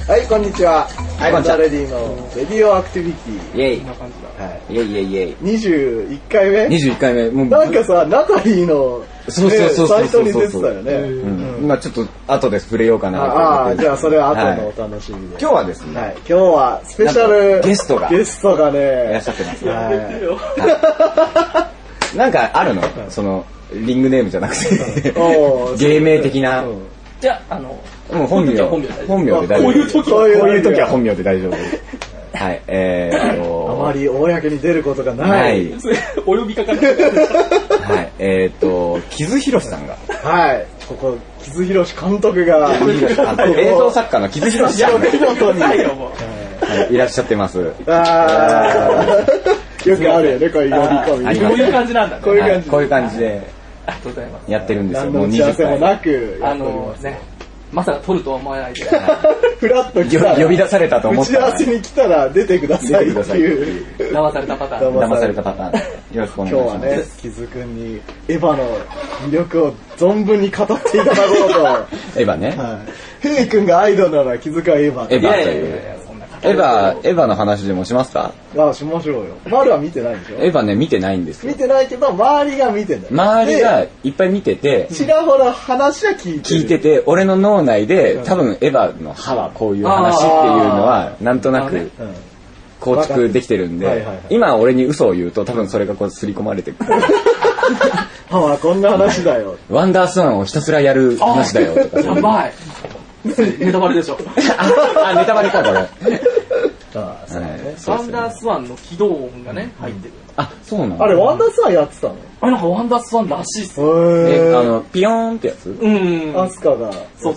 はい、こんにちは。 はい、こんにちは。 レディのレディオアクティビティ。 イェイ。 こんな感じだ。はい。 イェイイェイイェイ。 21回目 ?21 回目。もうなんかさ、ナタリーの、 そうサイトに出てたよね。 まあちょっと後で触れようかなと思って。 ああ、じゃあそれは後のお楽しみで。 今日はですね。 はい。今日はスペシャルゲストがね、 いらっしゃってます。 はい。 なんかあるの？その、リングネームじゃなくて、芸名的な。 じゃあ、 もう本名で大丈夫。こういう時は本名で大丈夫。はい、 あまり公に出ることがない。 お呼びかかる。 はい、木津博さんが。 はい、ここ、木津博監督が。 映像作家の木津博さんが。いらっしゃってます。 よくあるよね、こういう呼び込み。 こういう感じなんだね。 こういう感じで。 ありがとうございます。 やってるんですよ。 もう20回もなくね、まさか撮るとは思わないで。 フラッと来たら呼び出されたと思ったら。 打ち合わせに来たら出てくださいっていう。 騙されたパターン。 騙されたパターン。よろしくお願いします。 今日はね、木津くんにエヴァの魅力を存分に語っていただこうと。 エヴァね。 はい。ヘイ君がアイドルなら木津くんはエヴァ。 エヴァという。エヴァの話でもしますか？ あ、しましょうよ。マルは見てないんでしょ？ エヴァね、見てないんですよ。 見てないけど、周りが見てんだよ。 周りがいっぱい見てて、 ちらほら話は聞いてて、俺の脳内で、多分エヴァの歯はこういう話っていうのは、なんとなく構築できてるんで、今俺に嘘を言うと、多分それがこう刷り込まれてくる。 歯はこんな話だよ。 ワンダースワンをひたすらやる話だよとか。 やばい。ネタバレでしょ。 あ、ネタバレか、これ。 ワンダースワンの起動音がね、入ってる。 あ、そうなの？ あれ、ワンダースワンやってたの？ あれなんかワンダースワンらしいっすよ。 ピヨーンってやつ？ アスカが。 そう。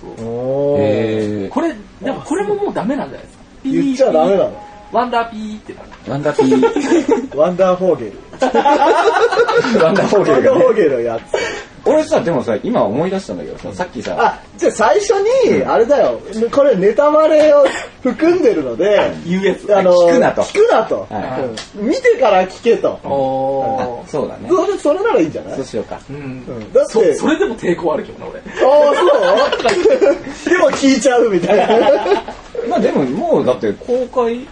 これ、でもこれももうダメなんじゃないですか？ 言っちゃダメなの？ ワンダーピーってなる。 ワンダーピー。 ワンダーフォーゲル。 ワンダーフォーゲル。 ワンダーフォーゲルをやって俺さ、でもさ、今思い出したんだけどさ、さっきさ。 あ、じゃあ最初に、あれだよ、これネタバレを含んでるので、 言うやつ。 聞くなと。 見てから聞けと。 そうだね。 それならいいんじゃない？ そうしようか。 だって、 それでも抵抗あるけどな、俺。 ああ、そうでも聞いちゃうみたいな。 まあでも、もうだって公開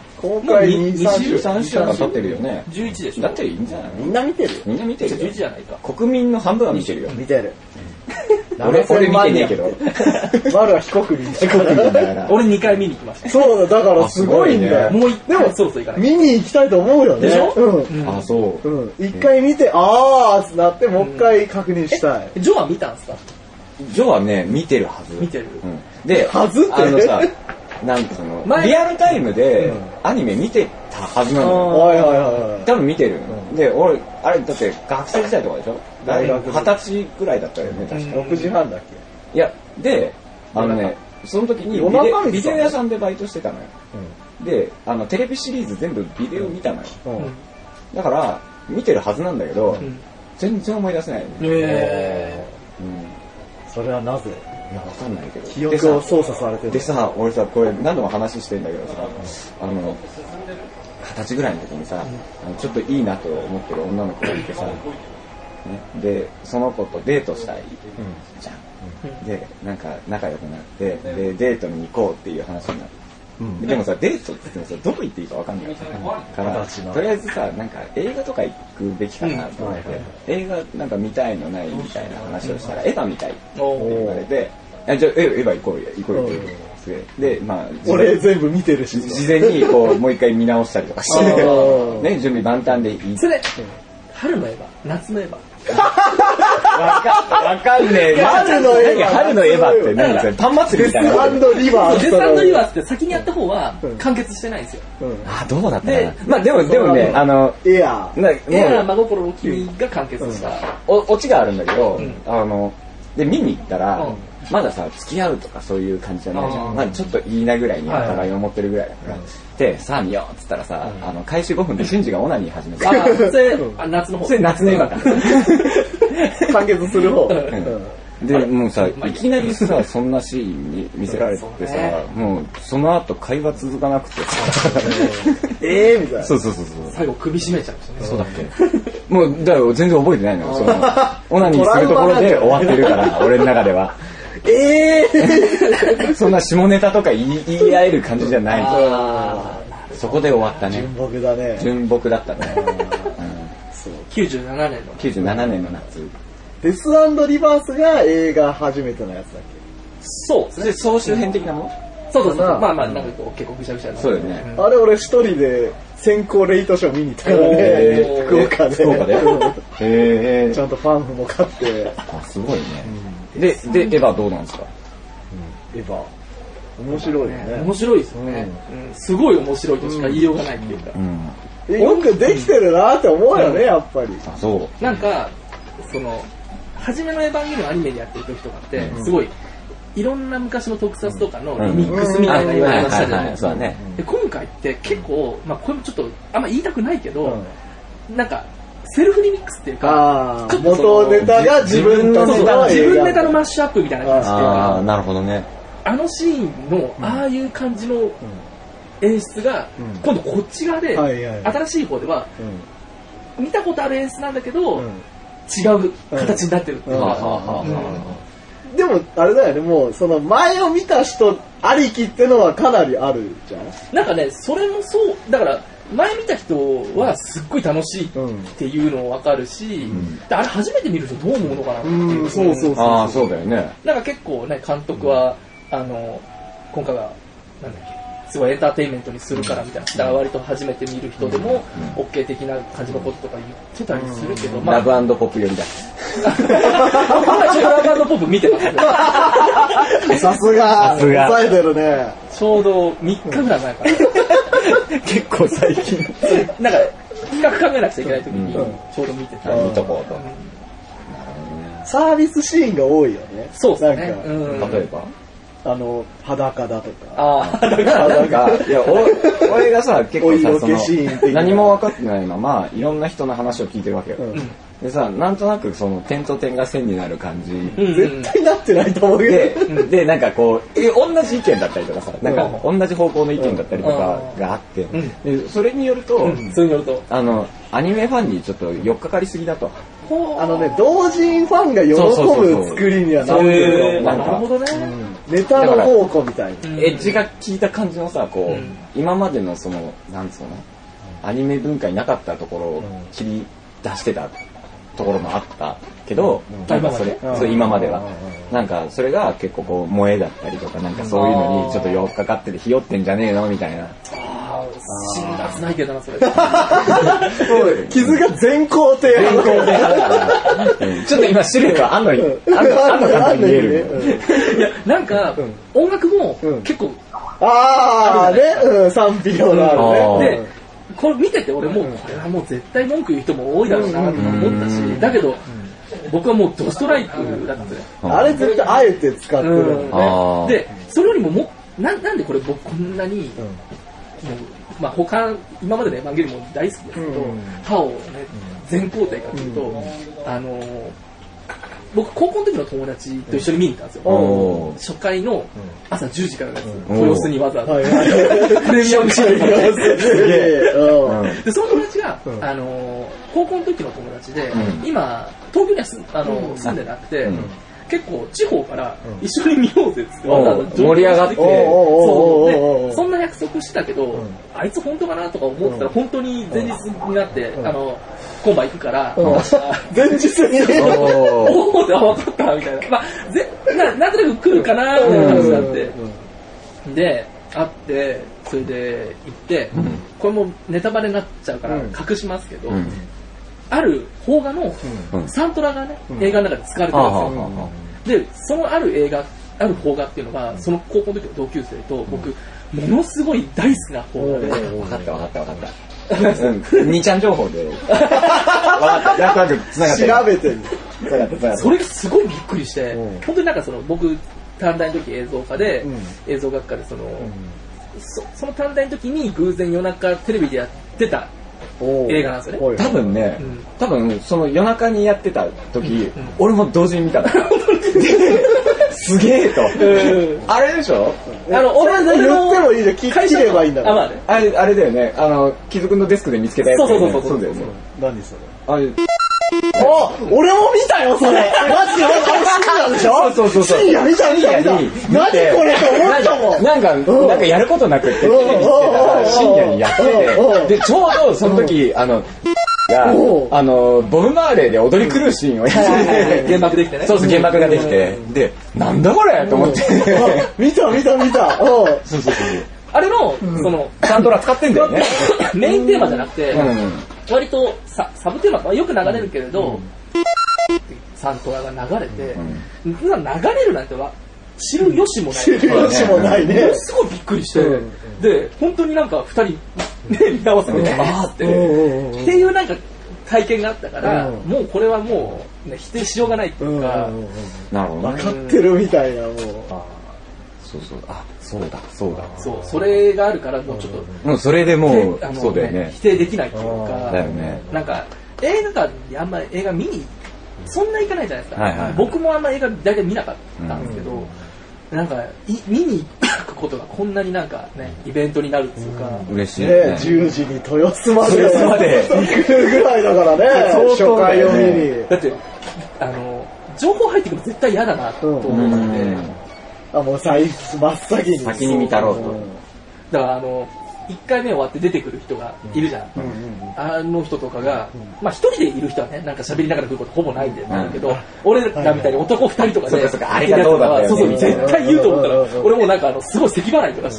3週間経ってるよね。 11でしょ。 だっていいんじゃない？ みんな見てるよ。 みんな見てるよ。 11じゃないか。 国民の半分は見てるよ。 見てる。 俺見てねえけど。 マルは非国民だから。 俺2回見に行きました。 そうだからすごいんだよ。 もう1回そろそろ行かない。 見に行きたいと思うよね。 でしょ？ あ、そう。 1回見て、あーってなって、もう1回確認したい。 ジョは見たんすか？ ジョはね、見てるはず。 見てる。 で、 はずって？ さ、なんかそのリアルタイムでアニメ見てたはずなの。多分見てる。で、俺あれだって学生時代とかでしょ？大学20歳ぐらいだったよね、確か。 6時半だっけ？いや、で、その時にビデオ屋さんでバイトしてたのよ。で、テレビシリーズ全部ビデオ見たのよ。だから見てるはずなんだけど、全然思い出せないよね。 それはなぜ？ いや、わかんないけど。 記憶を操作されてる。 でさ、俺さ、これ何度も話してんだけどさ、20歳ぐらいの時にさ、ちょっといいなと思ってる女の子がいてさ、で、その子とデートしたいじゃん。で、なんか仲良くなって、で、デートに行こうっていう話になって。でもさ、デートって言ってもさ、どこ行っていいかわかんないから、とりあえずさ、なんか映画とか行くべきかなと思って、映画なんか見たいのないみたいな話をしたら、エヴァ見たいって言われて、じゃあエヴァ行こうよ。で、まあ、 俺全部見てるし。 事前にこう、もう一回見直したりとかして、ね、準備万端でいい。 それ、春のエヴァ、夏のエヴァ。 わかんねえ。 春のエヴァって何それ？パン祭りみたいな。 デス&リバー。 デス&リバーって先にやった方は完結してないんですよ。 あ、どうだったかな。まあでもね、 エアー真心の君が完結した。 オチがあるんだけど、で、見に行ったら、まださ、付き合うとかそういう感じじゃないじゃん。まあちょっといいなぐらいにお互い思ってるぐらいだから。で、さあ見ようっつったらさ、開始5分でシンジがオナニー始めて。 それ、夏の方。 それ夏の映画か。 完結する方。 で、もうさ、いきなりさ、そんなシーン見せられてさ、もうその後会話続かなくてさ。 みたいな。 そう。 最後首絞めちゃうんですよね。 そうだっけ？もう、だから全然覚えてないのよ。オナニーするところで終わってるから、俺の中では。 そんな下ネタとか言い合える感じじゃない。そこで終わったね。 純朴だね。 純朴だったね。 そう97年の 97年の夏。 デス&リバースが映画初めてのやつだっそうですね。 総集編的なもの？ そうそうそう。まあまあ、なんかこう結構ぐしゃぐしゃな。 そうだよね。 け？あれ俺一人で先行レイトショー見に行ったからね。福岡で。 福岡で。へちゃんとファンフも買って。 あ、すごいね。で、エヴァどうなんですか？ エヴァ。面白いよね。 面白いですよね。すごい面白いとしか言いようがないっていうか。 よくできてるなって思うよね、やっぱり。 あ、そう。 なんか、初めのエヴァンゲリオンアニメでやってる時とかって、すごい、いろんな昔の特撮とかのリミックスみたいな言われ方したじゃないですか。で、今回って結構、まあこれもちょっとあんま言いたくないけど、なんか、セルフリミックスっていうか、 元ネタが自分の自分ネタのマッシュアップみたいな感じっていうか、 あ、なるほどね。 あのシーンのああいう感じの演出が、今度こっち側で、新しい方では、見たことある演出なんだけど、違う形になってるっていうか。 でも、あれだよね、もう、その前を見た人ありきってのはかなりあるじゃん。 なんかね、それもそう、だから、前見た人はすっごい楽しいっていうの分かるし、あれ初めて見る人どう思うのかなっていう。 そうそうそう。 ああ、そうだよね。 なんか結構ね、監督は、今回は、なんだっけ、すごいエンターテインメントにするからみたいな、割と初めて見る人でも、OK 的な感じのこととか言ってたりするけど、 ラブ&ポップ寄りだ。 僕はちょうどラブ&ポップ見てます。 さすが、抑えてるね。 ちょうど3日ぐらい前から。 結構最近。 なんか、企画考えなくちゃいけない時に、ちょうど見てた。 見とこうと。 サービスシーンが多いよね。 そうですね。 例えば裸だとか。 なんか、いや、俺がさ、結構さ、何も分かってないまま、いろんな人の話を聞いてるわけよ。でさ、なんとなくその点と点が線になる感じ。 絶対なってないと思うけど。で、なんかこう、同じ意見だったりとかさ、なんか同じ方向の意見だったりとかがあって、でそれによると、アニメファンにちょっと寄っかかりすぎだと。 同人ファンが喜ぶ作りにはなってる。 なるほどね。 ネタの宝庫みたいな。 エッジが効いた感じのさ、こう、今までのその、なんつうの、アニメ文化になかったところを切り出してたところもあったけど、なんかそれ今までは。なんかそれが結構こう、萌えだったりとか、なんかそういうのにちょっと寄っかかってて、ひよってんじゃねえのみたいな。 辛辣ないけどな、それ。 傷が全肯定。 ちょっと今シルエットあんのに、あんのに見える。 いや、なんか、音楽も結構、 賛否両論あるね。 で、これ見てて俺もう、これはもう絶対文句言う人も多いだろうなと思ったし、だけど、僕はもうドストライクだったんですよ。 あれ絶対あえて使ってるよね。で、それよりもなんでこれ僕こんなに、まあ今までのエヴァンゲリオンも大好きですけど、歯をね、全肯定かというと、僕高校の時の友達と一緒に見に行ったんですよ。初回の朝10時からのやつ、豊洲にわざわざ。プレミアムシーンで、その友達が、高校の時の友達で、今、東京には住んでなくて、結構地方から一緒に見ようぜっつって盛り上がってでそんな約束したけど、あいつ本当かなとか思ってたら本当に前日になって今晩行くから前日におおって分かったみたいな、まあなんとなく来るかなみたいな話があってで会ってそれで行ってこれもネタバレになっちゃうから隠しますけどある邦画のサントラがね、映画の中で使われてるんですよ。で、そのある邦画っていうのが、その高校の時の同級生と、僕、ものすごい大好きな邦画で。 分かった。2ちゃん情報で。分かった。なんとなく繋がってる。 調べてる。 それがすごいびっくりして、本当になんか僕、短大の時映像科で、映像学科でその短大の時に偶然夜中テレビでやってた、映画なんですよね。 多分その夜中にやってた時、俺も同時に見たの。すげえと。あれでしょ？ 俺言ってもいいじゃん。切ればいいんだから。 あれだよね。木津くんのデスクで見つけたやつ。 そうだよね。 何それ？ 俺も見たよ、それ。マジで、深夜でしょ？ そう。 深夜見た。何これと思ったもん。 なんかやることなくって、テレビしてたら深夜にやってて、で、ちょうどその時、が、ボブ・マーレーで踊り狂うシーンをやって原爆できてね。 そう、原爆ができて、で、なんだこれと思って。 見た。 そう。 あれの、 サントラ使ってんだよね。 メインテーマじゃなくて、割とサブテーマはよく流れるけれど、サントラが流れて、流れるなんては知る由もない。 知る由もないね。 すごいびっくりして、で、本当になんか二人、見合わせて、っていうなんか体験があったから、もうこれはもう、否定しようがないっていうか、 なるほどね。 分かってるみたいな、もう。 そうだ。 そう、それがあるからもうちょっと、 もうそれでもう、そうだよね。 否定できないっていうか、 だよね。 なんか、映画館にあんまり映画見に、そんな行かないじゃないですか。僕もあんま映画大体見なかったんですけど、なんか、見に行くことがこんなになんかね、イベントになるっていうか。 嬉しい。 10時に豊洲まで行くぐらいだからね、初回を見に。 だって、情報入ってくると絶対嫌だなと思うんで、 もう真っ先に。 先に見たろうと。 だから1回目終わって出てくる人がいるじゃん。あの人とかが、まあ一人でいる人はね、なんか喋りながら来ることほぼないんだけど、俺らみたいに男2人とかで、 ありがとうだったよ。 そう、絶対言うと思ったら、俺もなんかすごい咳払いとかして、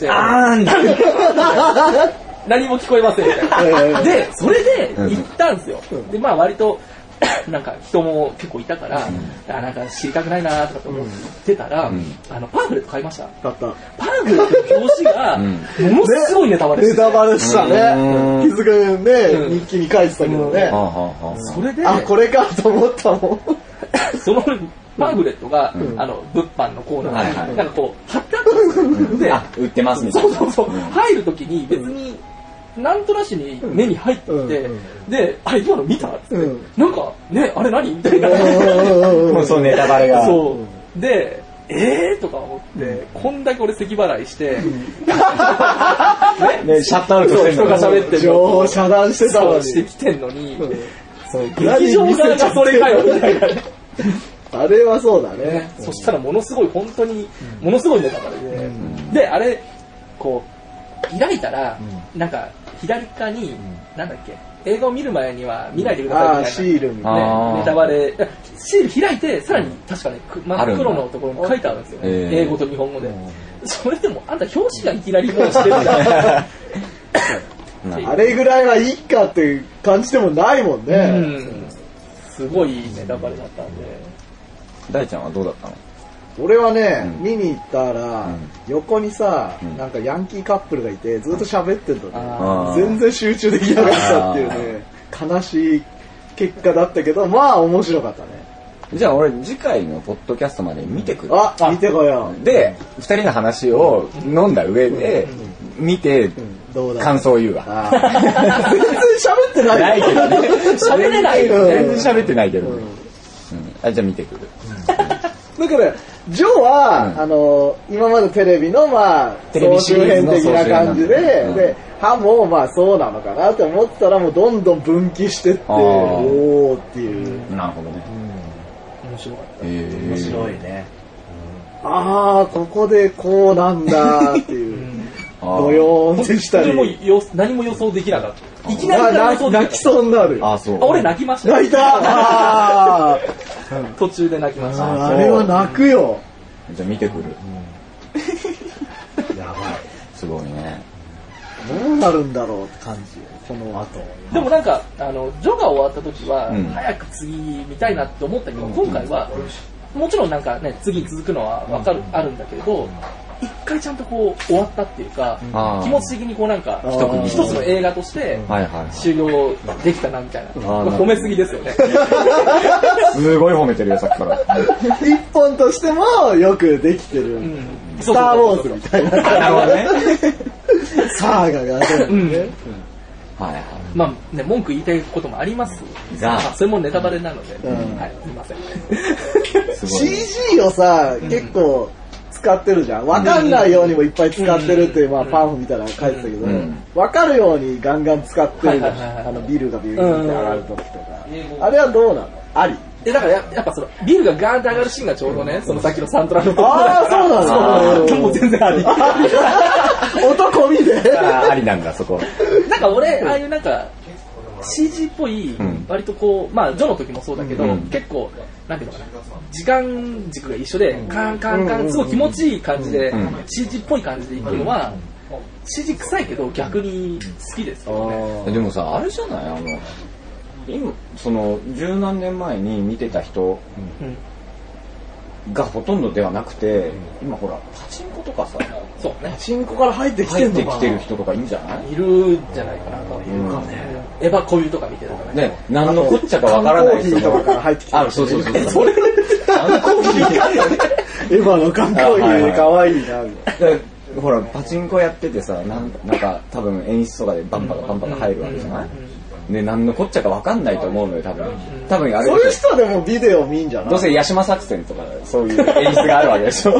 何も聞こえませんみたいな。で、それで行ったんですよ。で、まあ割と、なんか人も結構いたから、なんか知りたくないなとかと思ってたら、パンフレット買いました。 買った。 パンフレットの表紙が、ものすごいネタバレして。 ネタバレしたね。気づくね、日記に書いてたけどね。 それで、 これかと思ったもん。 そのパンフレットが、物販のコーナーに、なんかこう、貼ってあったんですよ。 売ってますみたいな。 そう。入るときに別に、なんとなしに目に入ってきて、で、あれ今の見たって、なんか、ね、あれ何みたいな。 もうそうネタバレが。 そう。で、とか思って、こんだけ俺咳払いして、 シャットアウトして人が喋ってる情報遮断してたのに。 してきてんのに、劇場側がそれかよ、みたいな。 あれはそうだね。 そしたらものすごい、本当に、ものすごいネタバレで、で、あれ、こう、開いたら、なんか、左側に、なんだっけ、映画を見る前には見ないでくださいみたいな。 シールみたいな。ネタバレ。シール開いて、さらに確かね、真っ黒のところに書いてあるんですよね。英語と日本語で。それでも、あんた表紙がいきなりもうしてるんだ。 あれぐらいはいいかっていう感じでもないもんね。 すごいネタバレだったんで。 大ちゃんはどうだったの？ 俺はね、見に行ったら、横にさ、なんかヤンキーカップルがいて、ずっと喋ってるのね。全然集中できなかったっていうね、悲しい結果だったけど、まあ面白かったね。 じゃあ俺次回のポッドキャストまで見てくる。 見てこよう。で、二人の話を飲んだ上で、見て、感想を言うわ。 全然喋ってないけどね。 喋れないよね。 全然喋ってないけどね。じゃあ見てくる。 だから、ジョーは、今までテレビの、まあ、総集編的な感じで、で、歯も、まあ、そうなのかなって思ったら、もうどんどん分岐してって、おーっていう。 なるほどね。 面白かった。 面白いね。ここでこうなんだっていう。ドヨーンってしたり。 何も予想できなかった。いきなり泣きそうになる。 俺泣きました。 泣いた途中で泣きました。 あれは泣くよ。 じゃあ見てくる。 やばい。 すごいね。 どうなるんだろうって感じ、この後。 でもなんか、ジョが終わった時は、早く次見たいなって思ったけど、今回は、もちろんなんかね、次に続くのはあるんだけれど、一回ちゃんとこう終わったっていうか、気持ち的にこうなんか一つの映画として終了できたなみたいな。褒めすぎですよね。 すごい褒めてるよさっきから。 一本としてもよくできてる。スターウォーズみたいな。サーガがあるんでね。 まあね、文句言いたいこともありますが、それもネタバレなので、はい、すみません。 CG をさ、結構使ってるじゃん。わかんないようにもいっぱい使ってるって、まあパンフ見たら書いてたけど、わかるようにガンガン使ってるじゃん。ビルがビューって上がるときとか。 あれはどうなの？あり？ だからやっぱそのビールがガーンって上がるシーンがちょうどね、そのさっきのサントラのああ、そうなんだ。 もう全然あり。 音込みで。 ありなんだ、そこ。 なんか俺、ああいうなんか、CG っぽい、割とこう、まあ、ジョの時もそうだけど、結構、なんていうのかな、時間軸が一緒で、カンカンカン、すごい気持ちいい感じで、CG っぽい感じでいくのは、CG 臭いけど逆に好きですよね。 でもさ、あれじゃない今、その、十何年前に見てた人がほとんどではなくて、今ほら、パチンコとかさ、 そうね。 パチンコから入ってきてんのかな。 入ってきてる人とかいるんじゃない？ いるんじゃないかなと。いるかね。エヴァ固有とか見てるからね。何のこっちゃかわからない人とかから入ってきてる。 あ、そう。それ、 エヴァの缶コーヒーかわいいな、みたいな。 ほら、パチンコやっててさ、なんか多分演出とかでバンパが入るわけじゃない？ね、何のこっちゃか分かんないと思うのよ、多分あれそういう人はでもビデオ見んじゃない？ どうせヤシマ作戦とかそういう演出があるわけでしょ。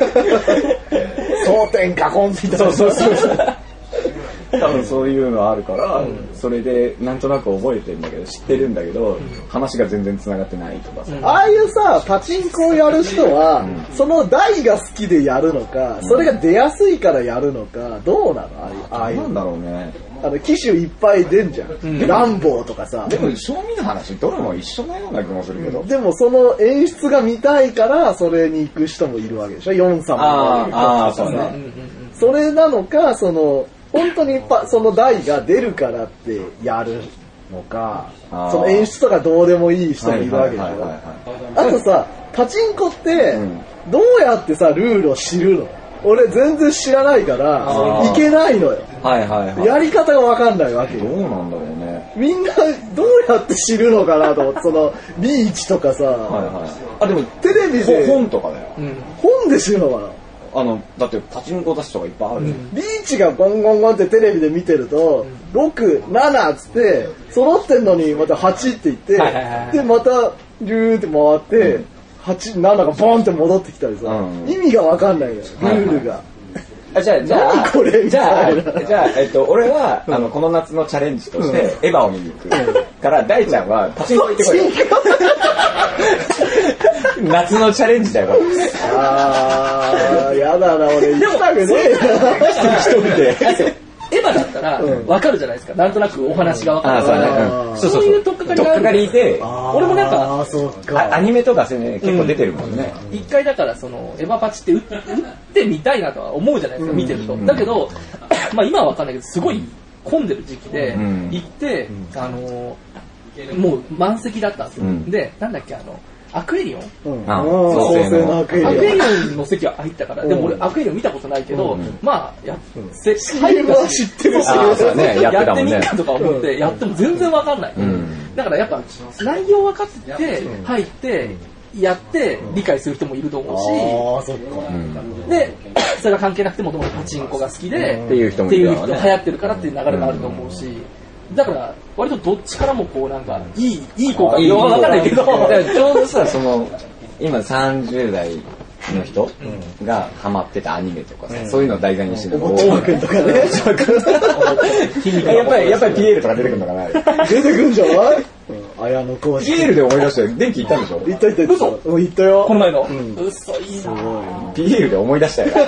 争点ガコンみたいな。 そう多分そういうのあるから、それでなんとなく覚えてるんだけど、知ってるんだけど、話が全然繋がってないとかさ。 ああいうさ、パチンコをやる人は、その台が好きでやるのか、それが出やすいからやるのか、どうなの？ああいう。 なんだろうね。 機種いっぱい出んじゃん。ランボーとかさ。 でも正味の話、どれも一緒なような気もするけど。 でもその演出が見たいから、それに行く人もいるわけでしょ。ヨン様ああ、そうね。 それなのか、本当にその台が出るからってやるのか、その演出とかどうでもいい人もいるわけでしょ。あとさ、パチンコって、どうやってさ、ルールを知るの？俺全然知らないから、いけないのよ。やり方がわかんないわけよ。 どうなんだろうね。 みんなどうやって知るのかなと思って、そのリーチとかさ、 あ、でもテレビで本とかだよ。 本で知るのかな？ だってパチンコ出すとかいっぱいあるじゃん。 リーチがゴンゴンゴンってテレビで見てると、6、7っつって、揃ってんのにまた8って言って、で、また、リューって回って、8、7がボンって戻ってきたりさ、意味がわかんないのよ、ルールが。 じゃあ、 これみたいな。 俺は、この夏のチャレンジとして、エヴァを見に行く。から、大ちゃんは、パチンコ行ってこいよ。夏のチャレンジだよ、これ。 やだな、俺行きたくねえな。 一人で。 エヴァだったら、わかるじゃないですか。なんとなくお話がわかるから。そういうとっかかりいて、 俺もなんか、 アニメとか結構出てるもんね。 一回だから、エヴァパチって打ってみたいなとは思うじゃないですか、見てると。だけど、まあ今はわかんないけど、すごい混んでる時期で、行って、もう満席だったんですよ。で、なんだっけ、アクエリオン？ 創世のアクエリオン。 アクエリオンの席は入ったから、でも俺アクエリオン見たことないけど、まあ、 入るは知ってるし、 やってみっかとか思って、やっても全然わかんない。だからやっぱ、内容分かってて、入って、やって理解する人もいると思うし、で、それが関係なくてもともとパチンコが好きで、 っていう人も流行ってるからっていう流れがあると思うし、だから割とどっちからもこうなんかいい効果わかんないけど、ちょうどさ、今30代の人がハマってたアニメとかさ、そういうのを題材にしてるの。 おもくんとかね。 やっぱりピエールとか出てくるのかな。 出てくるんじゃない？綾野浩二。 ピエールで思い出したよ。電気行ったんでしょ？ 行った。行ったよ。 この前の。嘘いいな。 ピエールで思い出したよ。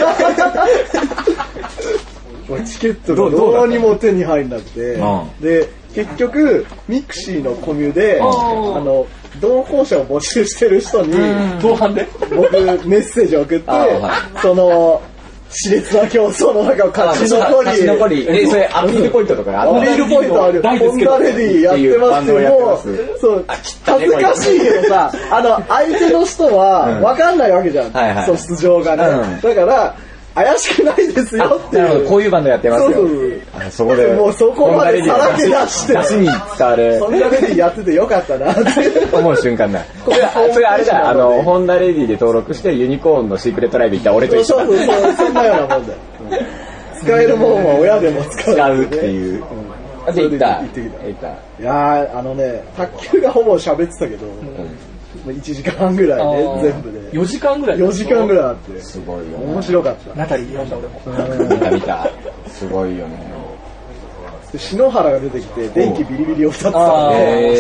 チケットがどうにも手に入んなくて、で、結局、ミクシーのコミュで、同行者を募集してる人に、 同伴で僕メッセージを送って、熾烈な競争の中を勝ち残り、 それアピールポイントとかアピールポイントある。ホンダレディやってますけど、そう、恥ずかしいけどさ、相手の人は分かんないわけじゃん。そう、出場がね。だから、怪しくないですよっていう。 こういうバンドやってますよ。そこで。 もうそこまでさらけ出して。 出しに伝わる。 ホンダレディやっててよかったなって思う瞬間だ。それあれだ、ホンダレディで登録してユニコーンのシークレットライブ行った俺と一緒だ。 そう、そんなようなもんだよ。使えるもんは親でも使うっていう。で、行った。 いや卓球がほぼ喋ってたけど、1時間半ぐらいね、全部で。 4時間ぐらい 4時間ぐらいあって。 すごいよ。 面白かった。 ナタリー読んだ俺も。 見た。すごいよね。 で篠原が出てきて電気ビリビリを歌ってたん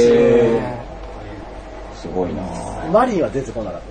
すごいな。 マリンは出てこなかった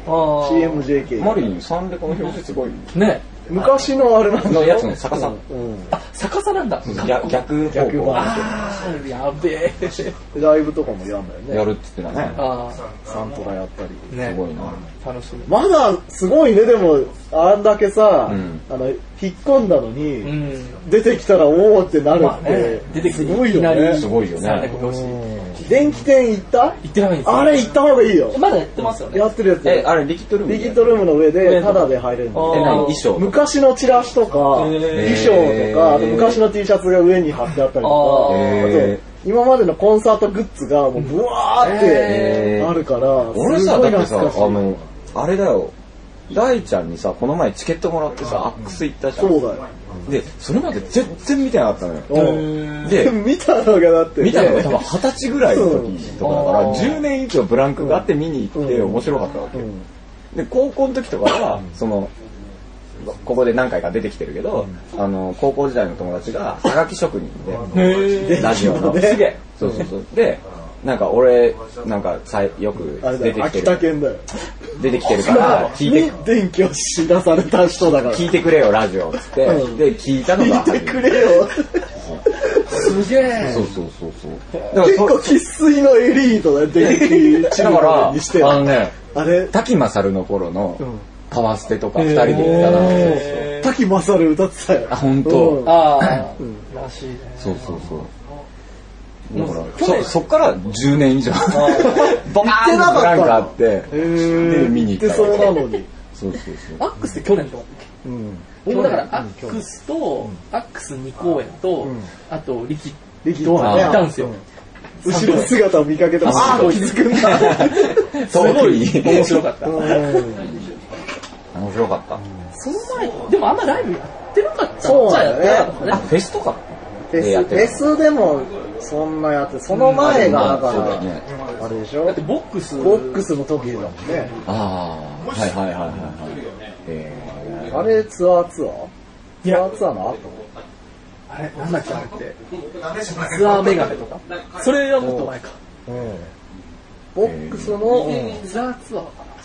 。CMJK。 マリンサンデコの表紙すごいね。 昔のあれなんだのやつの逆さ。 あ、逆さなんだ。 逆方向。 やべえ。 ライブとかもやんだよね。 やるって言ってたね。 サントラやったり。 すごいな。 楽しみ。 まだすごいね、でも、あんだけさ、引っ込んだのに、出てきたらおーってなるって、 出てきてすごいよね。 すごいよね。 電気店行った？ 行ってないんですよ。 あれ行った方がいいよ。 まだやってますよね。 やってるやつ。 あれリキッドルーム？ リキッドルームの上でタダで入れるんだよ。 衣装？ 昔のチラシとか、衣装とか、あと昔の T シャツが上に貼ってあったりとか、あと今までのコンサートグッズがもうブワーってあるから、 俺さ、だってさ、あれだよ。大ちゃんにさ、この前チケットもらってさ、アックス行ったじゃん。 そうだよ。 で、それまで全然見てなかったのよ。で、 見たのがだって、 見たのが多分20歳ぐらいの時とかだから、10年以上ブランクがあって見に行って面白かったわけ。で、高校の時とかは、ここで何回か出てきてるけど、高校時代の友達がはがき職人で、ラジオの。 すげえ。 そう。で、なんか俺、なんかよく出てきてる。 秋田県だよ。 出てきてるから、 聞いて。電気を知らされた人だから。 聞いてくれよ、ラジオ。つって。で、聞いたのが。 聞いてくれよ。 すげえ。 そう。 結構生粋のエリートだよ、電気チームにしては。 あれ滝勝の頃のパワーステとか2人で行ったな。 滝勝歌ってたよ。 あ、本当。 らしいね。 そう。だからそっから10年以上ボカーンとブランクあってで見に行ったそうなのにそうアックスって去年とか僕だからアックスとアックス2公演とあとリキドーン行ったんですよ。 後ろ姿を見かけたらああ気づくんだ。 すごい面白かった。 面白かった。 その前でもあんまライブやってなかった。 そうだよね。 フェスとかフェスでもそんなやってその前がだからあれでしょ。 だってボックスの時だもんね。 はい。 あれツアーの後。 あれなんだっけあれってツアーメガネとかそれはもっと前か。 ボックスのツアーツアー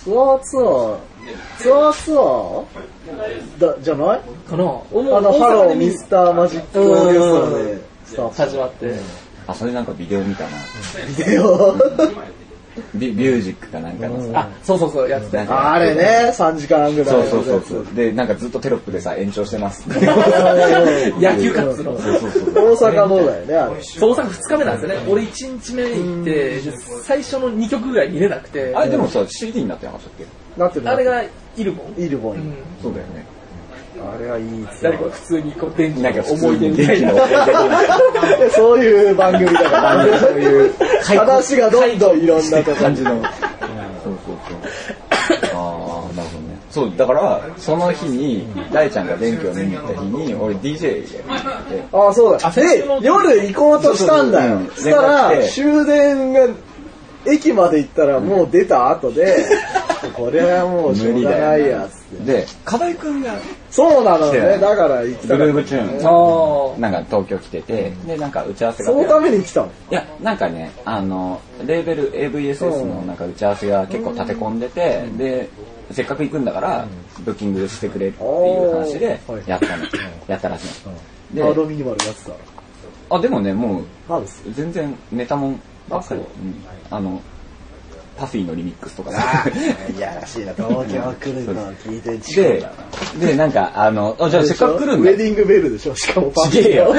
じゃないかな。 ハローミスターマジックオーケストラでスタート始まって。 それなんかビデオ見たな。 ビデオミュージックかなんかのさ。 そうやつね。 あれね、3時間ぐらい。 そう。で、なんかずっとテロップでさ、延長してます。 野球カッツの。 大阪のだよね、あれ。 大阪2日目なんですよね。俺1日目行って、最初の2曲ぐらい見れなくて。 あれでもさ、CD になってなかったっけ？ なってる。 あれがイルボン。 そうだよね。 あれはいい誰か普通にこう電気の思い出みたいな。 そういう番組だから、そういう話がどんどんいろんな感じの。そう。 なるほどね。そう、だから、その日に、大ちゃんが電気を見に行った日に、俺 DJ で見に行って。 そうだ。で、夜行こうとしたんだよ。そしたら、終電が、駅まで行ったらもう出た後で、これはもうしょうがないやつって。 で、河合くんが、 そうなのね、だから行きたかった。 グルーブチューン。なんか東京来てて、で、なんか打ち合わせが。 そのために来たの？ いや、なんかね、レーベル AVSS のなんか打ち合わせが結構立て込んでて、で、せっかく行くんだから、ブッキングしてくれっていう話で、やったらしいの。ハードミニマルやってた。でもね、もう、 全然ネタもんばっかり。パフィーのリミックスとかいやらしいな、東京来るの聞いてで、なんか、じゃあせっかく来るんだ。 ウェディングベルでしょ、しかもちげえよ。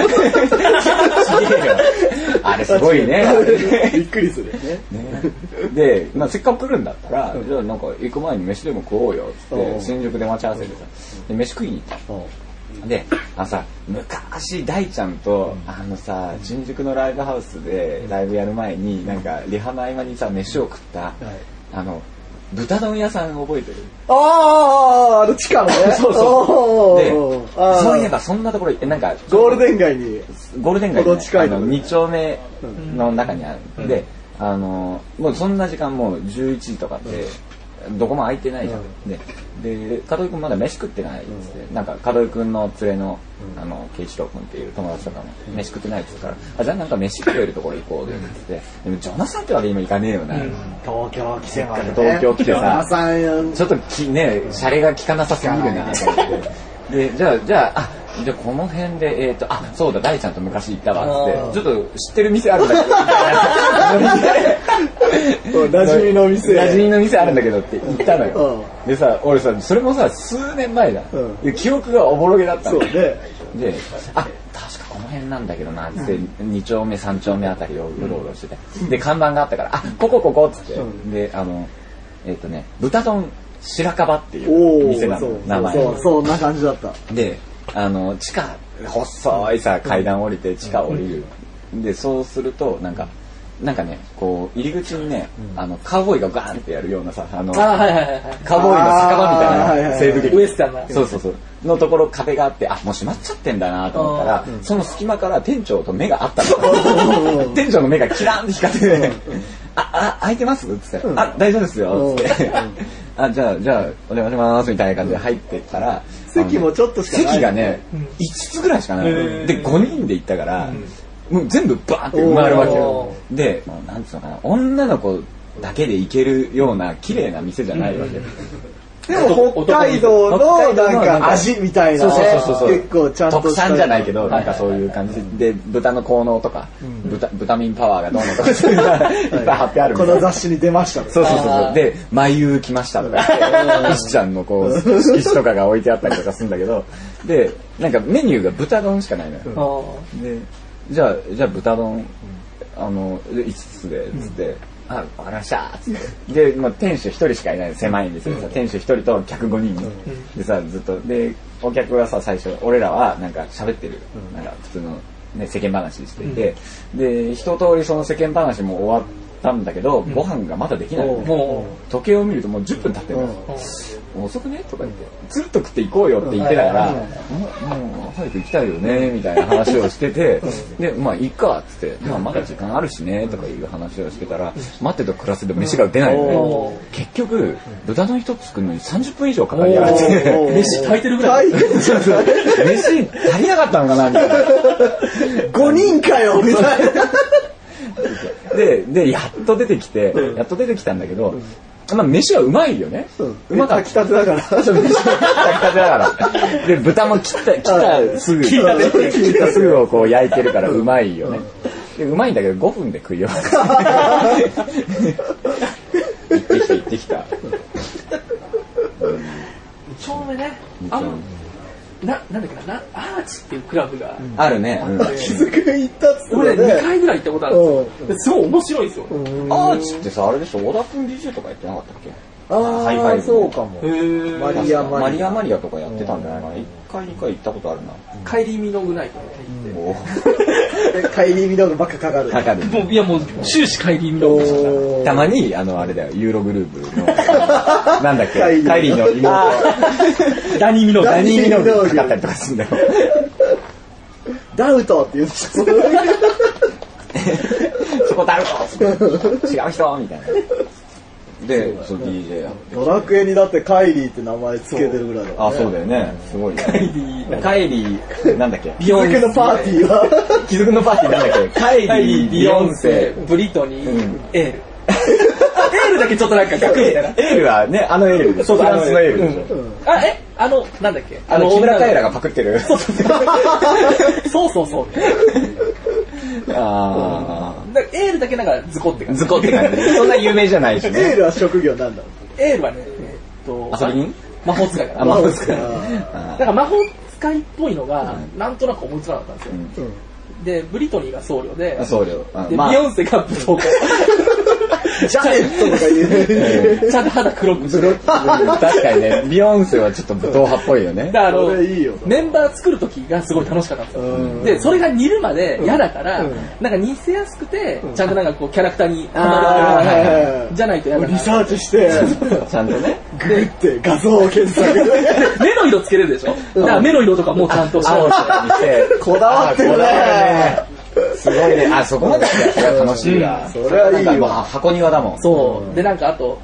あれすごいね。 びっくりするよね。 で、せっかく来るんだったら、じゃあなんか行く前に飯でも食おうよって、新宿で待ち合わせてさ、で、飯食いに行った。で、昔大ちゃんと新宿のライブハウスでライブやる前になんかリハの合間にさ飯を食った豚丼屋さん覚えてる？ 地下のね。 そう。で、そういえばそんなところなんかゴールデン街に 2丁目の中にある。で、もうそんな時間もう11時とかでどこも空いてないじゃん。で、門井くんまだ飯食ってないっつって、なんか門井くんの連れの、慶一郎くんっていう友達とかも飯食ってないっつったから、じゃあなんか飯食えるところ行こうでっつって、でもジョナサンってわけ今行かねえよな。 東京来てまでね。 東京来てさ、ちょっとね、シャレが効かなさすぎるなと思って。で、じゃあこの辺で、そうだ、大ちゃんと昔行ったわ、つって、ちょっと知ってる店あるんだけど、 馴染みの店。 馴染みの店あるんだけどって言ったのよ。でさ、俺さ、それもさ、数年前だ。記憶がおぼろげだったの。 そうね。 で、確かこの辺なんだけどな、つって、2丁目、3丁目あたりをうろうろしてて。で、看板があったから、ここ、つって。で、豚丼白樺っていう店なの、名前。 そんな感じだった。 で、地下、細いさ、階段降りて地下降りる。で、そうすると、なんかね、こう、入り口にね、カウボーイがガーンってやるようなさ、カウボーイの酒場みたいな西部劇。 ウエスタンな。 そう。のところ壁があって、もう閉まっちゃってんだなと思ったら、その隙間から店長と目があったの。店長の目がキラーンって光ってて、開いてますつって、大丈夫ですよつって。じゃあ、お願いしますみたいな感じで入ってったら、 席もちょっとしかない。 席がね、5つぐらいしかない。で、5人で行ったから、もう全部バーンって埋まるわけよ。で、なんつうのかな、女の子だけで行けるような綺麗な店じゃないわけ。 でも北海道のなんか味みたいなね。 そう。 結構ちゃんと特産じゃないけど、なんかそういう感じで、豚の効能とか、豚ミンパワーがどうのとか、そういうのがいっぱい貼ってある。 この雑誌に出ました。 そう。で、眉優来ましたとか、石ちゃんのこう、色紙とかが置いてあったりとかするんだけど、で、なんかメニューが豚丼しかないのよ。で、じゃあ豚丼、5つで、つって、わかりましたつって。で、店主1人しかいない狭いんですよ。店主1人と客5人でさ、ずっと。で、お客はさ、最初、俺らはなんか喋ってる。なんか普通のね、世間話していて、で、一通りその世間話も終わったんだけど、ご飯がまだできない。時計を見るともう10分経ってるの。遅くねとか言って、つるっと食って行こうよって言ってたから、もう早く行きたいよねみたいな話をしてて、で、いいかっつって、まだ時間あるしねとかいう話をしてたら、待ってと暮らせで飯が出ないのね。結局、豚丼一つ作るのに30分以上かかりやがって、 飯炊いてるぐらい。 飯足りなかったのかなみたいな。 5人かよみたいな。 で、やっと出てきたんだけど、飯はうまいよね。 うまかった。炊きたてだから。 炊きたてだから。で、豚も切ったすぐをこう焼いてるからうまいよね。うまいんだけど5分で食い終わる。行ってきた。 2丁目ね。なんだっけな、アーチっていうクラブがあるね。 気づく行ったっつって。 俺2回ぐらい行ったことあるんですよ。すごい面白いんですよ。 アーチってさ、あれでしょ、小田くん DJ とかやってなかったっけ？ ハイファイブ。そうかも。 マリアとかやってたんじゃないかな。1回2回行ったことあるな。 カイリーミノグナイトって言って。 カイリーミノグばっかかかる。 もう終始カイリーミノグ。 たまにあれだよ、ユーログループのなんだっけ、カイリーの妹ダニーミノグかかったりとかするんだよ。 ダウトって言うんですよ。 そこダウト違う人みたいな。で、DJ やって。 ドラクエにだってカイリーって名前つけてるぐらいだよね。 そうだよね。すごい。カイリー、なんだっけ。 貴族のパーティーは貴族のパーティーなんだっけ。カイリー、ビヨンセ、 ブリトニー、エール。エールだけちょっとなんか逆みたいな。 エールはね、エールでしょ。フランスのエールでしょ。 なんだっけ。 木村カエラがパクってる。 そう。エールだけなんかズコって感じ。 ズコって感じ。そんな有名じゃないしね。 エールは職業なんだろう。 エールはね、 遊び人？ 魔法使いかな。 魔法使い。 だから魔法使いっぽいのが、なんとなく思いつかなかったんですよ。で、ブリトニーが僧侶で、ビヨンセが舞踏家。 ジャネットとか言う。 ちゃんと肌黒くする。 確かにね、ビヨンセはちょっと舞踏派っぽいよね。 だからメンバー作る時がすごい楽しかったんですよ。で、それが似るまで嫌だから、なんか似せやすくて、ちゃんとなんかこうキャラクターにはまるじゃないと嫌だ。 リサーチして、 ちゃんとね、 グッて画像を検索。 目の色つけれるでしょ。だから目の色とかもちゃんとして。 こだわってるね。 すごいね。そこまで楽しいな。 それはいいよ。 箱庭だもん。 そう。で、なんかあと、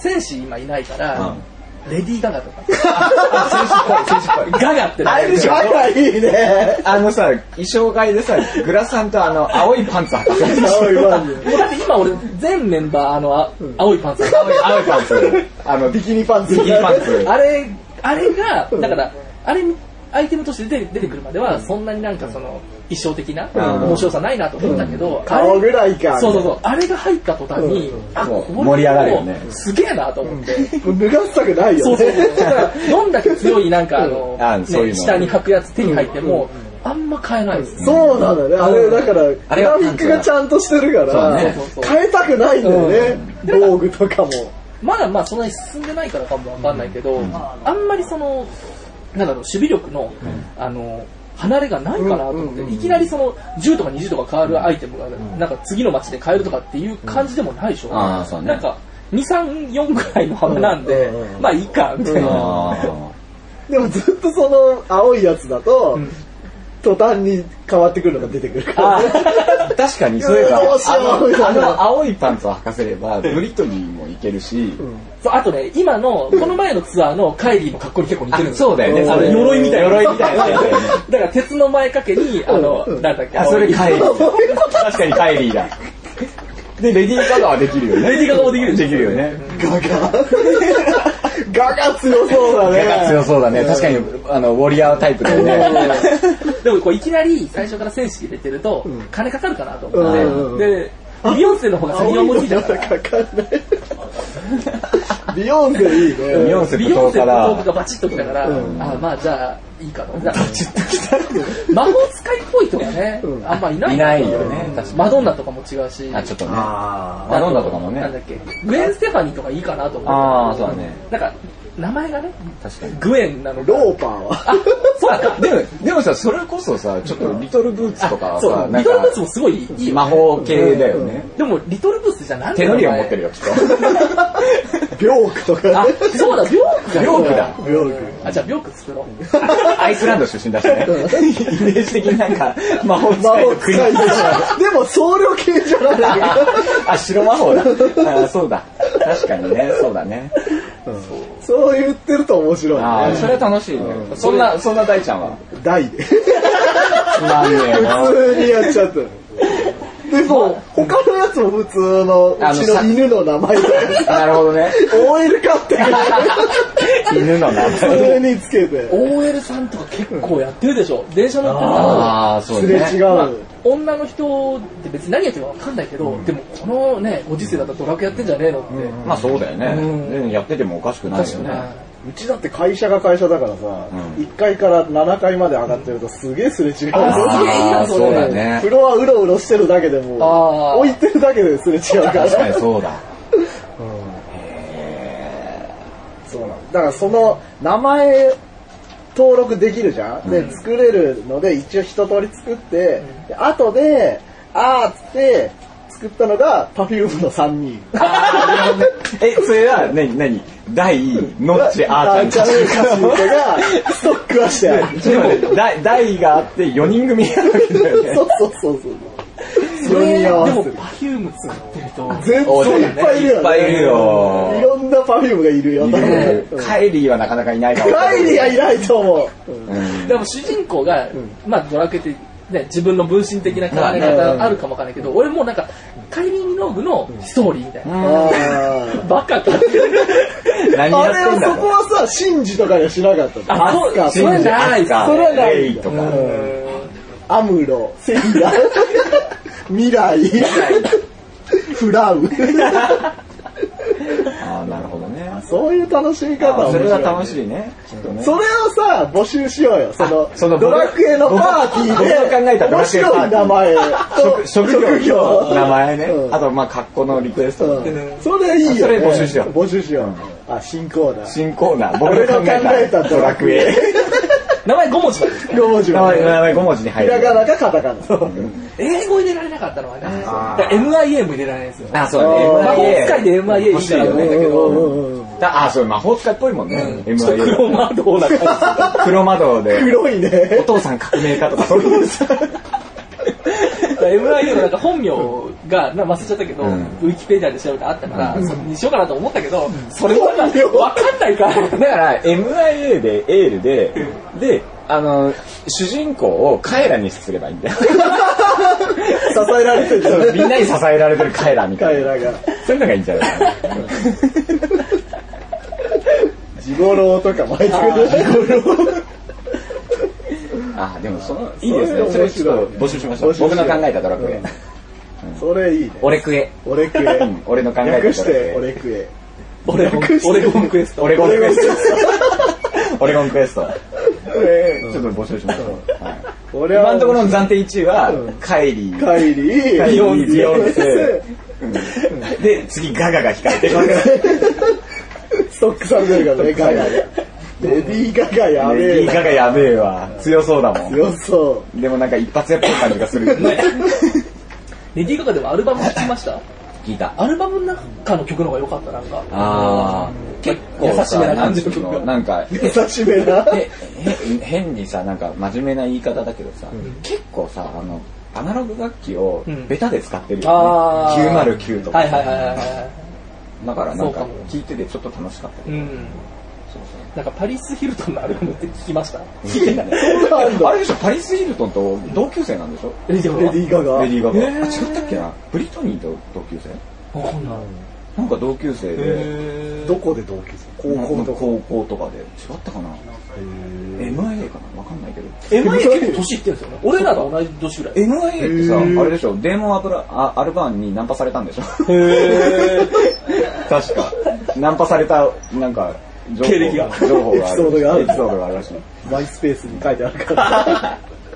戦士今いないから、レディー・ガガとか。 選手っぽい。 ガガってあれでしょ。 ガガいいね。 さ、衣装替えでさ、グラサンと青いパンツ履かせて青いパンツ。 もうだって今俺、全メンバー青いパンツ。 青いパンツ。 ビキニパンツ。 ビキニパンツ。 あれが、だから、あれ、アイテムとして出てくるまでは、そんなになんかその、衣装的な面白さないなと思ったけど、 顔ぐらいか。 そう。あれが入った途端に、 盛り上がるよね。 すげえなと思って。 脱がしたくないよね。 そう。だから、どんだけ強いなんか下に履くやつ手に入っても、あんま買えないです。 そうなんだよね。あれだから、グラフィックがちゃんとしてるから、変えたくないんだよね。防具とかも。 まだそんなに進んでないからかもわかんないけど、あんまりその、なんだろう、守備力の、離れがないかなと思って、いきなりその10とか20とか変わるアイテムが、なんか次の街で変えるとかっていう感じでもないでしょ。なんか、2、3、4ぐらいの幅なんで、まあいいか、みたいな。 でもずっとその青いやつだと、途端に変わってくるのが出てくるから、ね。 確かにそういえば、青いパンツを履かせれば、ブリトニーもいけるし、 あとね、この前のツアーのカイリーの格好に結構似てるんですよ。 そうだよね。 鎧みたいな。 鎧みたいな。 だから鉄の前掛けに、なんだっけ。 それカイリー。確かにカイリーだ。で、レディー・ガガはできるよね。 レディー・ガガもできる。 できるよね。 ガガ強そうだね。 ガガ強そうだね。確かに、ウォリアータイプだよね。 でも、いきなり最初から戦士入れてると、金かかるかなと思って。で、ビヨンセの方が先に思いついたから。 かかんない。ビヨンセいいね。 ビヨンセとトークがバチッときたから、まあじゃあいいかと。バチッときた。魔法使いっぽい人がね、あんまいない。 いないよね。 マドンナとかも違うし。 ちょっとね。マドンナとかもね。 なんだっけ。グエン・ステファニーとかいいかなと思って。 そうだね。 なんか、名前がね、 確かに。 グエンなの。 ローパーは。 そうか。 でもさ、それこそさ、ちょっとリトルブーツとかさ、 リトルブーツもすごいいい。 魔法系だよね。 でも、リトルブーツじゃなん手乗りを持ってるよ、きっと。 ビョークとか。 そうだ、ビョークだ。ビョークだ。 ビョーク。 じゃあビョーク作ろう。 アイスランド出身だしね。イメージ的になんか、魔法使いの国。 でも、僧侶系じゃない。 白魔法だ。そうだ。確かにね、そうだね。 そう言ってると面白いね。 それは楽しいね。そんな大ちゃんは大で。 つまんねえな。 普通にやっちゃった。でも、他のやつも普通のうちの犬の名前だ。 なるほどね。 OL かって犬の名前。 それにつけて。 OL さんとか結構やってるでしょ。電車乗ってるからすれ違う。 女の人って別に何やってるか分かんないけど、でもこのね、ご時世だったらドラクエやってんじゃねえのって。 まあそうだよね。やっててもおかしくないよね。 うちだって会社が会社だからさ、1階から7階まで上がってるとすげえすれ違う。すげえいいな、それ。 そうだね。 フロアうろうろしてるだけでも、置いてるだけですれ違うから。 確かにそうだ。 そうなんだからその名前登録できるじゃん、で作れるので一応一通り作って、後でつって作ったのが Perfume の3人。 それは何大ノッチアーちゃんがストックはしてある。 でも大があって4人組なわけだよね。 そう。それに合わせる。 でも Perfume 作ってる人全然いっぱいいるよね。 いっぱいいるよ。 いろんな Perfume がいるよ。 カイリーはなかなかいないかも。 カイリーはいないと思う。 でも主人公がドラクエってね、自分の分身的な考え方あるかもわかんないけど、俺もなんかカイリー・ミノーグのストーリーみたいな。バカか。 何やってんだろう。 そこはさ、シンジとかにはしなかったの。 それはない。 それはない。 とか。 アムロ、セイラ、未来、フラウ。 なるほどね。 そういう楽しみ方はそれは楽しいね。 それをさ、募集しようよ。そのドラクエのパーティーで、 考えた面白い名前職業の名前ね。あと、格好のリクエスト。 それいいよね。 それ募集しよう。 募集しよう。新コーナー。 新コーナー。僕が考えたドラクエ。 名前5文字だ。 5文字。 名前5文字に入る。 ひらがなかカタカナ。 英語入れられなかったのはね。MIA も入れられないんですよ。 そうね。 魔法使いで MIA いいから思うんだけど。 そう、魔法使いっぽいもんね。MIA。 黒窓な感じ。 黒窓で。 黒いね。 お父さん革命家とかそういう。 MIA のなんか本名が忘れちゃったけど、ウィキペディアで調べてあったから、それにしようかなと思ったけど、それは分かんないから。 だから MIA でエールで、主人公をカエラにすればいいんだよ。 支えられてるじゃん。 みんなに支えられてるカエラみたいな。 カエラが。 そういうのがいいんじゃないかな。 ジゴロウとか巻いてくあ、でもいいですね。それちょっと募集しましょう。僕の考えたドラクエ。 それいいね。 オレクエ。 俺クエ。 俺の考えたドラクエ。 略して俺クエ。 オレゴンクエスト。 オレゴンクエスト。オレゴンクエスト。ちょっと募集しましょう。今のところの暫定1位は、カイリー、ビヨンセ。で、次ガガが控えてる。 ストックされてるからね、ガガが。レディーガガやべえ。 レディーガガやべえわ。強そうだもん。 強そう。 でもなんか一発やっぽい感じがするよね。 レディーガガでもアルバム聴きました？ 聞いた。 アルバムの中の曲の方が良かった、なんか。 結構優しめな感じの曲。 なんか、 優しめな。 変にさ、なんか真面目な言い方だけどさ、結構さ、アナログ楽器をベタで使ってるよね。909とか。 はいはいはいはい。 だからなんか聞いててちょっと楽しかった。 なんかパリス・ヒルトンのアルバムって聞きました？ 聞いてんだね。あれでしょ、パリス・ヒルトンと同級生なんでしょ？ レディーガガ。 レディーガガ。違ったっけな？ブリトニーと同級生？ わかんない。 なんか同級生で。 どこで同級生？ 高校とかで。違ったかな？MIA かな？わかんないけど。 MIA 結構年いってるんですよね。俺らと同じ年ぐらい。 MIA ってさ、あれでしょ、デーモンアルバーンにナンパされたんでしょ？確か。ナンパされた、なんか、 経歴が。 情報がある。 エピソードがある。 エピソードがあるらしい。 マイスペースに書いてあるから。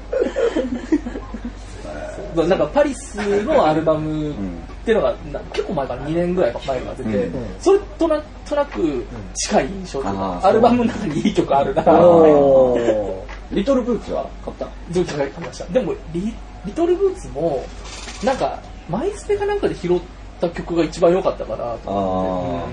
なんかパリスのアルバムっていうのが結構前から2年ぐらい前から出て、それとなんとなく近い印象で、アルバムの中にいい曲あるな。 リトルブーツは買った？ 買いました。でもリトルブーツもなんかマイスペかなんかで拾った曲が一番良かったかなと思って。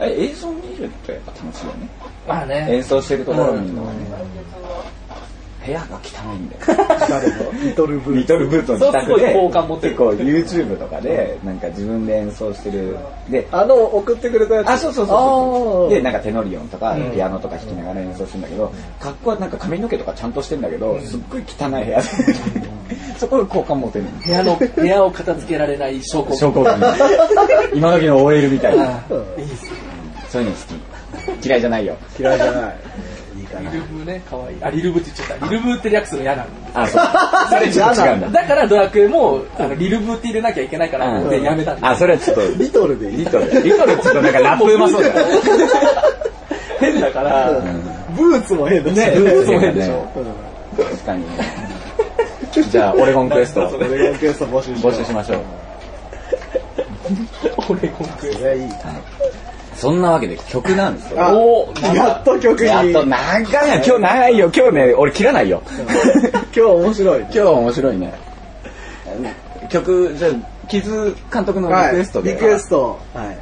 映像見るとやっぱ楽しいよね。 まあね。 演奏してるところを見るのはね。部屋が汚いんだよ。 リトルブーツ。 リトルブーツの自宅で、 結構 YouTube とかで、なんか自分で演奏してる。で、 送ってくれたやつ。 そう。で、なんかテノリオンとかピアノとか弾きながら演奏してるんだけど、格好はなんか髪の毛とかちゃんとしてるんだけど、すっごい汚い部屋で、そこで好感持てる。 部屋を片付けられない症候群。 今時の OL みたいな。 いいっす。 そういうの好き。嫌いじゃないよ。 嫌いじゃない。 リルブね、かわいい。リルブって言っちゃった。リルブって略すの嫌なんだ。そう。それちょっと違うんだ。 だからドラクエも、リルブって入れなきゃいけないからってやめたんだ。 それはちょっと。 リトルでいい。 リトルちょっとなんかラップうまそうだよ。 変だから、 ブーツも変だし。 ブーツも変でしょ。 確かに。じゃあ、オレゴンクエスト。 オレゴンクエスト募集しましょう。 オレゴンクエスト。 いい。 そんなわけで曲なんですよ。 やっと曲に。 やっと長い。今日長いよ。今日ね、俺切らないよ。 今日面白い。 今日面白いね。曲、じゃあ、キズ監督のリクエストで。 リクエスト。 はい。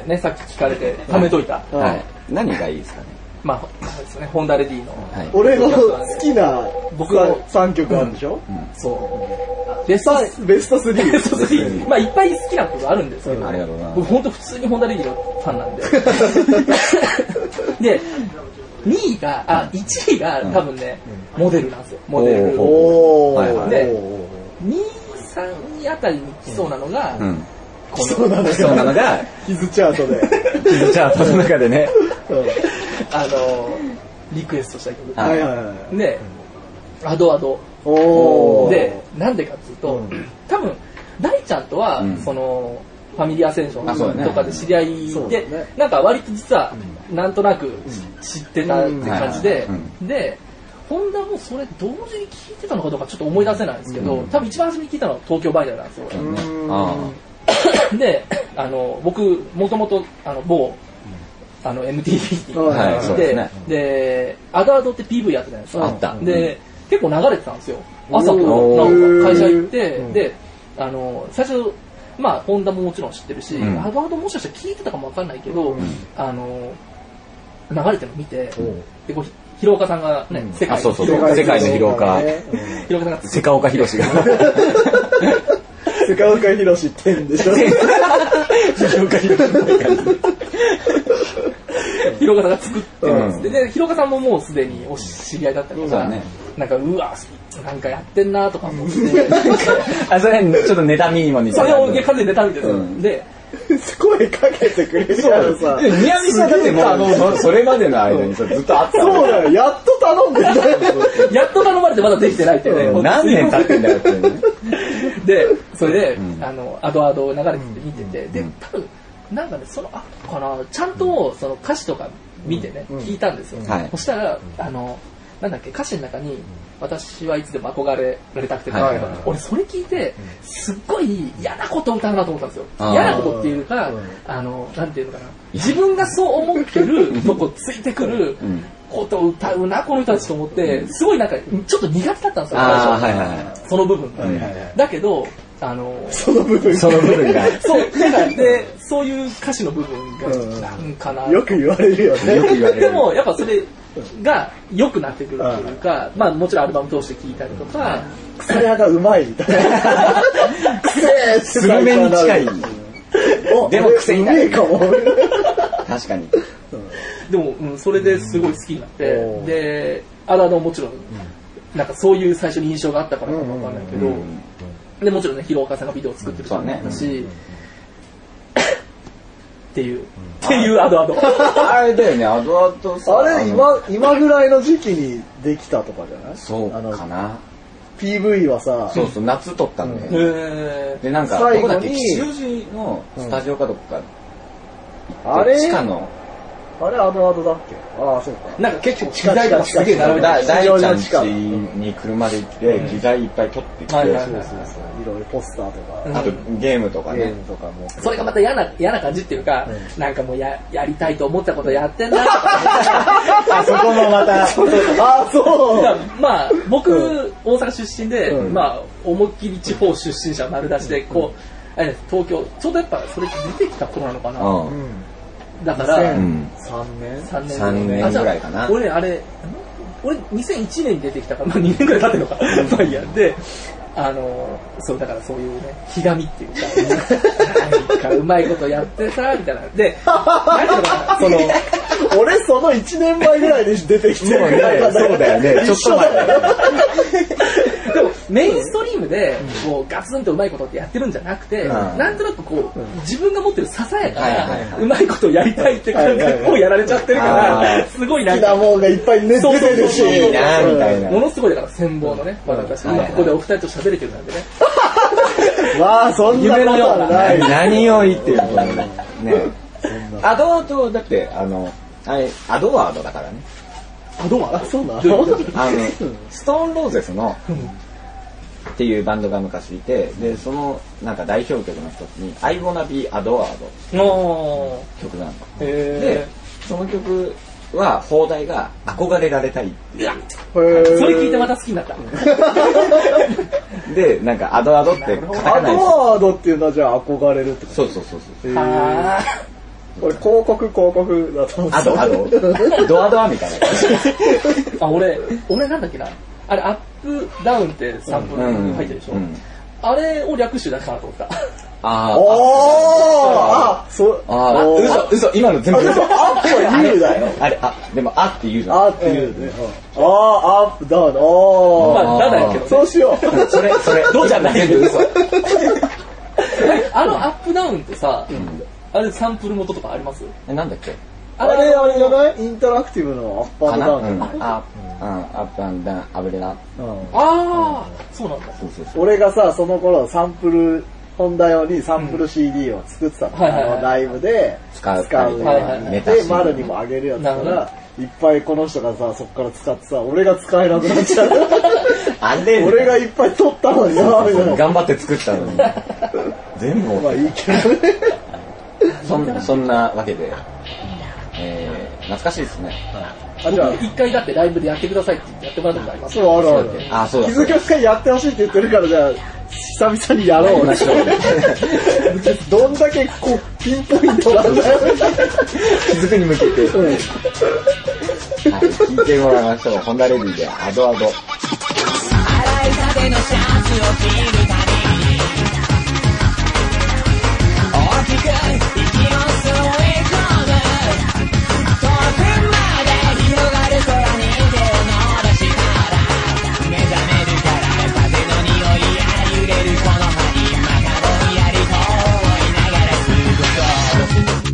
ね、さっき聞かれて、貯めといた。 はい。何がいいですかね。 まあ、そうですね、ホンダレディの。 俺の好きな僕の3曲あるでしょ？ そう。 ベスト3。 ベスト3。まあ、いっぱい好きなことあるんですけど、 ありがとうございます。 僕ほんと普通にホンダレディのファンなんで。で、1位が多分ね、モデルなんですよ。モデル。で、2、3位あたりに来そうなのが、 そうなのが、ヒズチャートで。 ヒズチャートの中でね。 リクエストした曲。 はいはいはい。 で、アドアド。で、なんでかっていうと、多分、大ちゃんとは、その、ファミリーアセンションとかで知り合いで、なんか割と実は、なんとなく知ってたって感じで、で、ホンダもそれ同時に聴いてたのかどうかちょっと思い出せないんですけど、多分一番初めに聴いたのは東京バイナルなんですよ。で、僕、もともと、某、MTV で、アドアドって PV やってたんですよ。で、結構流れてたんですよ。朝となんか会社行って、で、最初、まあ、ホンダももちろん知ってるし、アドアドもしかしたら聞いてたかもわかんないけど、流れてるの見て、で、 広岡さんがね、世界の広岡。 広岡さんがセカオカヒロシが。 セカオカヒロシ10でしょ。 セカオカヒロシって感じ。 広岡さんが作ってるんです。で、広岡さんももうすでにお知り合いだったりとか、なんか、うわ、なんかやってんなとか思って。 あ、それちょっとネタミニマみたいな。 それを完全にネタ見てる。で、 声かけてくれるからさ。 宮城さんだってもう、それまでの間にさ、ずっとあったそうだよ、やっと頼んでんだよ。 やっと頼まれてまだできてないってね。 何年経ってんだよってね。 で、それで、アドアド流れてて見てて、で、多分、なんかね、その後かな、ちゃんとその歌詞とか見てね、聞いたんですよ。そしたら、なんだっけ、歌詞の中に、私はいつでも憧れられたくて、俺それ聞いて、すっごい嫌なことを歌うなと思ったんですよ。嫌なことっていうか、なんていうのかな、自分がそう思ってるとこついてくることを歌うな、この人たちと思って、すごいなんか、ちょっと苦手だったんですよ、最初。その部分が。だけど、 その部分が。 そう、で、そういう歌詞の部分が、なんかな。 よく言われるよね。 よく言われる。 でも、やっぱそれが良くなってくるっていうか、まあもちろんアルバム通して聴いたりとか、 草屋がうまいみたいな。くせーってスルメに近い。でも癖になる。 かも。 確かに。 でも、それですごい好きになって、で、もちろん、なんかそういう最初に印象があったからかもわかんないけど、で、もちろんね、広岡さんがビデオを作ってると思ったし、っていうアドアド。 あれだよね、アドアドさ。 あれ、今ぐらいの時期にできたとかじゃない？ そうかな。 PV はさ、 そうそう、夏撮ったんだよ。で、なんか、どこだっけ、吉祥寺のスタジオかどっか、 あれ地下の、 あれアドアドだっけ？ああ、そうか。 なんか結構機材がすげえ並べて大ちゃん家に車で行って、機材いっぱい撮ってきて、 いろいろポスターとか、 あとゲームとかね。 ゲームとかも。 それがまた嫌な感じっていうか、なんかもうやりたいと思ったことやってんなとか。 あそこもまた。 あ、そう。 まあ、僕、大阪出身で、まあ、思いっきり地方出身者丸出しで、こう、東京、ちょうどやっぱそれ出てきた頃なのかな。だから、 3 年ぐらいかな。 俺2001年に出てきたから、まあ2年ぐらい経ってるのか。まあいいや。で、そう、だからそういうね、ひがみっていうか、なんかうまいことやってさ、みたいな。で、なんていうのかな、 俺その1年前ぐらいに出てきてるぐらいだそうだよね。ちょっと前だよね。 でもメインストリームでこうガツンとうまいことってやってるんじゃなくて、なんとなくこう自分が持ってるささやかなうまいことをやりたいって感覚をやられちゃってるから、すごいなんか好きなもんがいっぱい出てるし、 いいなみたいな。 ものすごいだから羨望のね、私今ここでお二人と喋れてるなんでね。 まあそんなことはない。 何を言ってるのね。アドワードだってあれアドワードだからね。 あ、どうも、そうなの？ ストーンローゼスのっていうバンドが昔いて、でそのなんか代表曲の一つに I Wanna Be Adored の曲なの。でその曲は放題が憧れられたいっていう。 それ聞いてまた好きになった。 でなんかアドアドってカタカナに。 アドワードっていうのはじゃあ憧れるってこと？ そう。 俺広告だと思ってドアドアみたいな感じ。 あ、俺なんだっけな、あれアップダウンってサンプル入ってるでしょ、あれを略してだからと思った。 嘘、今の全部嘘。 アップは言うだよ。 あれ、でもあって言うじゃん。 あって言うね。アップダウン。 まあだだけどそうしよう。 それどうじゃない全部嘘。 アップダウンってさ、あれサンプル元とかあります？ なんだっけ？ あれじゃない？インタラクティブのアップアンダウン。 アップアンダウン、アブレラ。 ああ、そうなんだ。 俺がさ、その頃サンプル、本田用にサンプル CD を作ってたの。ライブで使う。で、丸にもあげるやつから、いっぱいこの人がさ、そっから使ってさ、俺が使えなくなっちゃう。俺がいっぱい撮ったのにな、みたいな。 頑張って作ったのに。全部まあいいけどね。 そんなわけで、懐かしいですね。 じゃあ一回だってライブでやってくださいって言ってやってもらったことあります？ そう、ある。 あ、そうだ。 気づきを使いやってほしいって言ってるから、じゃあ、久々にやろう。どんだけこう、ピンポイントなんだよ。 気づくに向けて。 聞いてもらいましょう。ホンダレディでアドアド。 洗いたてのシャツを着るたびに大きく息を吸い込む。遠くまで広がる空に手を伸ばしたら目覚めるから風の匂いや揺れるこの葉にまたぼんやりと思いながら過ごそう。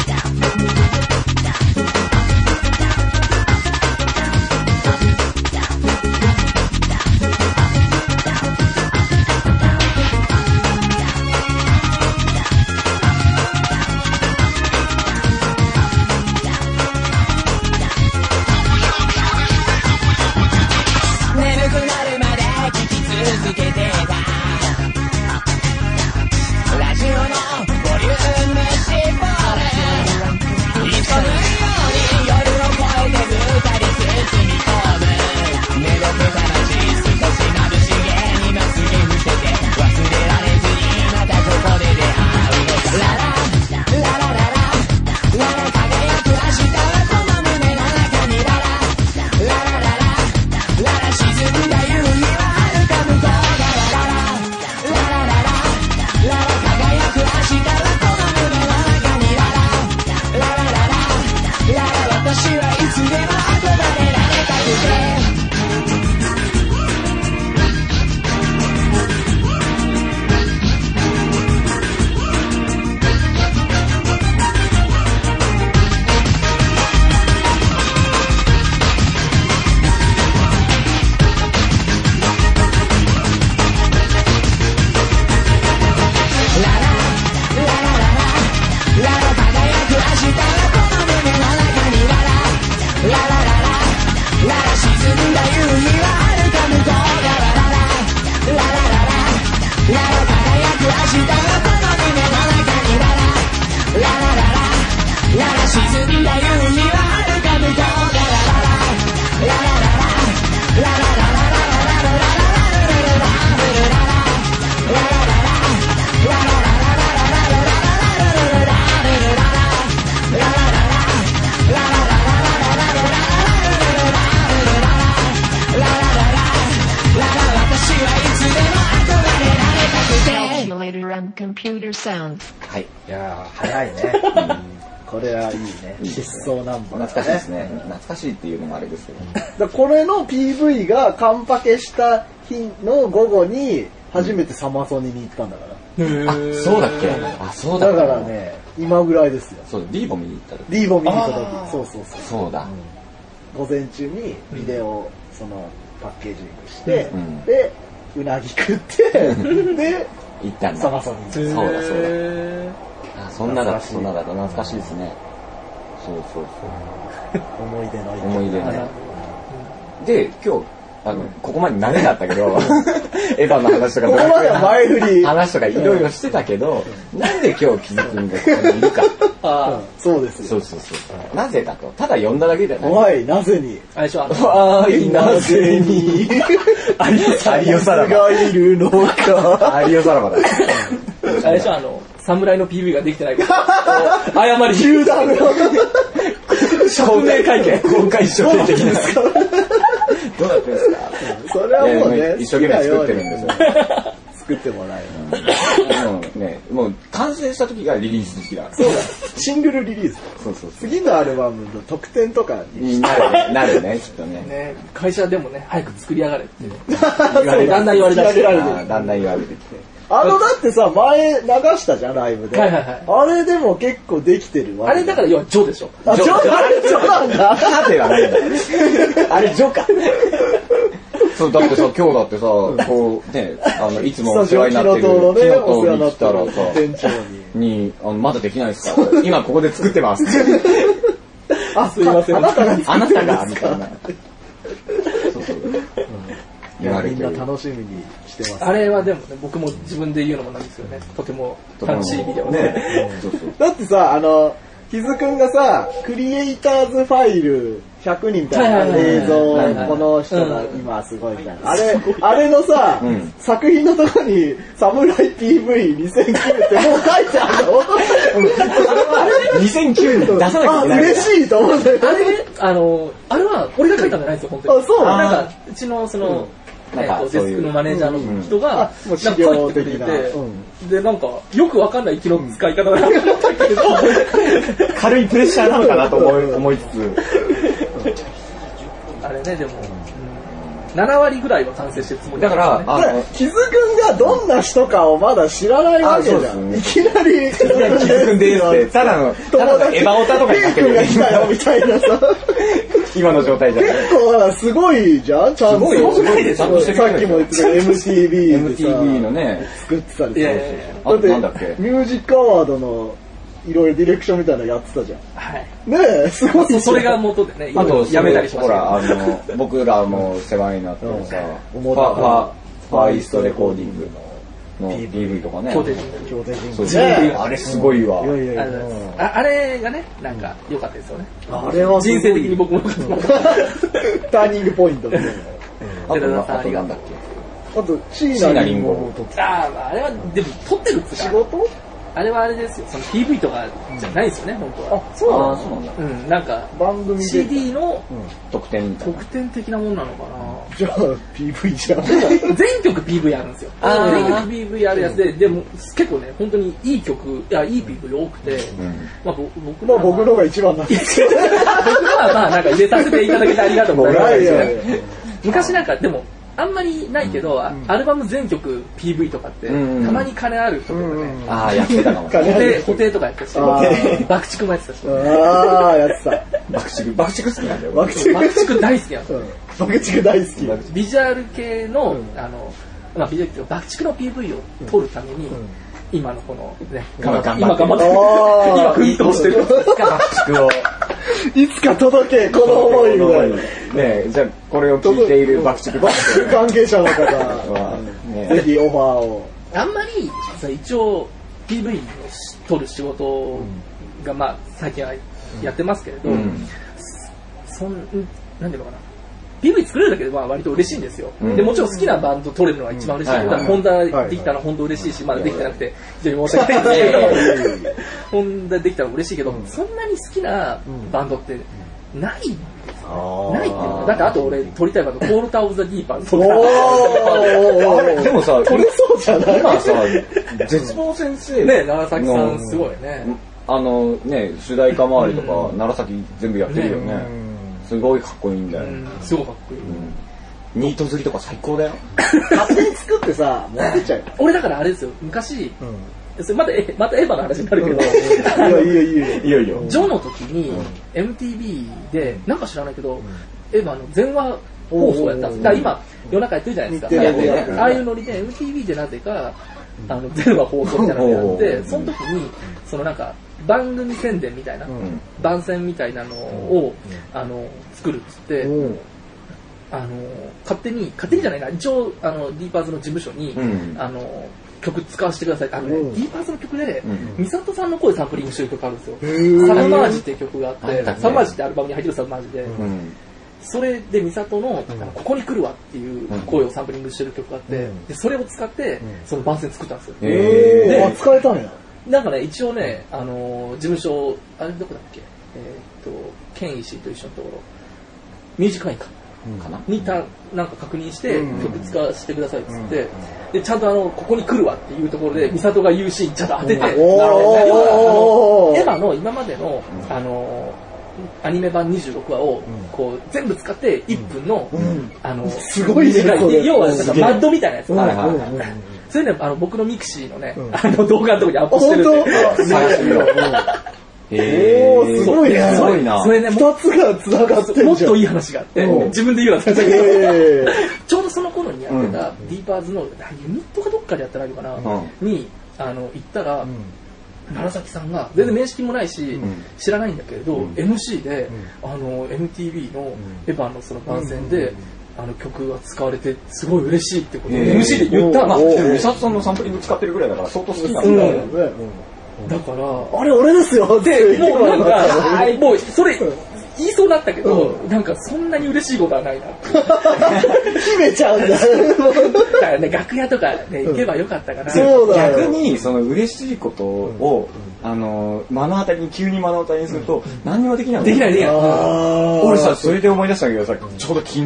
はい。 いやー、早いね。これはいいね。疾走ナンバー、ね。 懐かしいですね。懐かしいっていうのもあれですけど。 これの PV がカンパケした日の午後に初めてサマソニに行ったんだから。 あ、そうだっけ？あ、そうだ。 だからね、今ぐらいですよ。 そう、ディーボ見に行った時。 ディーボ見に行った時。そうそうそう。 そうだ。 午前中にビデオ、そのパッケージングして、で、うなぎ食って、で、 行ったんだ。 サマソニ。 そうだそうだ。あ、そんなだ懐かしいですね。そうそうそう。 思い出の思い出ね。で、今日、ここまで慣れだったけど、エヴァの話とか、 ここまでは前振り。 話とかいろいろしてたけど、なんで今日気づくんがここにいるか。 そうですよ。 そう。なぜだと。ただ呼んだだけじゃない。 おい、なぜに。 最初おい、なぜに。有吉さらば。がいるのか。 有吉さらばだ。 最初侍の PV ができてないこと。謝り。 球団の。 証明会見。 公開処刑的な。どうなってるんですか？ それはもうね、 一生懸命作ってるんですよ。 作ってもらえる。もう完成した時がリリース時期だ。 そうだ。シングルリリース。 そう。 次のアルバムの特典とかになるね、きっとね。 会社でもね、早く作りやがれってだんだん言われ出して。 だんだん言われてきて。 だってさ、前流したじゃん、ライブで。あれでも結構できてるわ。 あれだから要はジョでしょ。 あれジョなんだ。 ハではないんだ。あれジョか。そうだってさ、今日だってさ、こうね、いつもお世話になってるお世話にな来たらさ、 店長にまだできないですか？今ここで作ってます。 あ、すいません。 あなたがみたいな。 みんな楽しみにしてます。 あれはでもね、僕も自分で言うのもなんですよね。とても楽しいビデオね。 だってさ、木津くんがさ、クリエイターズファイル 100人みたいな映像、この人が今すごいみたいな。あれのさ、作品のとこに、サムライ PV2009 ってもう書いてあるの 2009年出さなきゃいけない。 嬉しいと思うんだよ。 あれは俺が書いたんじゃないですよ、本当に。 あ、そうなんか、うちのデスクのマネージャーの人が、 もう資料的な。 で、なんか、よくわかんない気の使い方だなと思ったけど、 軽いプレッシャーなのかなと思いつつ。 あれね、でも、7割ぐらいは完成してるつもりだから、 キズくんがどんな人かをまだ知らないわけじゃん。いきなり、キズくんでーす。ただのエヴァオタとかになってる。 が来たよみたいなさ。 今の状態じゃん。 結構すごいじゃん、ちゃんと。 すごいでしょ。 さっきも言ってた MTV のね、 作ってたりさ。 あとなんだっけ、 ミュージックアワードのいろいろディレクションみたいなのやってたじゃん。 はい。 ねえ、すごい。 それが元でね、 あとやめたりしました。 ほら、僕らも世話になってるさ、ファーイーストレコーディングの PV とかね。 京帝神宮。あれすごいわ。 あれがね、なんか良かったですよね。 あれは人生的に僕も良かった。 ターニングポイントで。 あとなんだっけ。 あと、椎名林檎も撮ってた。 あれは、でも撮ってるっつうか。 仕事あれはあれですよ、その PV とかじゃないですよね、本当は。 あ、そうなんだ。 うん、なんか、 番組で CD の特典みたいな。 特典的なもんなのかな。 じゃあ、PV じゃん。 全曲 PV あるんですよ。全曲 PV あるやつで、でも結構ね、本当にいい曲、いい PV 多くて、まあ僕のが一番なんですけど。 僕はまあなんか入れさせていただけてありがとうございます。昔なんか、でも、あんまりないけど、アルバム全曲 PV とかって、たまに金ある人とかね、 やってたかもしれない。 補填とかやってたし、爆竹もやってたし。 やってた。 爆竹好きなんだよ。 爆竹大好きなんですよ。 爆竹大好き。 ビジュアル系の、まあビジュアル系の爆竹の PV を撮るために、今のこのね、今頑張ってる。今奮闘してる。 爆竹を。 いつか届け、この思いみたいな。 ね、じゃあこれを聞いている爆竹関係者の方は、ぜひオファーを。 あんまり、一応 PV を撮る仕事が、まあ最近はやってますけれど、なんていうのかな。PV 作れるだけでは割と嬉しいんですよ。でもちろん好きなバンド撮れるのが一番嬉しい。ホンダできたら本当嬉しいし、まだできてなくて非常に申し訳ないんですけど、ホンダできたら嬉しいけど、そんなに好きなバンドってないんですよね。ないっていうか、だってあと俺撮りたいバンド、コールター・オブ・ザ・ディーパーズとか。 でもさ、 撮れそうじゃない？ 今さ、絶望先生ね、長崎さんすごいね。 ね、主題歌周りとか、長崎全部やってるよね。すごいかっこいいんだよ。 すごいかっこいい。 ニート釣りとか最高だよ。 勝手に作ってさ、持ってっちゃう。 俺だからあれですよ、昔、またエヴァの話になるけど、 いよいよ。 ジョの時に MTV で、なんか知らないけど、エヴァの全話放送やったんです。だから今、夜中やってるじゃないですか。ああいうノリで MTV でなぜか、全話放送みたいなのやって、その時に、そのなんか、番組宣伝みたいな、番宣みたいなのを、作るっつって、勝手にじゃないな、一応、ディーパーズの事務所に、曲使わせてください。ディーパーズの曲で、ミサトさんの声サンプリングしてる曲あるんですよ。サルマージっていう曲があって、サルマージってアルバムに入ってるサルマージで、それでミサトの、ここに来るわっていう声をサンプリングしてる曲があって、でそれを使って、その番宣作ったんですよ。 で、使えたんや。 なんかね、一応ね、事務所、あれどこだっけケンイシと一緒のところ、ミュージカルかなになんか確認して、曲使わせてくださいっつって、で、ちゃんとここに来るわっていうところで、ミサトが言うシーンちゃんと当てて、エヴァの今までの、アニメ版26話をこう全部使って1分の、 すごい短い、要はなんかマッドみたいなやつ。それね、僕のミクシーのね、動画のとこにアップしてるんで。 すごいね。 すごいな。 それね、 2つが繋がってる。 もっといい話があって、自分で言うのはちょうどその頃にやってたディーパーズのユニットかどっかでやったらいいかな、に、行ったら、楢崎さんが全然面識もないし、知らないんだけれど、MC で、MTV のエヴァのその番宣で、曲が使われてすごい嬉しいってことを MC で言ったの。 ミサトさんのサンプリング使ってるぐらいだから相当好きなんだよね。 だからあれ俺ですよで、もうなんかもうそれ言いそうだったけど、なんかそんなに嬉しいことはないなって秘めちゃうんだ。 だからね、楽屋とかね、行けばよかったかな。 そうだよ。 逆にその嬉しいことを、目の当たりに急に目の当たりにすると、何にもできない。 できないできない。 俺さ、それで思い出したんだけどさ、ちょうど昨日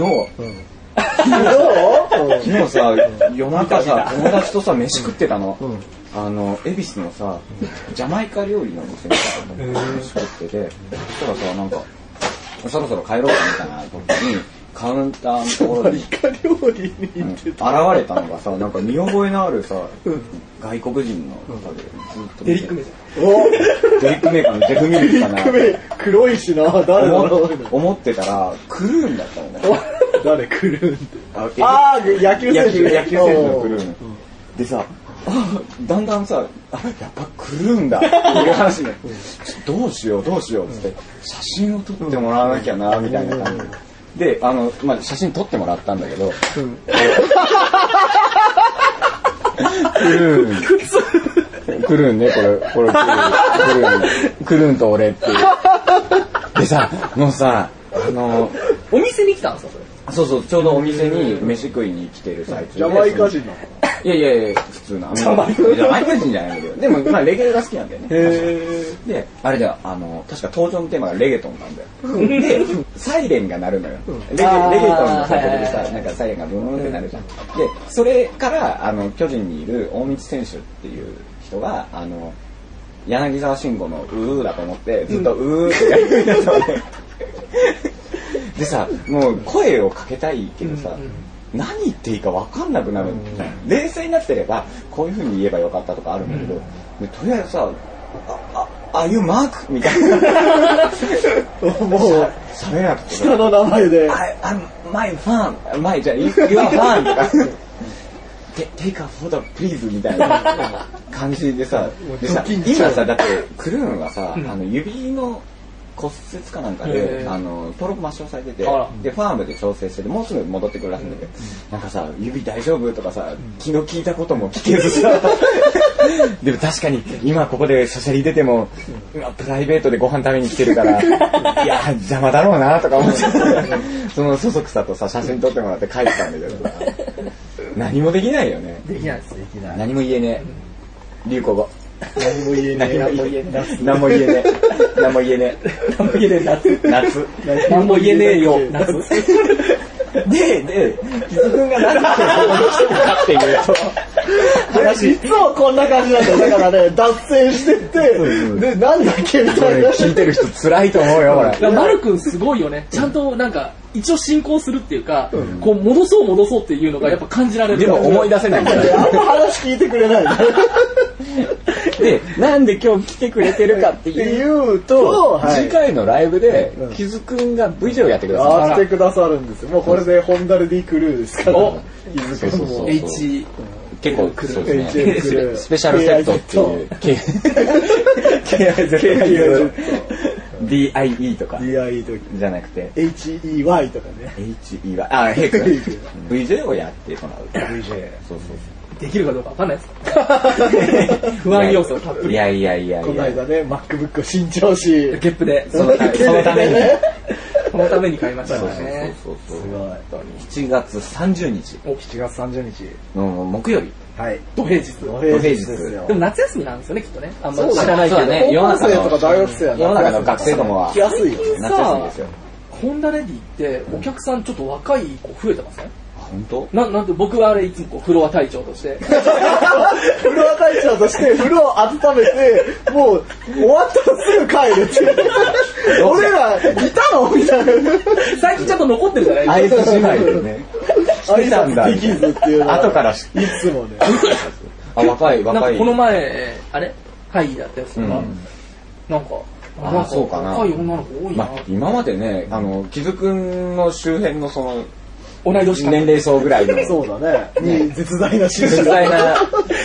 さ、夜中さ、友達とさ、飯食ってたの。恵比寿のさ、ジャマイカ料理の店みたいなの飯食ってて、そしたらさ、なんか、そろそろ帰ろうかみたいな時に、カウンターのところに、 料理に行って現れたのがさ、なんか見覚えのあるさ、外国人の方で、ずっとデリックメーデリックメーカーのジェフミルクかな。 黒いしな、誰だろう。 思ってたら、クルーンだったのね。 誰クルーンって。 あ野球選手。 野球選手のクルーン。でさ、だんだんさ、やっぱクルーンだっていう話ね。どうしようって写真を撮ってもらわなきゃなみたいな感じで、写真撮ってもらったんだけど、クルーンね、これクルーンと俺っていう。でさ、もうさ、 お店に来たんですか、それ。 そう、ちょうどお店に飯食いに来てる最中で。 ジャマイカ人なの？ いや、普通の。ジャマイカ人じゃないんだけど。でも、レゲエが好きなんだよね。で、あれだよ、確か登場のテーマがレゲトンなんだよ。で、サイレンが鳴るのよ。レゲトンの曲でさ、なんかサイレンがブーンって鳴るじゃん。で、それから、巨人にいる大道選手っていう人が、柳沢慎吾のうーだと思って、ずっとうーってやるんだったのね。でさ、もう声をかけたいけどさ、何言っていいか分かんなくなるじゃん。冷静になってればこういう風に言えばよかったとかあるんだけど、でとりあえずさ、あいうマークみたいな。もう喋れなくて。 下の名前で。 my fan, my じゃyour fan とか。take a photo please みたいな感じでさ、今さだってクルーンはさ、指の骨折かなんかで、登録抹消されてて、で、ファームで調整してて、もうすぐ戻ってくるらしいんだけど、なんかさ、指大丈夫とかさ、気の利いたことも聞けずさ、でも確かに、今ここでソシャリ出ても、プライベートでご飯食べに来てるから、いや、邪魔だろうなとか思って、そのそそくさとさ、写真撮ってもらって帰ったんだけどさ、何もできないよね。 できないです、できない。 何も言えねえ。流行語。 何も言えない。 何も言えねえ。何も言えねえ。何も言えねえ。夏。 何も言えねえよ、夏。 で、キズ君が何でここに来てるかっていうと、 いつもこんな感じなんだよ。だからね、脱線してって、で、なんだっけみたいな。 聞いてる人辛いと思うよ、これ。 マル君すごいよね。ちゃんとなんか、一応進行するっていうか、こう戻そうっていうのがやっぱ感じられる。 でも思い出せないんだよ。 あんま話聞いてくれない。 で、なんで今日来てくれてるかっていうと、次回のライブで、キズくんが VJ をやってくださる。 やってくださるんですよ。もうこれでホンダレディクルーですから。キズくんも。 H 結構そうですね。スペシャルセットっていう。KIZ。DIE とか。 DIE とか。 じゃなくて。 HEY とかね。 HEY。あ、ヘイク。VJ をやってもらう。VJ。そう。 できるかどうかわかんないです。不安要素たっぷり。 いや。 この間ね、MacBook 新調し。 ゲップで。 そのために。 そのために買いましたね。 そう。すごい。7月30日。 7月30日。 の木曜日。 はい。 土平日。 ですよ。 でも夏休みなんですよね、きっとね。あんまり知らないけど。 ね、 高校生とか大学生世の中の学生どもは。 来やすいよ。 夏休みですよ。 ホンダレディってお客さんちょっと若い子増えてません？ 本当？ なんで僕はあれいつもこうフロア隊長としてフロア隊長として風呂を温めてもう終わったらすぐ帰るって俺らいたのみたいな最近ちゃんと残ってるじゃないですか。愛想しないでね。 挨拶できずっていうのは後からいつもね。 若い。 なんかこの前あれ会議だったやつとかなんかそうかな。 若い女の子多いな。 今までねキズくんの周辺のその同い年年齢層ぐらいのそうだね。絶大な絶大な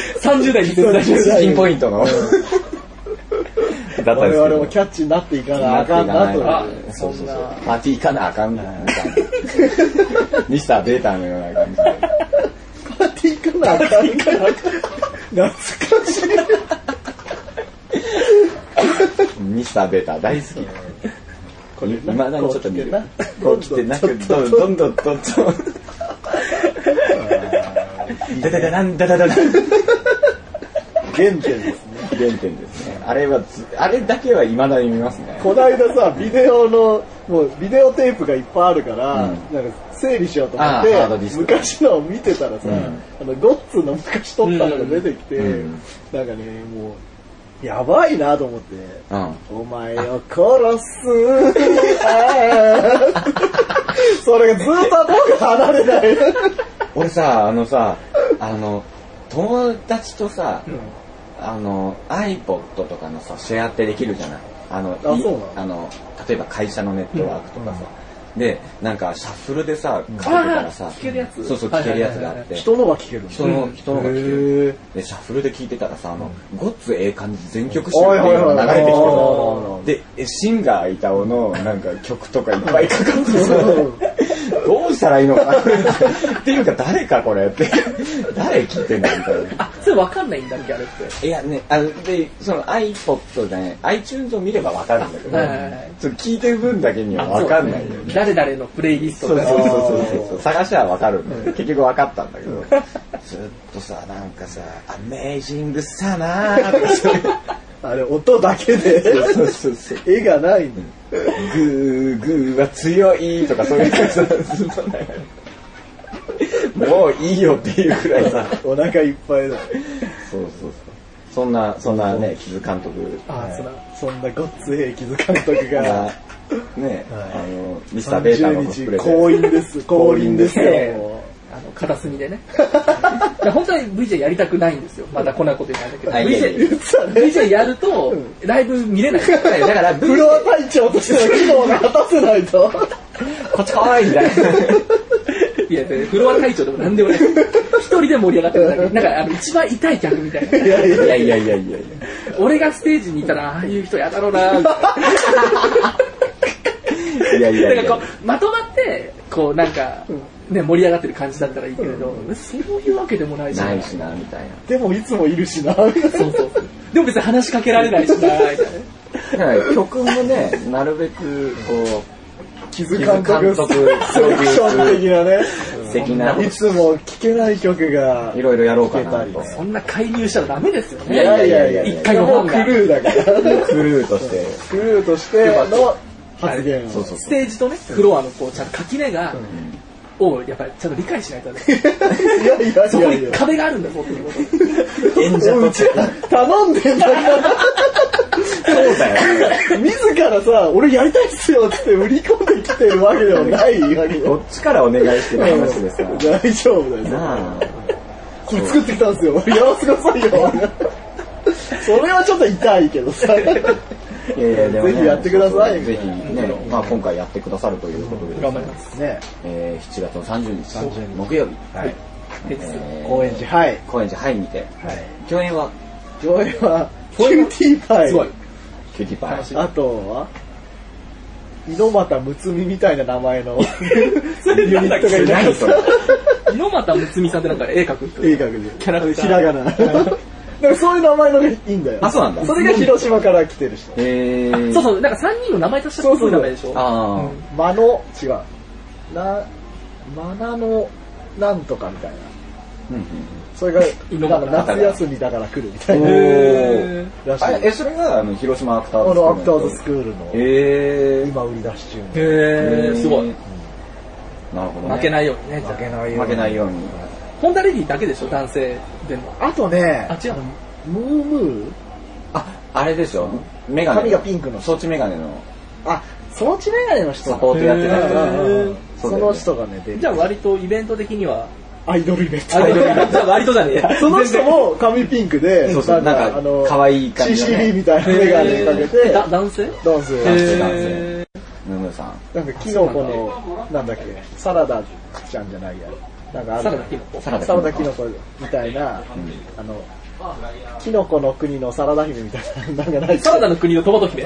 30代に絶大なピンポイントのだったんですけど我々もキャッチになっていかなあかんなと。 そうパーティー行かなあかんみたいなミスターベータのような感じでパーティー行かなあかん懐かしいミスターベータ大好きこれ未だにちょっと見る。 ここう来て、なんか、どんどん。ダダダダンダダダダン。 原点ですね。 原点ですね。あれだけは未だに見ますね。 こないださ、ビデオテープがいっぱいあるから、なんか整理しようと思ってハードディスク昔のを見てたらさ、ゴッツの昔撮ったのが出てきて、なんかね、もう、やばいなと思って、お前を殺すそれがずっと頭が離れない。 俺さ、友達とさ、iPod とかのさ、シェアってできるじゃない。例えば会社のネットワークとかさ。で、なんかシャッフルでさ、かけてたらさ、 聞けるやつ？ そう、聞けるやつがあって。 人のが聞ける人のが聞ける。で、シャッフルで聞いてたらさ、ゴッツええ感じ全曲集っていうのが流れてきてた。で、シンガー板尾のなんか曲とかいっぱいかかってさ、どうしたらいいのかなっていうか、誰かこれって。誰聞いてんだみたいな。 あ、それ分かんないんだっけ、あれって。 いやね、で、その iPod でね、iTunes を見れば分かるんだけど、聞いてる分だけには分かんないよね。 誰々のプレイリストとか。 そう探しは分かるんだけど、結局分かったんだけど、ずっとさ、なんかさ、アメージングさなーってあれ、音だけで、絵がないの。 グーは強いとかそういうやつずっとね。もういいよっていうくらいさ、 お腹いっぱいだ。 そう。そんなね、木津監督。 そんなごっつえ木津監督が、 ね、ミスターベータのコスプレで。 降臨ですよ。 片隅でね。本当は VJ やりたくないんですよ。まだこんなこと言うんだけど。VJ やると、ライブ見れない。だから、 フロア隊長としての機能が果たせないと。 こっちかわいいみたいな。 いや、フロア隊長でもなんでもない。一人で盛り上がってるだけ。なんか、一番痛い客みたいな。 いや。 俺がステージにいたら、ああいう人やだろうなぁ。なんかこう、まとまって、こう、なんか、ね、盛り上がってる感じだったらいいけれど、そういうわけでもないしな。 ないしな、みたいな。 でもいつもいるしな。 そう。でも別に話しかけられないしな、みたいな。曲もね、なるべく、こう、 木津監督セレクション的なね。 素敵な。 いつも聴けない曲が。 いろいろやろうかなと。 そんな介入したらダメですよね。 いや。 一回の方が。 クルーだから。 クルーとしての発言を。 ステージとね、フロアのこう、ちゃんと垣根が、をやっぱりちゃんと理解しないとね。 いや。 そこに壁があるんだぞっていうこと。 演者として頼んでんだから。 そうだよ。 自らさ、俺やりたいっすよって売り込んできてるわけでもないわけこっちからお願いしてる話でさ。 大丈夫だよ。これ作ってきたんですよ。やらせてくださいよ。それはちょっと痛いけどさ。 いやでもね、 ぜひやってください。 ぜひね、まあ今回やってくださるということで、 頑張りますね。 7月の30日木曜日、 高円寺ハイにて、共演はキューティーパイ。 すごい。 キューティーパイ。 あとは猪俣睦美みたいな名前のユニットがいない。 猪俣睦美さんってなんか絵描く人。 絵描くで。 キャラクター。 ひらがな。なんかそういう名前のがいいんだよ。 あ、そうなんだ。 それが広島から来てる人。 そう、なんか3人の名前としてそういう名前でしょ。 間の、違う。マナのなんとかみたいな。それが、なんか夏休みだから来るみたいな。らしい。 それが広島アクターズスクール。 アクターズスクールの、今売り出し中。 すごい。 なるほど。 負けないようにね。 負けないように。 ホンダレディだけでしょ、男性でも。 あとね、 違う。 ムームー？ あれでしょ、メガネ。 髪がピンクの。 装置メガネの。 装置メガネの人。 サポートやってた人。その人がね、 じゃあ割とイベント的には、 アイドルイベント。 じゃあ割とじゃねえや。 その人も髪ピンクで、 なんか可愛い感じの CCD みたいなメガネかけて、 男性。 ムムさん。 なんかキノコの、なんだっけ、サラダちゃんじゃないや。なんかサラダキノコ。 サラダキノコみたいな、キノコの国のサラダ姫みたいな、なんかない。 サラダの国のトマト姫。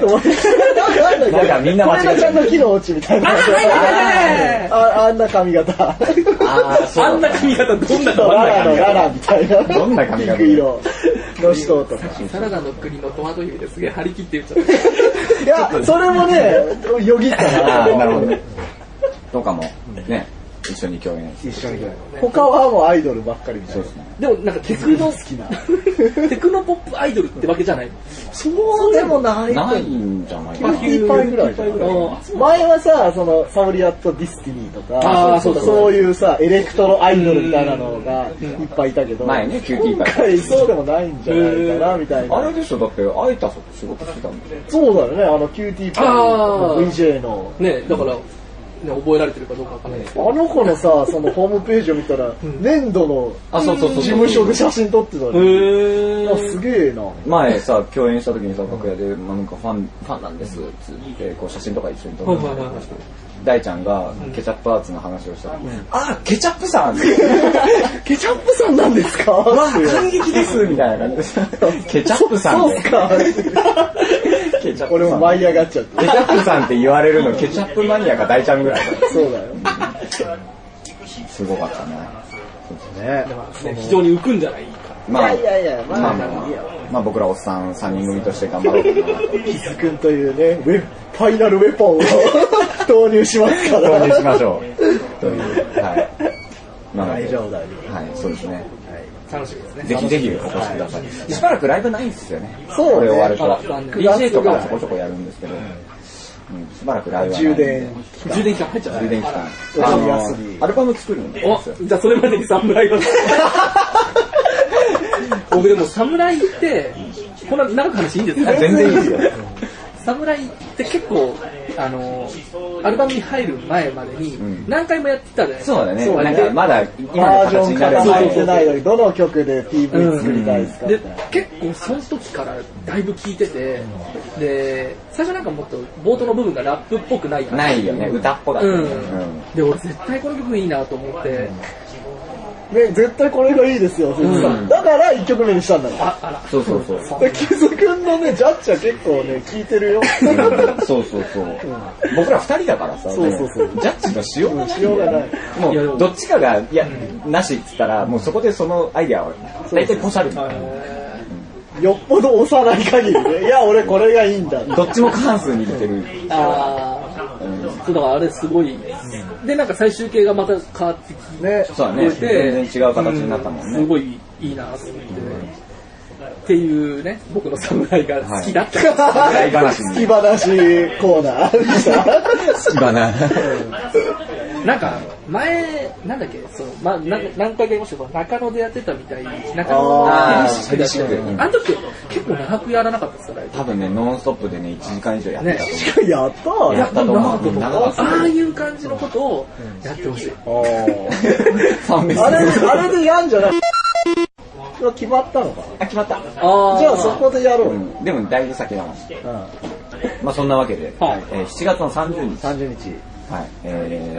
なんかみんな間違えてる。 ちゃんの木の落ちみたいな。あんな髪型。 あんな髪型どんなララのララみたいな。 どんな髪型ピンク色の人とか。 サラダの国のトマト姫ですげえ張り切って言っちゃった。 いや、それもね、よぎったな。 なるほどね。とかも、ね、一緒に共演して。 一緒に他はもうアイドルばっかりみたいな。 そうですね。 でもなんかテクノ好きな。テクノポップアイドルってわけじゃない。 そうでもない。 ないんじゃないキューティーパイぐらいじゃない。前はさ、そのサウリアット・ディスティニーとか、そういうさ、エレクトロアイドルみたいなのがいっぱいいたけど、 前ね、キューティーパイ。 今回そうでもないんじゃないかな、みたいな。 あれでしょ、だって、アイタスと仕事してたんだよ。 そうだよね、キューティーパイの VJ の。 ね、だから、ね、覚えられてるかどうかわからないですけど。 あの子のさ、そのホームページを見たら、粘土の事務所で写真撮ってたの。すげえな。 前さ、共演した時にさ、楽屋で、なんかファンなんです、つって、こう写真とか一緒に撮ってました。大ちゃんがケチャップアーツの話をしたら、あ、ケチャップさんケチャップさんなんですかわ、感激ですみたいな感じで。ケチャップさんそうっすか俺も舞い上がっちゃって。 ケチャップさんって言われるの、ケチャップマニアか大ちゃんぐらい。 そうだよ。 すごかったね。 そうですね。 非常に浮くんじゃないか。 まあ、いや、 まあ僕らおっさん3人組として頑張ろうかな。 キス君というね、ファイナルウェポンを投入しますから。 投入しましょう。という、はい。 大丈夫だよ。 はい、そうですね。 楽しみですね。 ぜひぜひお越しください。しばらくライブないんですよね。 そうね。 これ終わると。DJ とかはちょこちょこやるんですけど、しばらくライブはない充電期間入っちゃう。 充電期間。アルバム作るんですよ。じゃあそれまでに侍を。僕でも侍ってこんな長く話いいんですか？ 全然いいですよ。 侍って結構アルバムに入る前までに何回もやってたじゃないですか。 そうだね。なんかまだ今の形になる前てないのにどの曲で PV 作りたいですか？ で結構その時からだいぶ聴いてて、で最初なんかもっと冒頭の部分がラップっぽくないから。 ないよね。歌っぽだったね。 で俺絶対この曲いいなと思って。 ね、絶対これがいいですよ、だから1曲目にしたんだよ。 そう。 キズ君のね、ジャッジは結構ね、聞いてるよ。 そう。僕ら2人だからさ、 そう。 ジャッジのしようがない。もう、どっちかが、いや、なしって言ったら、もうそこでそのアイディアを、大体ポシャる。 よっぽど幼い限りね、いや、俺これがいいんだ。 どっちも過半数に入れてる。 そうだからあれすごい。で、なんか最終形がまた変わってきて、 ね、そうだね、全然違う形になったもんね。 すごいいいなと思って、っていうね、僕の侍が好きだったから、 侍話好き話コーナーでした。 好き話。 なんか前なんだっけ、そう何回か言いましたけど中野でやってたみたいに中野ヘリシックあの時結構長くやらなかったですかね。 多分ねノンストップでね1時間以上やってたと思う。 やったと思う。 ああいう感じのことをやってほしい。 あれでやんじゃない。決まったのかな。 決まった。 じゃあそこでやろう。 でもだいぶ先だもん。まあそんなわけで7月の30日。はい、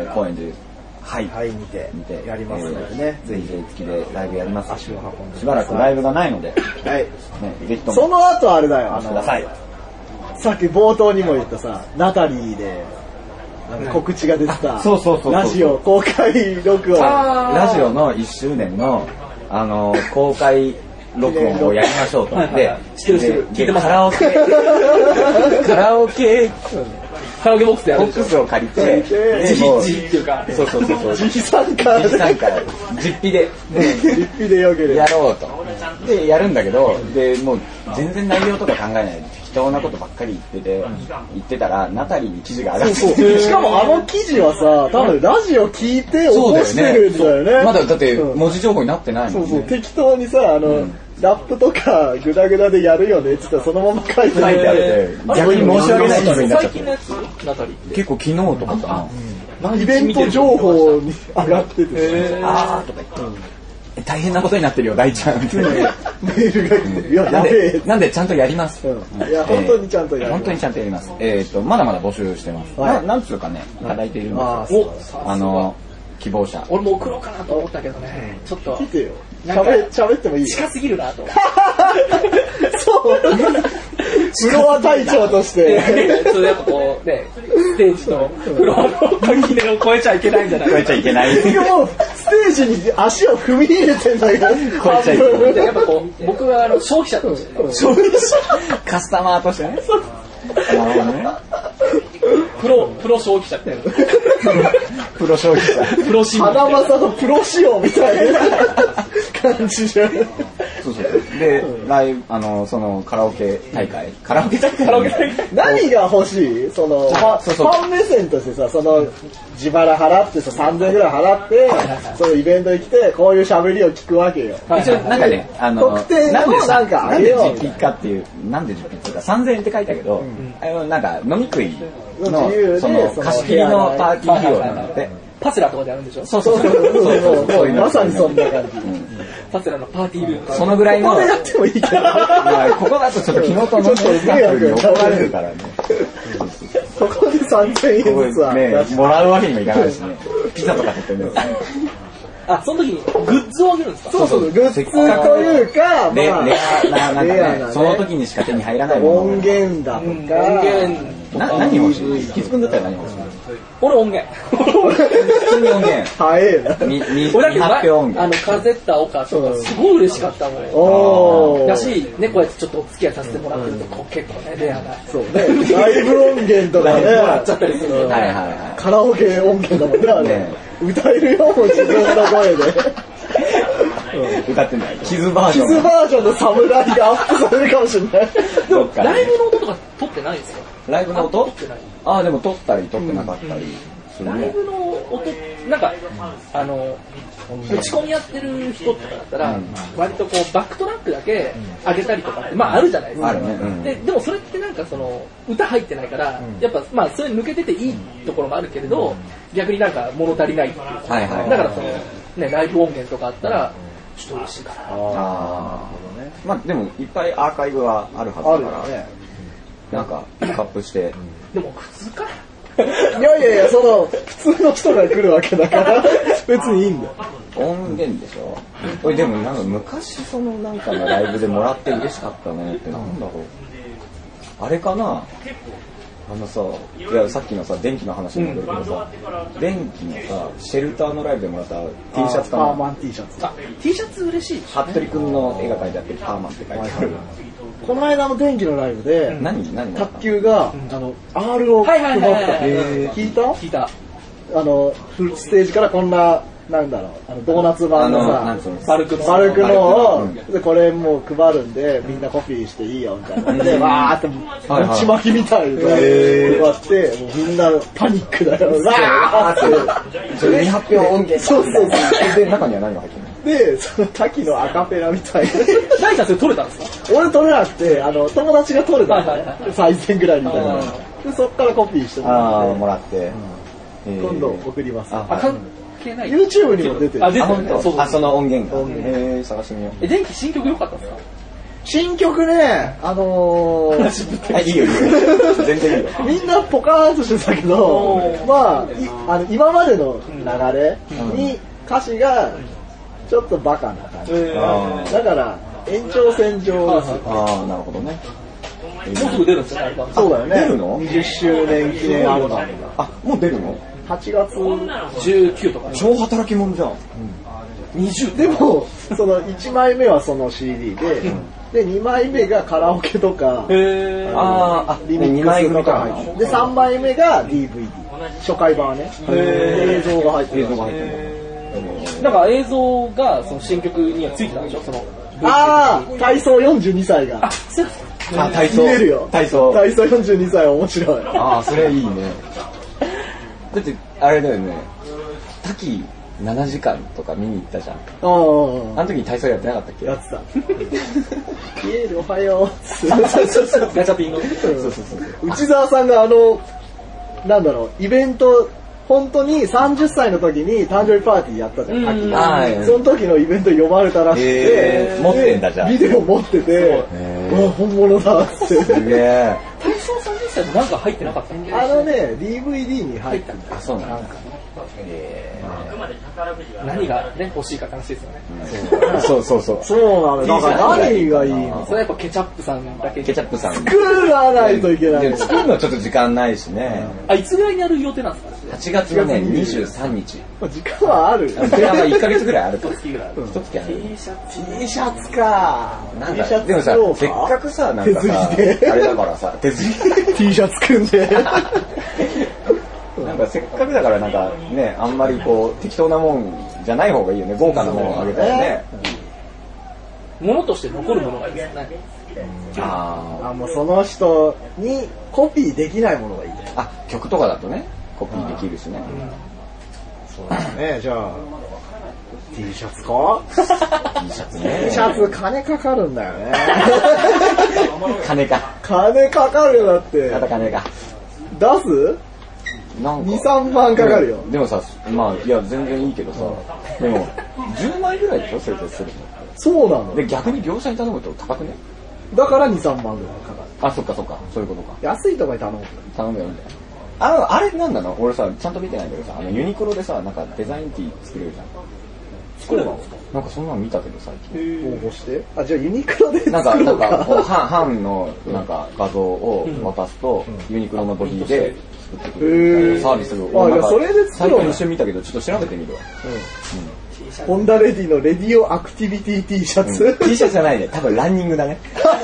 高円寺はいにてやりますのでね、 ぜひ付きでライブやります。足を運んでしばらくライブがないので、 はい、 ね、ぜひともその後あれだよ、 ください。 さっき冒頭にも言ったさ、ナタリーで告知が出てた、 そうラジオ公開録音、 ラジオの1周年の公開録音をやりましょうと。で、カラオケカラオケボックスやる。 ボックスを借りて、 自費っていうか、 そう。 自費参加実費でよければやろうと。で、やるんだけど、で、もう全然内容とか考えないで適当なことばっかり言ってたら、ナタリーに記事が上がってて。しかも記事はさ、多分ラジオ聞いて起こしてるんだよね。 まだだって文字情報になってないもんね。 そう、適当にさ、ラップとかグダグダでやるよねって言ったらそのまま書いてあって逆に申し訳ない気分になっちゃって。 最近のやつナタリー結構昨日とかかな。イベント情報に上がってて、 あーとか言って。大変なことになってるよ、大ちゃん。メールが来て、いや、やべえ。 なんでちゃんとやります。 いや、本当にちゃんとやる。 本当にちゃんとやります。まだまだ募集してます。なんつうかね、いただいているんですよ。希望者。 俺も送ろうかなと思ったけどね、ちょっと。 来てよ。喋ってもいい。 近すぎるなと。 そう。フロア隊長として。 そうやっぱこうね、ステージとフロアの垣根を越えちゃいけないんじゃない。 越えちゃいけない。 でもスステージに足を踏み入れてんだけど、 こいつはでやっぱこう、僕は消費者としてね、 カスタマーとしてね。なるほどね。 プロ消費者ってやる。 プロ消費者。 プロ市民。 花正のプロ仕様みたいな感じじゃん。 そうそう。で、ライブ、そのカラオケ大会。カラオケ大会何が欲しいその、 そうそうファン目線としてさ、その、自腹払ってさ、3000円ぐらい払って、そのイベントに来て、こういう喋りを聞くわけよ。 一応なんかね、 特典をなんかなんであげよう実費かっていう、なんで実費っていうか3000円って書いたけど、なんか飲み食いの自由でその貸し切りのパーティー費用なんだって。 パセラとかでやるんでしょ。 そうそうそうそう。 まさにそんな感じ。 パセラのパーティールーム。 そのぐらいの。 ここでやってもいいけど。 ここだとちょっと昨日と飲んでるスタッフに怒られるからね。 そこで3000円ずつは。 ね、もらうわけにもいかないしね。ピザとか取ってるんだよ。 あ、その時にグッズをあげるんですか。 そうそう、グッズというか、 レアなレアなその時にしか手に入らないもの。 音源だとか。 音源。 何欲しい？キズくんだったら何欲しい？ 俺音源。 普通に音源。 早えな。 未俺だけ発表音源。 カゼッタオカとかすごい嬉しかったもん。 おー。 だし、ね、こうやってちょっとお付き合いさせてもらってると、結構ね、レアな。 そうね。ライブ音源とかね。 もらっちゃったりする。 はいはいはカラオケ音源だもんね、あれ。歌えるよ、自分の声で。 い。歌ってんだよ。キズバージョン。 キズバージョンの侍がアップされるかもしれない。 でも、ライブの音とか撮ってないんですか。 ライブの音？ 撮ってない。 ああ、でも撮ったり撮ってなかったりするね。 ライブの音、なんか、打ち込みやってる人とかだったら、割とこう、バックトラックだけ上げたりとかって、まああるじゃないですか。 あるね。 でもそれってなんかその、歌入ってないから、やっぱまあそれ抜けてていいところもあるけれど、逆になんか物足りないっていうか、 はいはい。 だからその、ね、ライブ音源とかあったら、ちょっと嬉しいかな。 ああ。まあでもいっぱいアーカイブはあるはずだから、なんかピックアップして。 でも普通か。 いや、その、普通の人が来るわけだから、別にいいんだよ。 音源でしょ。これでもなんか昔そのなんかのライブでもらって嬉しかったねってなんだろう。あれかな。さ、いやさっきのさ電気の話に戻るけどさ、電気のさシェルターのライブでもらった T シャツかな。 パーマン T シャツ。 T シャツ嬉しい。 服部くんの絵が描いてあってパーマンって書いてある。 この間の電気のライブで、 何卓球が、R を配った。聞いた？ 聞いた。 ステージからこんな、なんだろう、ドーナツ版のさ、 バルクのを、で、これもう配るんで、みんなコピーしていいよ、みたいな。で、わーって、内巻きみたいな配って、もうみんなパニックだよ。わーって。 未発表音源。 そう。 で、中には何が入ってるの？ で、その滝のアカペラみたいな。 何かそれ撮れたんですか？ 俺撮れなくて、友達が撮れたの。最前ぐらいみたいな。で、そっからコピーしてもらって。 今度送ります。 関係ない。 YouTube にも出てる。 出てるね。 その音源が。探してみよう。 電気新曲良かったですか？ 新曲ね、 いいよ。全然いいよ。 みんなポカーンとしてたけど、まあ、今までの流れに歌詞がちょっとバカな感じ。だから、延長線上です。 ああ、なるほどね。 もうすぐ出るんですよね、アルバム。 そうだよね。 出るの？ 20周年記念アルバムが。 あ、もう出るの ？8月 19とか。 超働き者じゃん。 20。 でも、その1枚目はその CD で、で、2枚目がカラオケとか、リミックスとか入ってで、3枚目が DVD。初回版はね。映像が入ってる。 なんか映像がその新曲にはついてたんでしょ？その体操42歳が。 体操。 見えるよ。 体操 42歳は面白い。 それいいね。だって、あれだよね。滝7時間とか見に行ったじゃん。あの時に体操やってなかったっけ？ やってた。ピエールおはよう。 ガチャピンの。 そう。内澤さんがなんだろう、イベント、本当に30歳の時に誕生日パーティーやったじゃん、滝が。その時のイベント呼ばれたらしくて、 持ってんだじゃん。 ビデオ持ってて、本物だって。 すげえ。 体操30歳でなんか入ってなかったっけ？ DVD に入ってる。 そうなんだ。 何がね、欲しいかって話ですよね。 そうそうそう。 そうなの。だから何がいいの？ それやっぱケチャップさんだけ。 ケチャップさん。 作らないといけない。 作るのちょっと時間ないしね。 あ、いつぐらいにやる予定なんですか ？8月のね、23日。 時間はある。 時間は1ヶ月ぐらいあると。 1月ぐらいある。 1月ある。 T シャツか。 なんだでもさ、せっかくさ、なんかさ、あれだからさ、手作り T シャツ組んで。 なんかせっかくだからなんかね、あんまりこう適当なもんじゃない方がいいよね。豪華なもんあげたらね。 物として残るものがいいですね。 あ、もうその人にコピーできないものがいい。 あ、曲とかだとね、コピーできるしね。 そうだね。じゃあ T シャツか T シャツね。 T シャツ金かかるんだよね。 金か。 金かかるよだって。 また金か。 出すなんか 2,3 万かかるよ。 でもさ、まあ、いや、全然いいけどさ、でも、10万円ぐらいでしょそれでするの。 そうなの。 で、逆に業者に頼むと高くね？ だから 2,3 万ぐらいかかる。 あ、そっかそっか、そういうことか。 安いとこに頼む。 頼めよみたいな。あれなんなの？俺さ、ちゃんと見てないんだけどさ、ユニクロでさ、なんかデザインティー作れるじゃん。 作れるんですか？ なんかそんなの見たけど最近。 応募して。あ、じゃあユニクロでなんか作ろうか。 こう版のなんか画像を渡すと、ユニクロのボディで作ってくれるサービスを。 あ、じゃあそれで作ろうよ。 最近一緒に見たけど、ちょっと調べてみるわ。 ホンダレディのレディオアクティビティ T シャツ。 T シャツじゃないね。多分ランニングだね。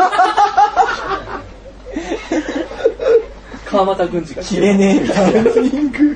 川又軍司が着れねえみたいな。 ランニング。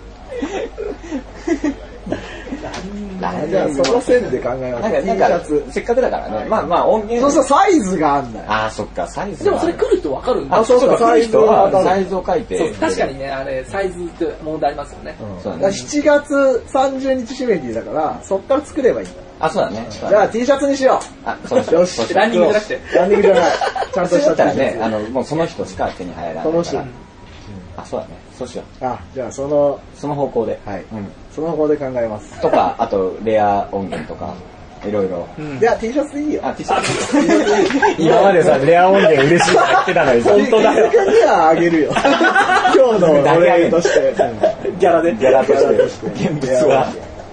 じゃあその線で考えます。 なんかせっかくだからね。まあ音源。 そうサイズがあんだよ。 あ、そっか、サイズ。 でもそれ来る人分かるんだ。 あ、そうか、 サイズはサイズを書いて。 そう、確かにね、あれ、サイズって問題ありますよね。 そうだね。 7月30日締め切りだから、そっから作ればいいんだ。 あ、そうだね。 じゃあ T シャツにしよう。 あ、そうよし。 ランニングじゃなくて。 ランニングじゃない。ちゃんとしたそした T シャツ。 らね、もうその人しか手に入らないから。 その人。 あ、そうだね。そうしよう。 あ、じゃあその方向で。 はい。 うん。 その方で考えます。 とか、あと、レア音源とか、いろいろ。 じゃあ T シャツでいいよ。 あ、T シャツ。今までさ、レア音源嬉しいって言ってたのに、本当だよ。 自分にはあげるよ。今日のお礼として。ギャラで。 ギャラとして。現物は。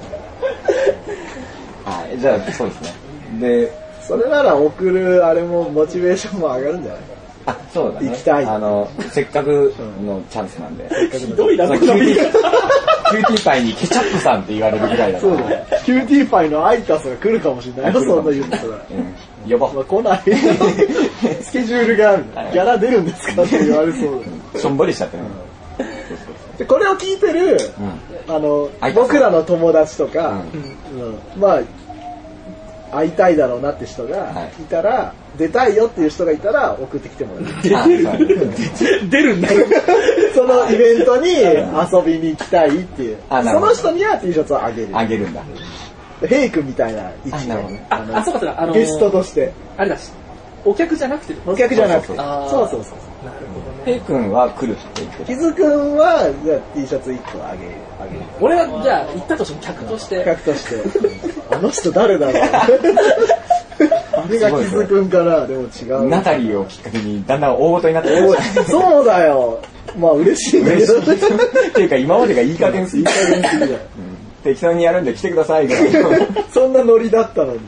はい、じゃあ、そうですね。で、 それなら送るあれもモチベーションも上がるんじゃない？ あ、そうだね。 行きたい。 せっかくのチャンスなんで。 ひどいな、このキューティーパイにケチャップさんって言われるぐらいだから。 そうだよ。キューティーパイのアイタスが来るかもしれないよ、そんな言ってたら。 呼ぼう。 まあ来ない。スケジュールがある。ギャラ出るんですかって言われそうだよ。 しょんぼりしちゃってね。 でこれを聞いてる、僕らの友達とか、まあ、会いたいだろうなって人がいたら、出たいよっていう人がいたら送ってきてもらう。 出るんだ。 そのイベントに遊びに行きたいっていう。その人には T シャツをあげる。 あげるんだ。 ヘイ君みたいな位置で。 あ、そうかそうか。 ゲストとして。 あれだし。お客じゃなくて。 お客じゃなくて。そうそうそう。 なるほどね。 ヘイ君は来るって言ってた。 キズ君は、じゃあ T シャツ1個あげる。 俺はじゃあ行ったとしても客として。 客として。あの人誰だろう。あれがキズ君かな、でも違う。 ナタリーをきっかけにだんだん大ごとになってる。 そうだよ。まあ嬉しいんだけど。 っていうか今までがいい加減すぎだよ。適当にやるんで来てくださいぐらい。 そんなノリだったのに。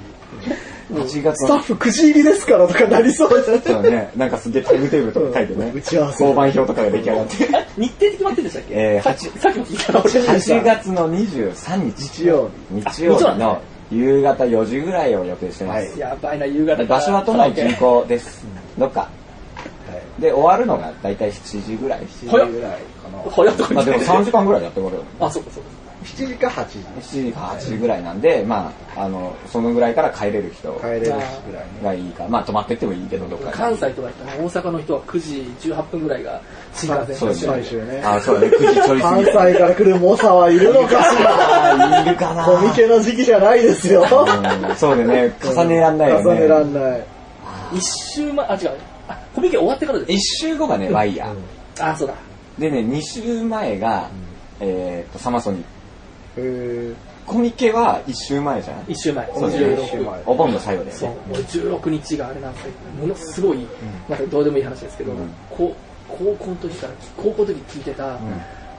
8月スタッフ9時入りですからとかなりそうじゃん。 そうね。なんかすげえタイムテーブルとか書いてね。 打ち合わせ。 交番表とかが出来上がって。 日程って決まってるんでしたっけ？さっきも聞いた。 8月の23日。日曜日の夕方4時ぐらいを予定してます。 やばいな、夕方。 場所は都内近郊です。どっか。で、終わるのがだいたい7時ぐらい。 早っ。早っとかまあでも3時間ぐらいやってもらうよ。 あ、そうかそうか。 7時か8時。 7時か8時ぐらいなんで、まあ、そのぐらいから帰れる人帰れるぐらいがいいか。まあ泊まってってもいいけど、どっか。 関西とか行ったら大阪の人は9時18分ぐらいが新幹線。 そうですね。 あ、そうね、9時ちょい過ぎ。 関西から来る猛者はいるのかしら。 いるかな。 コミケの時期じゃないですよ。 そうでね、重ねらんないよね。 重ねらんない。 一週前、あ、違う。コミケ終わってからです。 一週後がね、ワイヤー。あ、そうだ。 でね、2週前が、サマソニ。コミケは1週前じゃん。 1週前。 そう16前。お盆の最後で。 そう。16日があれなんですよ。ものすごい、なんかどうでもいい話ですけど、高校の時聞いてた、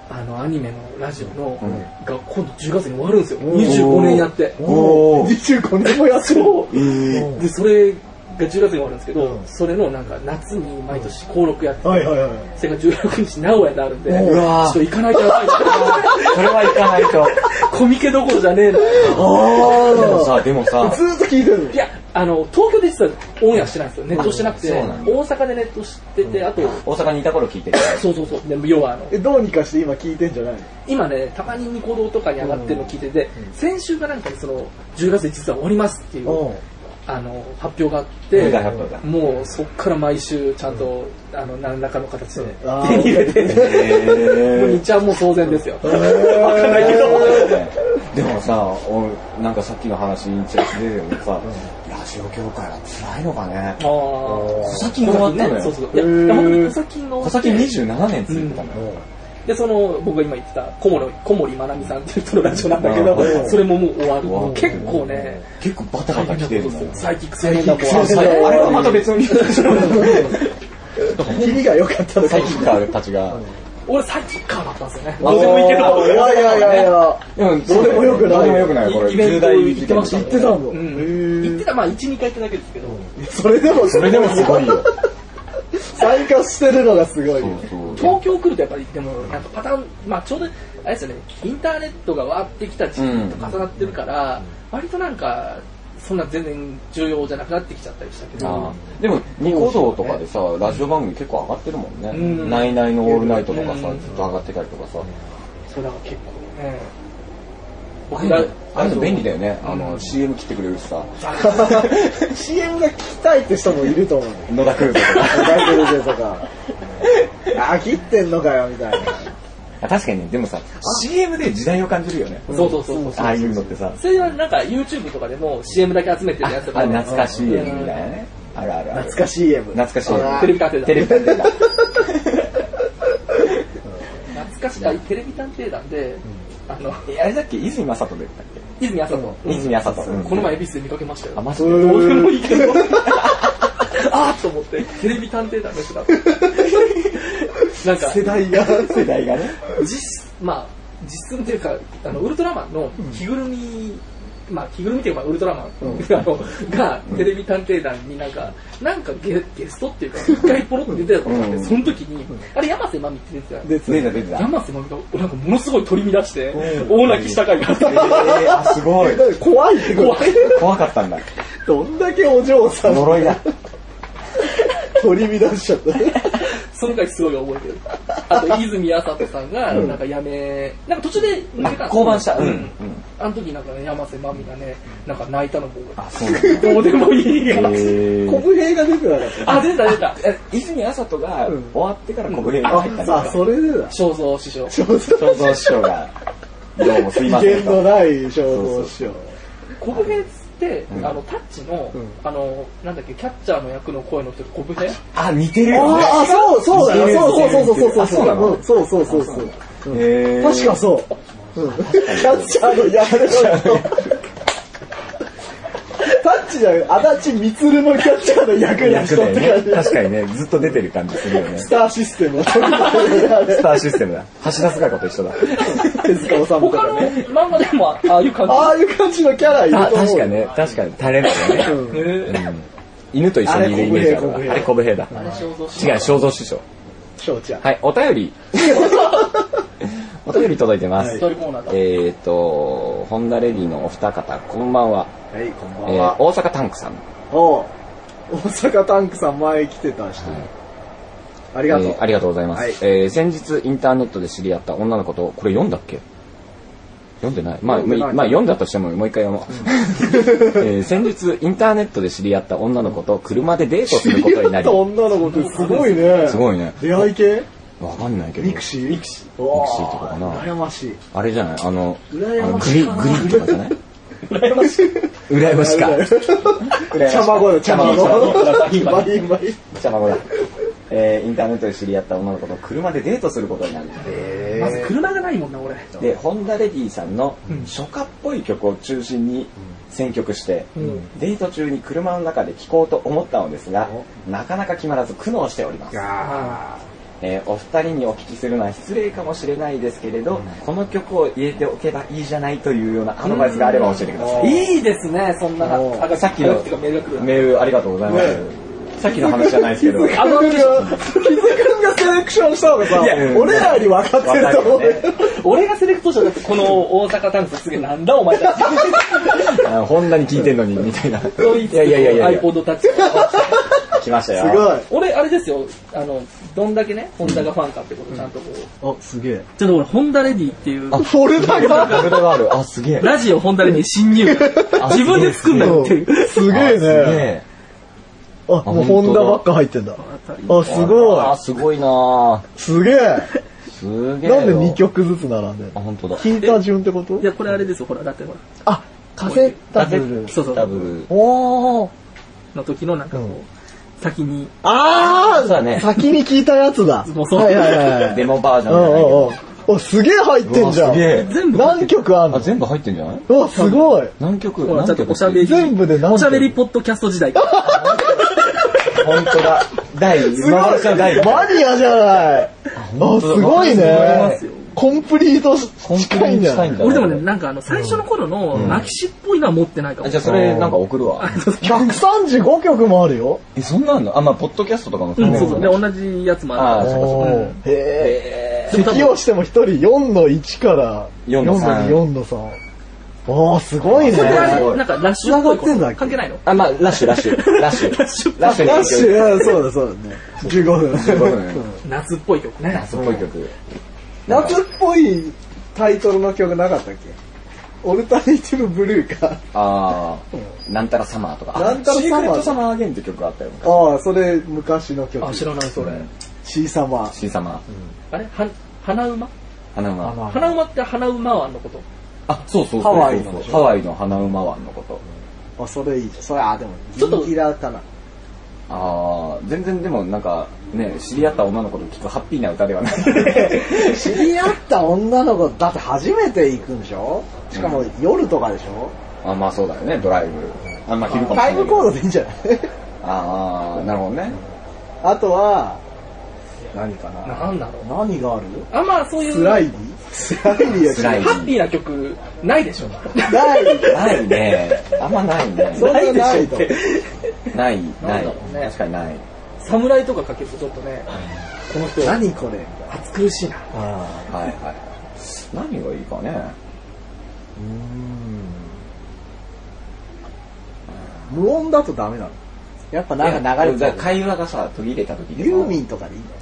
アニメのラジオの、が今度10月に終わるんですよ。25年やって。 25年もやってる。 で、それが10月に終わるんですけど、それのなんか夏に毎年登録やってて、それが16日名古屋であるんで、ちょっと行かないとやばい。 それは行かないと。 コミケどころじゃねえな。 でもさ、 ずーっと聞いてる。 いや、東京で実はオンエアしてないんですよ。ネットしてなくて、大阪でネットしてて、あと、 大阪にいた頃聞いてる。 そう。で要はどうにかして今聞いてんじゃないの？ 今ね、たまにニコ動とかに上がってるの聞いてて、先週かなんかにその、10月で実は終わりますっていう、発表があって、もうそっから毎週ちゃんと、何らかの形で手に入れて、もう日はもう騒然ですよ。わかんないけど。 でもさ、なんかさっきの話にちらっと出てるけどさ、ラジオ業界は辛いのかね。コサキンが終わったのよ。 そう。いや、本当にコサキンが終わって。 コサキン27年続いてたのよ。 で、僕が今言ってた小森まなみさんっていう人のラジオなんだけど、それももう終わる。結構ね、 結構バタバタ来てるのよ。 サイキック青年だもん。 あれはまた別のニュース。 キリが良かったのサイキッカーたちが。 俺サイキッカーだったんですよね。どうでもいいけど。 いや。 でもどうでもよくない。 どうでもよくない。これイベント行ってました。 行ってたの。 行ってた、まあ1、2回行っただけですけど。 それでもすごいよ。 参加してるのがすごい。 東京来るとやっぱりでもなんかパターン、まあちょうどあれですよね、インターネットがわーってきた時期と重なってるから、割となんかそんな全然重要じゃなくなってきちゃったりしたけど。 でもニコ動とかでさ、ラジオ番組結構上がってるもんね。ナイナイのオールナイトとかさ、ずっと上がってたりとかさ。 それは結構ね。 ああいうの便利だよね。CM 切ってくれるしさ。 CM が聞きたいって人もいると思う。 野田クルーズとか。 切ってんのかよみたいな。 確かにね、でもさ、CM で時代を感じるよね。 そう。 ああいうのってさ。 それはなんか YouTube とかでも CM だけ集めてるやつとか。 懐かしい CM みたいなね。ある。 懐かしい CM。 懐かしい CM。 テレビ探偵団。 テレビ探偵団。 懐かしいテレビ探偵団で、 あれだっけ、泉雅人で言ったっけ？ 泉雅人。この前恵比寿で見かけましたよ。 マジで。 どうでもいいけど。あーと思って、テレビ探偵団の人だって。なんか、 世代がね。 まあ、実寸っていうか、ウルトラマンの着ぐるみ、着ぐるみっていうか、ウルトラマンがテレビ探偵団になんかゲストっていうか、一回ポロッと出てたことがあって、その時に、あれ、山瀬まみって出てた。山瀬まみが、なんかものすごい取り乱して、大泣きした回があって。 すごい。 怖いって怖かったんだ。 どんだけお嬢さん。 呪いだ。 取り乱しちゃった。 その回すごい覚えてる。あと、泉麻人さんが、なんかなんか途中で抜けたんですよ。 降板した。 あの時なんかね、山瀬まみがね、なんか泣いたの僕が。 そうどうでもいいやつ。 コブヘイが出てなかった。 出た。 泉麻人が終わってからコブヘイが入ったんだ。 それでだ。 正蔵師匠。 正蔵師匠が、どうもすいません。 威厳のない正蔵師匠。 コブヘイで、タッチの、なんだっけ、キャッチャーの役の声の人とコブヘイ？ 似てるよね。 そうだよ。そう。確かそう。キャッチャーの役の人。タッチじゃない、足立みつるのキャッチャーの役の人って感じ。 確かにね、ずっと出てる感じするよね。 スターシステム。 スターシステムだ。橋田壽賀子と一緒だ。 手塚治虫と他のかね。 漫画でもああいう感じ。 ああいう感じのキャラいると思う。 確かに、タレントだね。犬と一緒にいるイメージあるわ。あれコブヘイだ。違う、正蔵師匠。 翔ちゃん。 はい、お便り届いてます。ホンダレディのお二方、こんばんは。 はい、こんばんは。 大阪タンクさん。 大阪タンクさん前来てた人。ありがとう。 ありがとうございます。先日インターネットで知り合った女の子と、これ読んだっけ？読んでない。まあ読んだとしてももう一回読もう。先日インターネットで知り合った女の子と車でデートすることになり。 女の子ってすごいね。 すごいね。 出会い系？ わかんないけど。 ミクシーとかかな。 羨ましい。 あれじゃない？グリーンとかじゃない？ 羨ましい。 羨ましか。 茶孫だ。茶孫だ。インターネットで知り合った女の子と車でデートすることになる。 まず車がないもんな、俺。 で、ホンダレディさんの初夏っぽい曲を中心に選曲して、デート中に車の中で聴こうと思ったのですが、なかなか決まらず苦悩しております。 お二人にお聞きするのは失礼かもしれないですけれど、この曲を入れておけばいいじゃないというようなアドバイスがあれば教えてください。 いいですね、そんな。 さっきのメールが来る。 メールありがとうございます。さっきの話じゃないですけど。 キズくんがセレクションしたのがさ、俺らに分かってると思う。 俺がセレクトしたらこの大阪タンクすげえなんだお前たち。 ホンダに聞いてんのにみたいな。 いや iPod タッチ。 来ましたよ。 すごい。 俺あれですよ、どんだけねホンダがファンかってことちゃんとこう。 あ、すげえ。 ちょっと俺ホンダレディっていうフォルダがフォルダがある。あ、すげえ。 ラジオホンダレディ侵入。自分で作んだよっていう。 すげえね。あ、もうホンダばっか入ってんだ。あ、すごい。 あ、すごいな。 すげえ。 すげえ。 なんで2曲ずつ並んでるの？ あ、本当だ。 聞いた順ってこと？ いや、これあれですよ、ほら、だってほら。 あ、カセッタブル。 そうそう。 ダブル。 おー。 の時のなんかこう、先に。 あー、 そうだね。 先に聞いたやつだ。 もうそう。 はいはいはい。 デモバージョンじゃないけど。 お、すげえ入ってんじゃん。 すげえ。 全部。 何曲あんの？ あ、全部入ってんじゃない？ お、すごい。 何曲？ ほら、ちょっとおしゃべり。 全部で何曲？ おしゃべりポッドキャスト時代。 本当だ。 マニアじゃない。あ、すごいね。コンプリート近いんだよ。 俺でもね、なんか最初の頃のマキシっぽいのは持ってないかも。 じゃあそれなんか送るわ。 135曲もあるよ。 そんなの？あ、まあポッドキャストとかもそうそう。で、同じやつもある。 へぇー。適用しても1人4の1から4の4の3。おー、すごいね。 なんかラッシュっぽいこと関係ないの？ あ、まあ、ラッシュ。 そうだね。15分。 夏っぽい曲ね。 夏っぽい曲。 夏っぽいタイトルの曲なかったっけ？オルタネイティブブルーか。 ああ、なんたらサマーとか。 なんたらサマー。 シークレットサマーアゲインって曲があったよ。 ああ、それ昔の曲。 あ、知らないそれ。 シーサマー。 シーサマー。 あれ？花馬？ 花馬。 花馬って花馬湾のこと？ あ、そう。 ハワイの花馬湾のこと。 あ、それいいじゃん。それ、あ、でも、人気だったな。 ああ、全然でもなんか、ね、知り合った女の子と聞くハッピーな歌ではない。 知り合った女の子、だって初めて行くんでしょ？しかも夜とかでしょ？ あ、まあそうだよね、ドライブ。あ、まあ昼かもしれない。 タイムコードでいいんじゃない？ ああ、なるほどね。 あとは、何かな？ なんだろう。 何がある？ あ、まあそういう。 スライディハッピーな曲ないでしょ？ ないね。あんまないね。 そんなないと。 ない。確かにない。 侍とかかけるとちょっとね、この人。 何これ？ 暑苦しいな。 はい。何がいいかね。 無音だとダメなの？やっぱなんか流れてる。 会話がさ、途切れた時に。 ユーミンとかでいいの？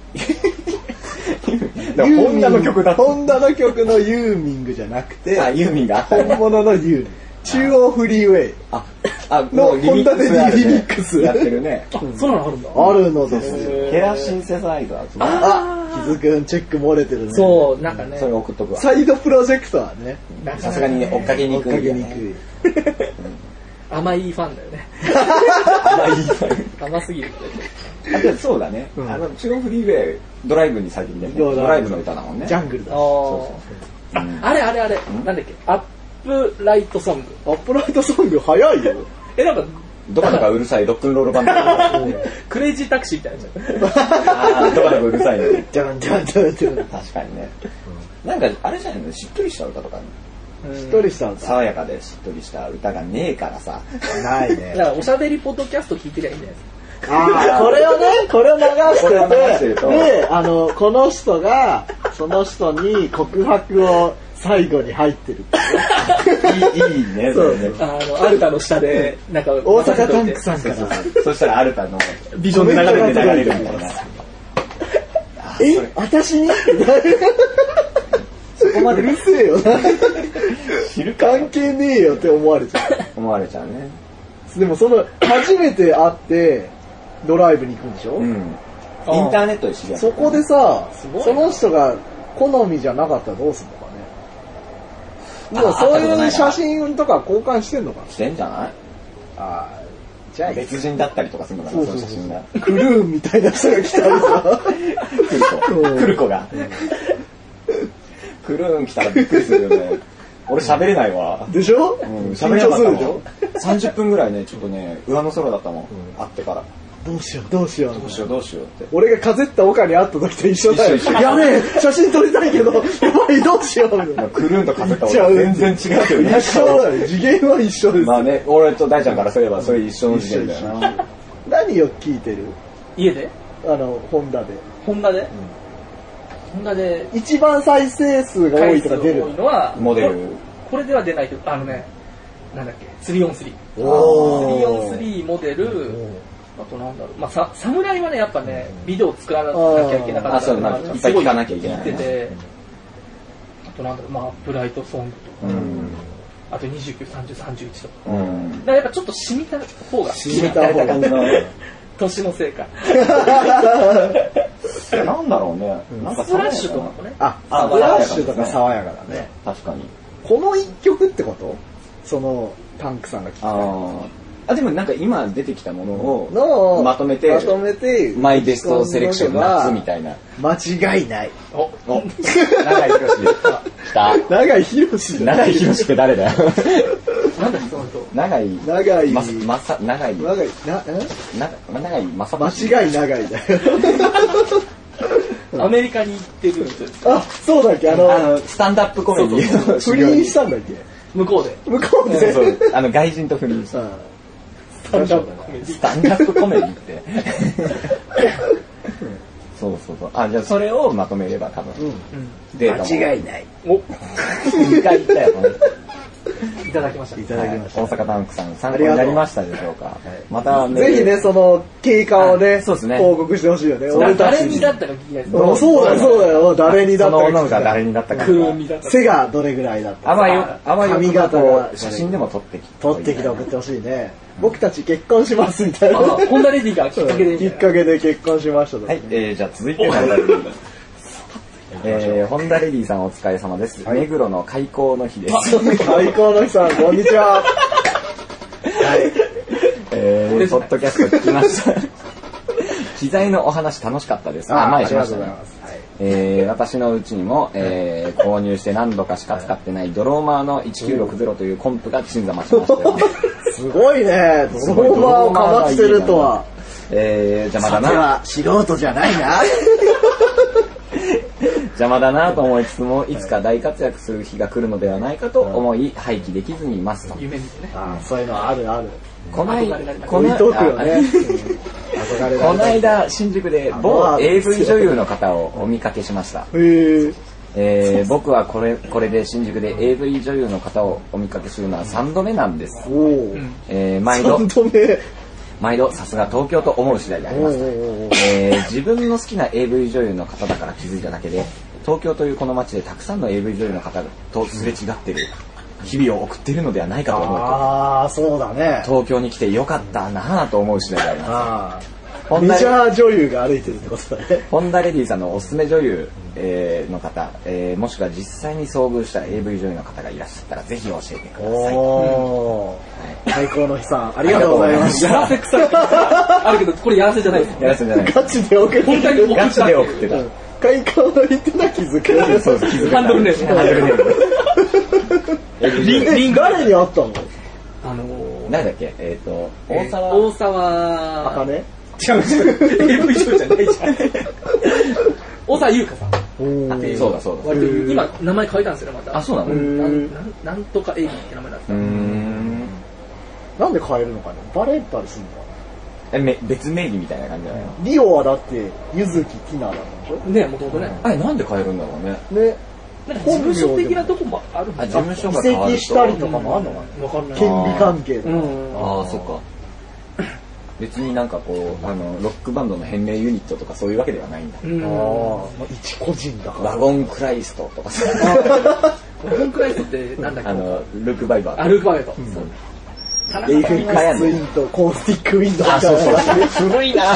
ホンダの曲だ。 ホンダの曲のユーミングじゃなくて、 あ、ユーミンがあった本物のユーミン。中央フリーウェイ。のホンダでリミックスやってるね。 そうなのあるんだ。 あるのですよ。 ヘラシンセサイザーズ。 キズくんチェック漏れてるね。 そう、なんかね。 それ送っとくわ。 サイドプロジェクトはね。 さすがに追っかけにくい。 甘いファンだよね。甘すぎる。 あ、そうだね。中央フリーウェイ、ドライブに先にね。ドライブの歌だもんね。 ジャングルだ。 あれ。なんだっけ、アップライトソング。 アップライトソング早いよ。 なんか、 どかどかうるさいロックンロールバンド。 クレイジータクシーみたいなやつ。どかどかうるさいね。 ジャン。 確かにね。なんか、あれじゃないの？しっとりした歌とかね。 しっとりした歌。 爽やかでしっとりした歌がねえからさ。 ないね。 だからおしゃべりポッドキャスト聞いてりゃいいんじゃないですか。 これを流してて、で、この人が、その人に告白を最後に入ってる。 いいね、それね。 アルタの下で、なんか、 大阪タンクさんから。 そしたらアルタのビジョンで流れるみたいな。 私にそこまでうるせえよな。関係ねえよって思われちゃう。 思われちゃうね。 でも初めて会って、ドライブに行くんでしょ？ インターネットで知り合った。 そこでさ、その人が好みじゃなかったらどうすんのかね。もうそういう写真とか交換してんのかな？ してんじゃない？ じゃあ別人だったりとかするのかな、その写真が。 クルーンみたいな人が来たりさ。 クルコが。クルーン来たらびっくりするよね。俺喋れないわ。 でしょ？ 喋れなかったもん。30分ぐらいね、ちょっとね、上の空だったもん。会ってから。 どうしようどうしようどうしようどうしようって。 俺が風った岡に会った時と一緒だよ。 一緒やべえ写真撮りたいけどやばいどうしようみたいな。 くるんと風った岡全然違うけど一緒だよ。次元は一緒です。 まあね、俺と大ちゃんからすればそれ一緒の次元だよな。 何を聞いてる？ 家でホンダで。 ホンダでホンダで一番再生数が多いとか出る多いのはモデル。 これでは出ないけど、なんだっけ、3on3。 おー。 3on3 モデル、あとなんだろう、まあ、侍はね、やっぱね、ビデオ作らなきゃいけなかったから、 いっぱい聞かなきゃいけない。 言ってて、あとなんだろう、まあ、ブライトソングとか、あと29、30、31とか。だからやっぱちょっと染みた方が。 染みた方が。 年のせいか。 なんだろうね。なんかスプラッシュとかもね。 スプラッシュとか爽やかだね。 確かに。 この一曲ってこと？そのタンクさんが聞いた。 でもなんか今出てきたものをまとめてマイベストセレクション夏みたいな。 間違いない。 お永井博士来た。 永井博士。 永井博士って誰だよ。 なんだっけその人。 永井間違い長いだよ。 アメリカに行ってる人ですか？ あ、そうだっけスタンダップコメディ。 不倫したんだっけ？ 向こうで。 向こうで。 そう。外人と不倫した。スタンダップコメディって。そうそうそう。じゃあそれをまとめれば多分。 間違いない。 お、 2回言ったよね。 いただきました。 いただきました。 大阪タンクさん参考になりましたでしょうか。またぜひねその経過をね報告してほしいよね。 誰にだったか聞きたいです。 そうだよ。誰にだったか。 その女が誰にだったか。 背がどれぐらいだったか。 髪型が写真でも撮ってきて送ってほしいね。僕たち結婚しますみたいな。 ホンダレディがきっかけで。 きっかけで結婚しました。 はい。じゃあ続いてホンダレディ。ホンダレディさんお疲れ様です。目黒の開港の日です。 開港の日さん、こんにちは。はい。 ポッドキャスト聞きました。機材のお話楽しかったです。前しましたね。私のうちにも、購入して何度かしか使ってないドローマーの1960というコンプが鎮座ましました。 すごいね。ドローマーをかましてるとは。 邪魔だな。 素人じゃないな。 邪魔だなと思いつつもいつか大活躍する日が来るのではないかと思い廃棄できずにいますと。 夢見てね。 そういうのある。 この間新宿で某 AV 女優の方をお見かけしました。僕はこれで新宿で AV 女優の方をお見かけするのは3度目なんです。毎度さすが東京と思う次第であります。自分の好きな AV 女優の方だから気づいただけで東京というこの街でたくさんの AV 女優の方とすれ違っている日々を送っているのではないかと思うと、 そうだね。 東京に来てよかったなぁと思う次第であります。 メジャー女優が歩いてるってことだね。 ホンダレディさんのおすすめ女優、の方、もしくは実際に遭遇した AV 女優の方がいらっしゃったらぜひ教えてください。 最高の日さん、ありがとうございました。 やらせ臭い。あるけど、これやらせじゃないです。 やらせじゃない。 ガチで送ってた。 ガチで送ってた。 開口の言ってた気づく。 そう気づく。 ハンドルネーム。 リン誰に会ったの？ 誰だっけ？ 大沢。 あかね？ 違う。AV 女優じゃないじゃん。大沢優香さん。 そうだ。 今名前変えたんですよねまた。 あ、そうなの？ なんとかエイビーって名前だった。 なんで変えるのかね？バレたりするのかな？別名義みたいな感じじゃないの？ リオはだって柚木ティナだったでしょ？ ね、もともとね。 なんで変えるんだろうね。 ね。 なんか事務所的なとこもあるんですか？事務所が変わると移籍したりとかもあるのかな？ わかんない。 権利関係で。 そっか。別になんかこうロックバンドの変名ユニットとかそういうわけではないんだ。 一個人だから。 ワゴンクライストとかさ。 ワゴンクライストってなんだっけ？ ルークバイバー。 ルークバイバー。 エイフェクスウィンド、コースティックウィンド。 そう。古いな。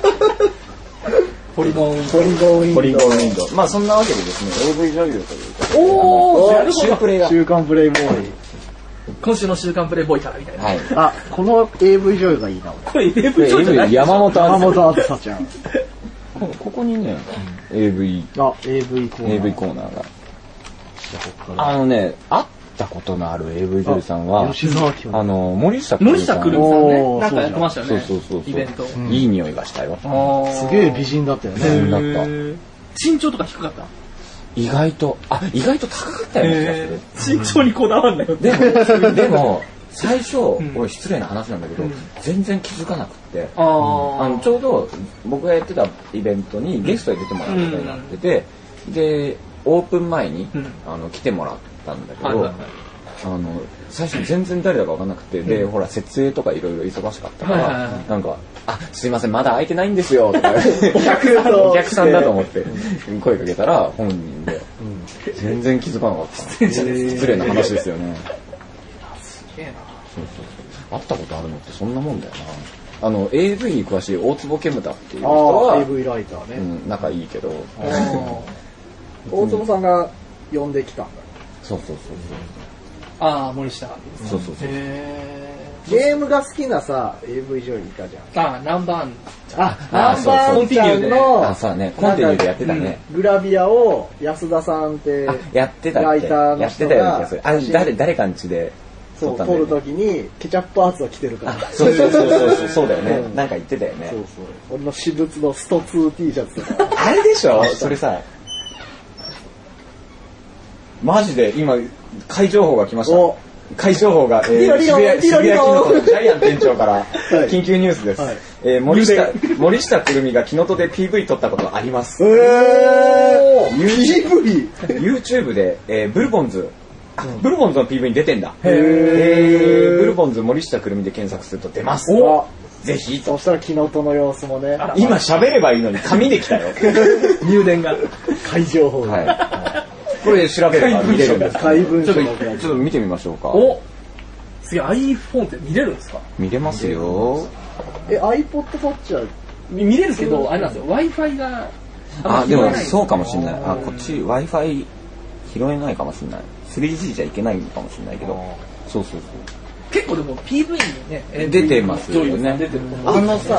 ポリゴンウィンド。まあそんなわけでですね、AV 女優というか。 週刊プレイボーイ。 今週の週刊プレイボーイからみたいな。この AV 女優がいいな。 これ AV 女優じゃない？ 山本あずさちゃん。 ここにね、AV コーナーが。あったことのある AV 女優さんは、 吉沢君。 森下くるみさん。 くるみさんね。なんかやってましたよね。 そう。 イベント。 いい匂いがしたよ。 すげえ美人だったよね。 美人だった。 身長とか低かった？ 意外と高かったよね。 身長にこだわんなよ。 でも、最初、俺失礼な話なんだけど、全然気づかなくって、ちょうど僕がやってたイベントにゲストで出てもらうことになってて、で、オープン前に来てもらったんだけど、最初全然誰だか分かんなくて、で、ほら、設営とかいろいろ忙しかったから、なんか、すいません、まだ空いてないんですよ、とか、お客さんだと思って声かけたら本人で、全然気づかなかった。失礼な話ですよね。 すげえな。 会ったことあるのってそんなもんだよな。AV に詳しい大坪煙太っていう人は、 AV ライターね。 仲いいけど。 大坪さんが呼んできたんだ。 そう。 森下。 そう。 ゲームが好きなさ、AV 女優いたじゃん。 ナンバーン。 ナンバーンちゃんの、 そうね、コンティニューでやってたね。 グラビアを安田さんってやってたライターの人がような気がする。誰かんちで撮るときにケチャップアーツを着てるから。 そうだよね。なんか言ってたよね。 そう。俺の私物のスト2 T シャツとか。 あれでしょ？それさ、マジで今、怪情報が来ました。怪情報が、渋谷キノトのジャイアン店長から緊急ニュースです。森下くるみがキノトで PV 撮ったことあります。YouTube で、ブルボンズの PV に出てんだ。ブルボンズ森下くるみで検索すると出ます。ぜひと。 そしたらキノトの様子もね。 今喋ればいいのに紙で来たよ。 入電が。 怪情報が。これ調べれば見れるんですか？ 怪文書ちょっと見てみましょうか。 すげえ、iPhone って見れるんですか？ 見れますよ。 iPod Touch は見れるけど、あれなんですよ、Wi-Fi が。 でもそうかもしれない。こっち Wi-Fi 拾えないかもしれない。3G じゃいけないのかもしれないけど。そう。 結構でも PV にね、 出てますよね。 出てる。 あれ、ニュ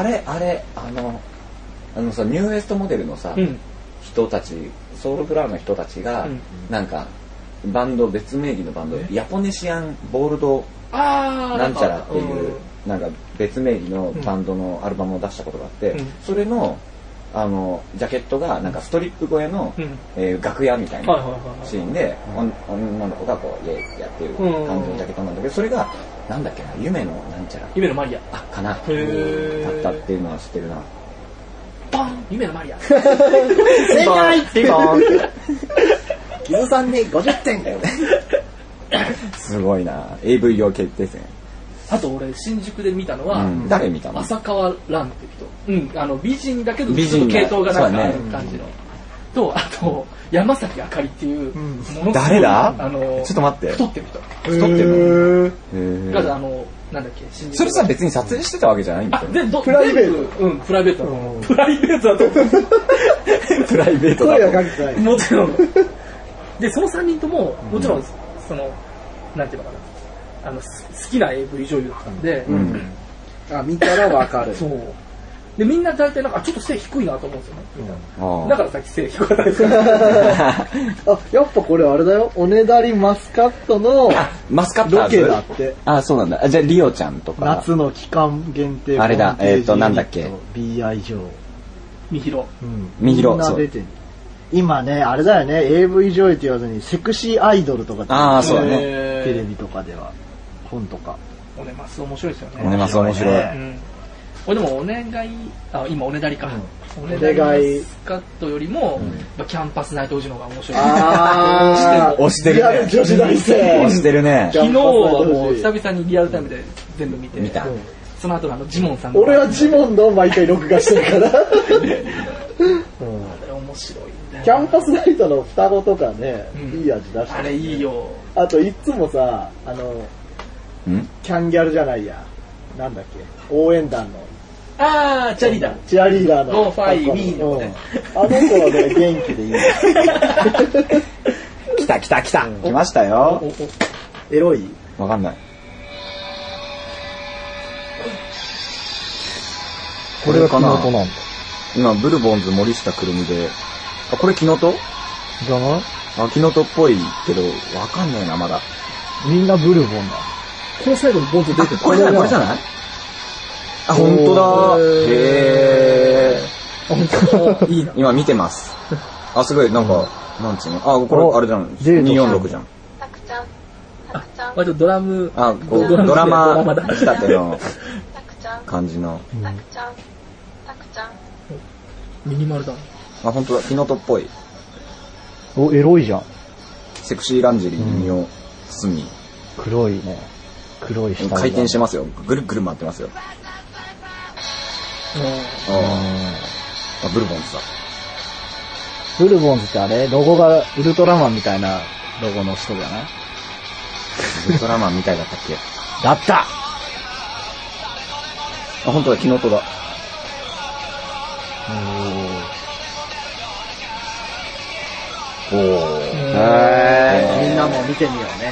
ーエストモデルのさ、人たち、ソウルフラワーの人たちが、なんか、バンド、別名義のバンド、ヤポネシアンボールドなんちゃらっていう、なんか別名義のバンドのアルバムを出したことがあって、それの、ジャケットが、なんかストリップ小屋の、楽屋みたいなシーンで、女の子がこう、やってる感じのジャケットなんだけど、それが、なんだっけな、夢のなんちゃら。 夢のマリア。 かな。だったっていうのは知ってるな。 バン夢のマリア。 正解ピンポンキズさんに50点だよね。 すごいな。AV 用決定戦。 あと俺新宿で見たのは、 誰見たの？ 浅川蘭って人。美人だけどちょっと系統がなんかある感じの。とあと山崎あかりっていうものすごい誰だ？ちょっと待って。 太ってる人。 太ってるの？ がなんだっけ新宿。 それさ別に撮影してたわけじゃないんだよね。 プライベート。 プライベートだと思う。プライベートだと思う。 プライベートだと思う。 もちろん。でその3人とももちろんそのなんていうのかな好きな AV 女優だったんで、 見たらわかる。 そう。でみんな大体なんかちょっと背低いなと思うんですよね。だからさっき背低かったですから。 やっぱこれあれだよ。おねだりマスカットのマスカットロケだって。 そうなんだ。じゃあリオちゃんとか。 夏の期間限定。 あれだ。なんだっけ。 BI 女。 みひろ。 みひろ。 今ね、あれだよね、AV 女優って言わずにセクシーアイドルとかって、 そうだね。 テレビとかでは、本とか。 おねます面白いですよね。 おねます面白い。 俺でもお願い、今おねだりか。おねだりマスカットよりも、キャンパスナイトウジの方が面白い。 押してるね。 女子大生。 押してるね。 昨日はもう久々にリアルタイムで全部見た。その後のジモンさんの。 俺はジモンの毎回録画してるから。 面白い。 キャンパスナイトの双子とかね、いい味出してる。 あれいいよ。 あといつもさ、キャンギャルじゃないや。なんだっけ、応援団の。 チャリーダー。 チアリーダーの。 ゴーファイミーのね。 あの子はね、元気でいい。 来た。来ましたよ。 エロい？ わかんない。 これがキノトなんだ。 今、ブルボンズ森下くるみで、これキノト？ じゃない？ キノトっぽいけど、わかんないな、まだ。 みんなブルボンだ。 この最後にボンと出てる。 これじゃない？あ、本当だ。へ本当いいな。 今見てます。あ、すごい、なんか、なんつうの。あ、これあれじゃん。246じゃん。 割とドラム。 あ、こう、ドラマ仕立ての感じの。 ミニマルだ。 あ、本当だ、ピノトっぽい。 お、エロいじゃん。 セクシーランジェリーに身を包み。 黒いね。黒い下着だ。 回転してますよ。ぐるぐる回ってますよ。あ、ブルボンズだ。 ブルボンズってあれロゴがウルトラマンみたいなロゴの人じゃない？ ウルトラマンみたいだったっけ？ だったあ、本当だ、キノトだ。おー。 みんなも見てみようね。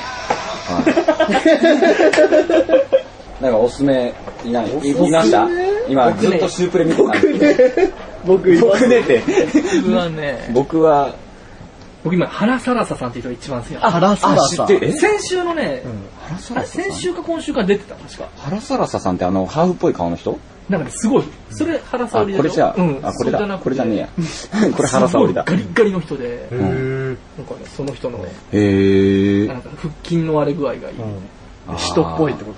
なんかおすすめいました今ずっとスープレ見てたんですけど。 僕ねって。 僕は今、原サラサさんっていう人が一番好きなの。 原サラサ。 先週のね、先週か今週か出てた、確か。 原サラサさんってハーフっぽい顔の人？ なんかね、すごい。それ原沙織でしょ。 これじゃあ、これだ。これじゃねえや。これ原沙織だ。 ガリッガリの人で、なんかね、その人のね、 なんか腹筋の荒れ具合がいい。 人っぽいってこと？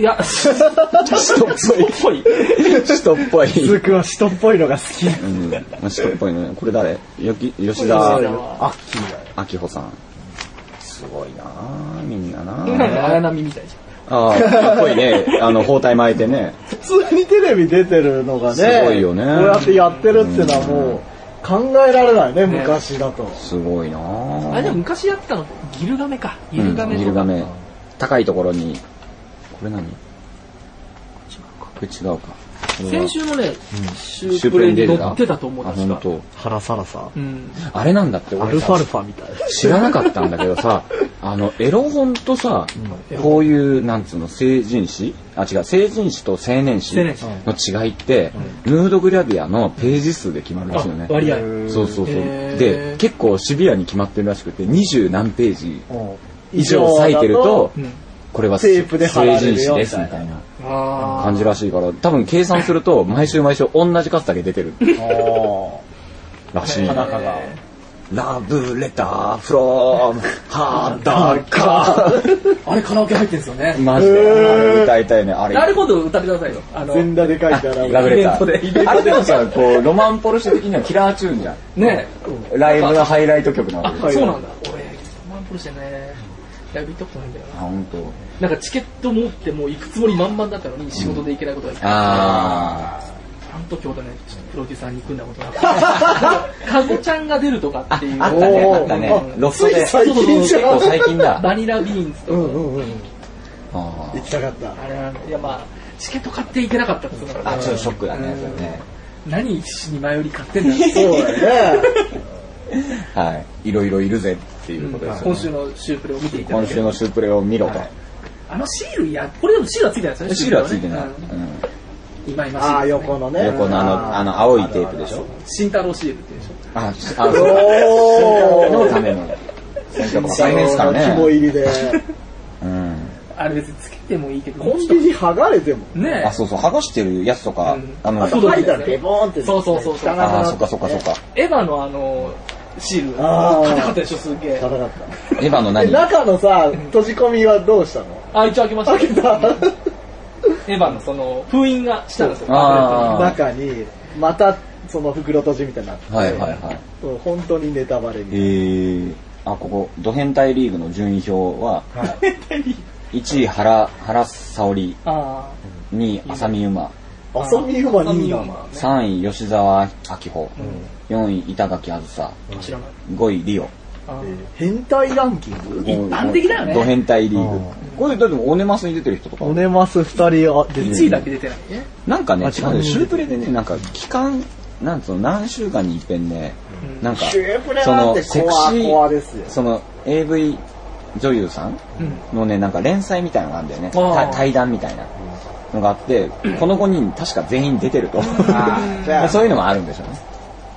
いや、人っぽい。 人っぽい。 鈴くんは人っぽいのが好き。 人っぽいね。これ誰？吉田明穂さん。すごいなぁ、みんななぁ。 なんか綾波みたいじゃん。 ああ、かっこいいね。包帯巻いてね。 普通にテレビ出てるのがね、 すごいよね。 こうやってやってるってのはもう考えられないね、昔だと。 すごいなぁ。 あ、でも昔やったの、ギルガメか。ギルガメ。 高いところに、これ何？これ違うか。 先週のね、シュープレに乗ってたと思う。 あ、本当。 原サラサ。 あれなんだって、 アルファルファみたいな。 知らなかったんだけどさ、エロ本とさ、こういう、なんつうの、成人誌と青年誌の違いって、ヌードグラビアのページ数で決まるんですよね。 割合。 そう。で、結構シビアに決まってるらしくて、20何ページ以上割いてると、これは成人誌ですみたいな感じらしいから、多分計算すると毎週同じ数だけ出てるらしい。 裸がラブレターフロム裸。 あれカラオケ入ってんですよね。 マジで歌いたいね。 あれ今度歌ってくださいよ。 全裸で書いてあるラブレター。あれでもさ、こうロマンポルシェ的にはキラーチューンじゃん。 ね。 ライブのハイライト曲なわけ。 そうなんだ。俺ロマンポルシェね。ライブ行ったことないんだよな。 本当。 なんかチケット持ってもう行くつもり満々だったのに仕事で行けないことがいっぱいあの時ほどね、プロデューサーに組んだことなかった。かごちゃんが出るとかっていう。 あったね。ロフトで。 最近だ。 バニラビーンズとか。 行きたかった。 あれいやまあ、チケット買って行けなかったってことだから。 ちょっとショックだね、それね。 何しに前売り買ってんだそうだよね。 はい。いろいろいるぜっていうことですよね。 今週のシュープレを見ていただ今週のシュープレを見ろと。 シールこれでもシールはついてないですよね。 シールはついてない。 今シール。 横のね。 横の青いテープでしょ。 慎太郎シールっていうでしょ。 そうのための。選挙とか大変ですからね。 肝入りで。 あれ別につけてもいいけど。 コンビニ剥がれても。 ね。 あ、そう、剥がしてるやつとか。 入ったらベボーンって。 そう。 あ、そっか。 エヴァのシール。硬かったでしょ、すげえ。 硬かった。 エヴァの何？ 中のさ、閉じ込みはどうしたの？ 一応開けました。 開けた。 エヴァのその封印がしたんですよ。 中にまたその袋閉じみたいになって。 はい。 本当にネタバレに。 ここド変態リーグの順位表は1位原沙織、2位浅見馬、 浅見馬2位なの。 3位吉沢明穂、4位板垣あずさ、5位リオ。 変態ランキング？ 一般的だよね。 ド変態リーグ。これだってオネマスに出てる人とか。 オネマス2人 1位だけ出てないね。 なんかね、シュープレでね、なんか期間なんつうの何週間に一遍ね、なんかそのセクシーその AV 女優さんのねなんか連載みたいなのがあるんだよね。対談みたいなのがあって、この5人確か全員出てると。そういうのもあるんでしょうね。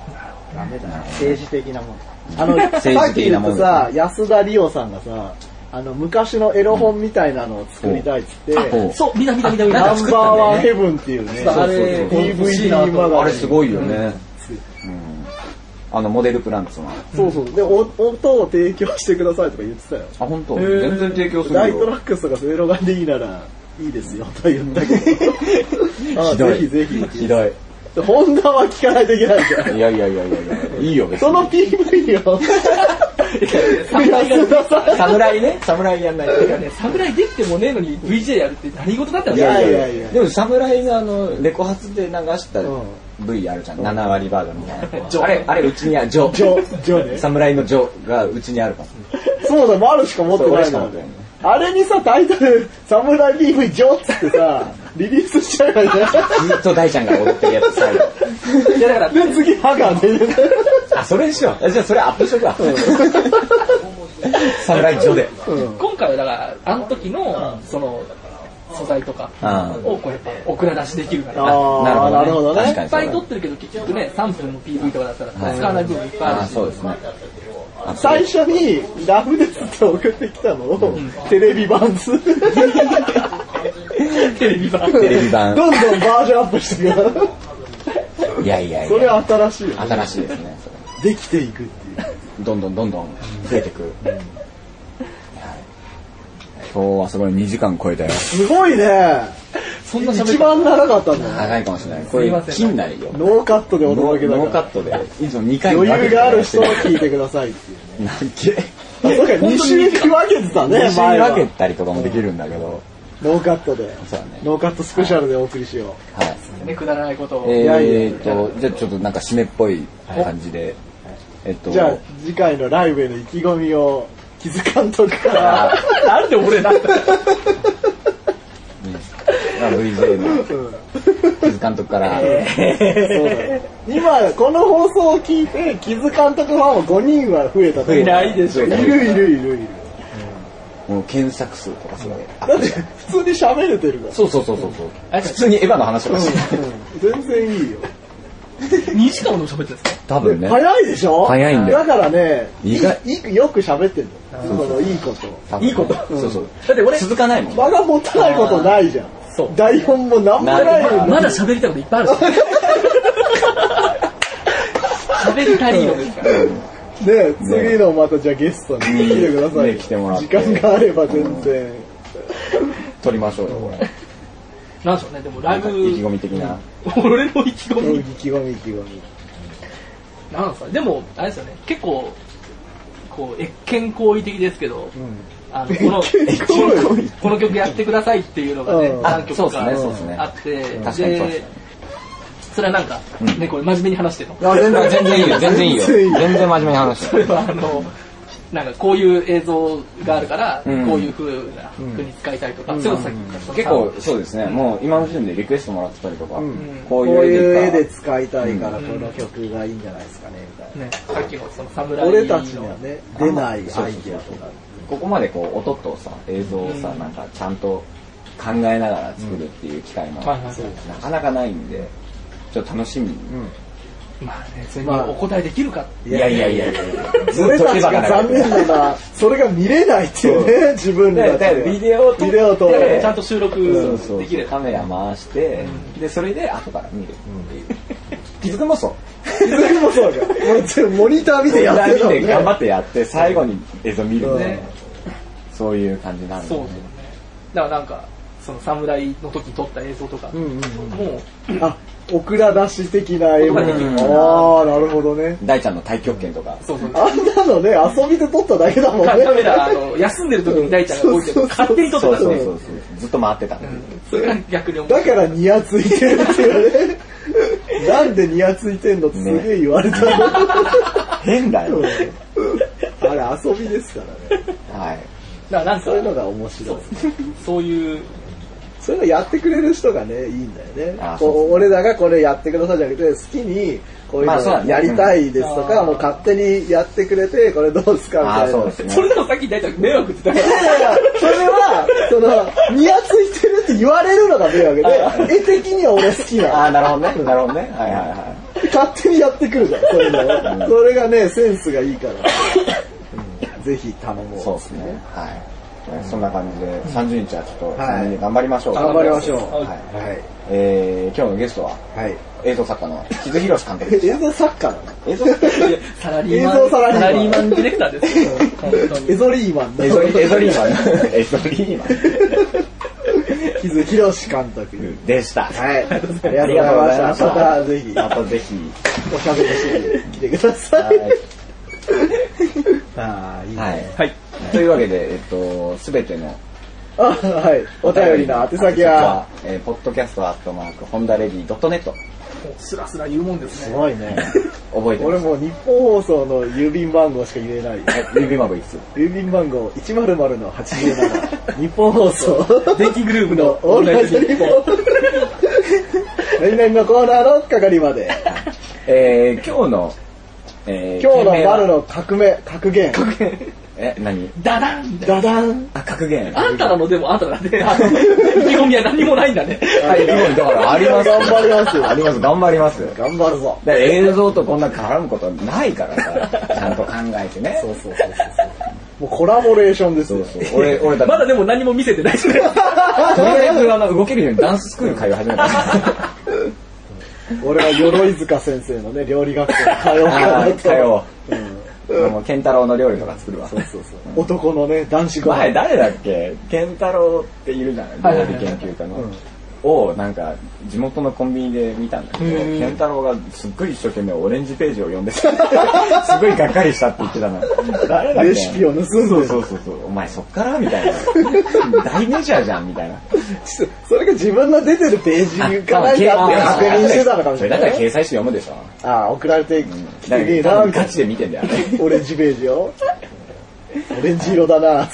ダメだな。政治的なもん。 政治的なもんさ、安田理央さんがさ、 昔のエロ本みたいなのを作りたいっつって、 そう、見た。 ナンバーワンヘブンっていうね、 あれ DVD マガジン。 あれすごいよね。モデルプランツの。 そう。で、音を提供してくださいとか言ってたよ。 あ、本当。全然提供するよ。 ライトラックスとかセロガンでいいならいいですよと言ったけど。ぜひぜひ。 ひどい。 ホンダは聞かないといけないじゃん。 いや、いいよ、別に。 その PV を。 侍やんないと。 侍できてもねえのに VJ やるって何事だったんいだよ。 や。 でも侍がレコ発で流した V あるじゃん。7割バージョンみたいな。あれうちにある。ジョね。侍のジョがうちにあるから。 そうだ、マルしか持ってないの。あれにさ、タイトル、サムライ PV ジョっつってさ、リリースしちゃえばいいじゃん。 ずっと大ちゃんが踊ってるやつ最後。 いやだから、 で、次、ハガーで。 あ、それにしよう。じゃあそれアップしとくわ。サムライジョで。 今回はだから、あの時の、その、素材とかをこうやってオクラ出しできるから。 なるほどね。 いっぱい撮ってるけど結局ね、3分の PV とかだったら使わない部分いっぱいあるし。 そうですね。 最初にラフですって送ってきたのをテレビ版ですテレビ版どんどんバージョンアップしていくいやそれは新しいよね。 新しいですね。 できていくっていうどんどん増えてく。今日はすごい2時間超えたよ。 すごいね。 そんな一番長かったんだよ。 長いかもしれない。これ近代よ。 ノーカットで踊るわけだから。 ノーカットでいつも2回余裕がある人は聞いてくださいっていう。 なんけ。 そうか、2週に分けてたね、 2週に分けたりとかもできるんだけど。 ノーカットで。 そうだね。 ノーカットスペシャルでお送りしよう。 はい。 ね、くだらないことを。 じゃあちょっとなんか締めっぽい感じで。 じゃあ次回のライブへの意気込みを木津監督から。 なんで俺なんだ VJ の木津監督から。そうだね。今、この放送を聞いて、木津監督ファンは5人は増えたと思う。 いないでしょ。 いる。 もう検索数とかすごい。 だって普通に喋れてるから。 そう。普通にエヴァの話とかして全然いいよ。 2時間も喋ってるんですか？ 多分ね。 早いでしょ？ 早いんだよ。 だからね、よく喋ってんの。 そのいいこと。 いいこと。 そう。 だって俺続かないもん。 間が持たないことないじゃん。 そう。 台本もなんもないのに。 まだ喋りたいこといっぱいあるし。喋りたいのですから。 ね、次のまたじゃあゲストに来てください。 来てもらって。 時間があれば全然。 撮りましょうよ、これ。 なんでしょうね、でもライブ。 意気込み的な。 俺の意気込み。 意気込み。 なんですかね、でも、あれですよね、結構、こう、越見行為的ですけど、この曲やってくださいっていうのがね、何曲かあって、で、それはなんか、ね、これ真面目に話してるの。 全然いいよ。全然真面目に話してる。 それはなんかこういう映像があるから、こういう風に使いたいとか、 結構そうですね、もう今の時点でリクエストもらってたりとか、 こういう絵で使いたいからこの曲がいいんじゃないですかね、みたいな。 さっきのその侍の俺たちにはね、出ないアイデアとか。 ここまでこう音とさ、映像をさ、なんかちゃんと考えながら作るっていう機会もなかなかないんで、ちょっと楽しみに。 まあね、それにお答えできるか。 いや。 俺たちが残念なのは、それが見れないっていうね、自分で。 ビデオとちゃんと収録できる。 カメラ回して、で、それで後から見るっていう。気づくもそう。 気づくもそうか。モニター見てやってるの。 頑張ってやって、最後に映像見るね。そういう感じなんで。 そうね。だからなんか、その侍の時に撮った映像とか、もう、 オクラ出し的な絵も。ああ、なるほどね。 大ちゃんの太極拳とか。 そう。 あんなのね、遊びで撮っただけだもんね。 カメラ、休んでる時に大ちゃんが置いてる勝手に撮ってたんで。 そう。ずっと回ってた。 それが逆に思う。 だからニヤついてるっていうね。なんでニヤついてんのってすげえ言われたの。 変だよ。 あれ遊びですからね。 はい。 だからなんかそういうのが面白い。 そういうのやってくれる人がね、いいんだよね。俺らがこれやってくださいじゃなくて、好きにこういうのやりたいですとか、もう勝手にやってくれて、これどうですかみたいな。 それのさっき大体迷惑って言ったから。いや、それは、ニヤついてるって言われるのが迷惑で、絵的には俺好きなの。 なるほどね。はい。 勝手にやってくるじゃん、そういうの。それがね、センスがいいから。ぜひ頼もう。 そうですね。はい。 そんな感じで30日はちょっと3人で頑張りましょう。 頑張りましょう。 はい。今日のゲストは映像作家の木津博監督でした。 映像作家なの？ 映像作家サラリーマンディレクターですよ。 エゾリーマンだ。 エゾリーマン。 木津博監督でした。 はい。ありがとうございました。またぜひおしゃべりしてきてください。 はい。というわけで、すべてのお便りの宛先は、 podcast@hondaready.net。 スラスラ言うもんですね。 すごいね。 覚えてます。 俺もう日本放送の郵便番号しか言えない。 郵便番号いくつ？ 郵便番号100-87。日本放送。 電気グループのオンライン日本。何々のコーナーの係まで。 今日の丸の格言。 何？ ダダンダダン。 格言。 あんたらのでもあんたらで、意気込みは何もないんだね。 はい、だからあります。 頑張りますよ。 あります、頑張ります。 頑張るぞ。 だから映像とこんな絡むことないからさ、ちゃんと考えてね。 そう。もうコラボレーションですよ。 俺だまだでも何も見せてないしね。 とりあえず動けるようにダンススクール通い始めた。 俺は鎧塚先生のね、料理学校に通おう。もうケンタロウの料理とか作るわ。 そう。男のね、男子ご飯。 前誰だっけ？ケンタロウっているじゃない？料理研究家の。をなんか地元のコンビニで見たんだけど、ケンタロウがすっごい一生懸命オレンジページを読んでて、すごいがっかりしたって言ってたの。誰だっけ？ レシピを盗んで。 そう。お前そっからみたいな。大メジャーじゃんみたいな。 それが自分の出てるページかなんかって確認してたのかもしれない。 だから掲載して読むでしょ。 送られてきてガチで見てんだよね。 オレンジページを。オレンジ色だな。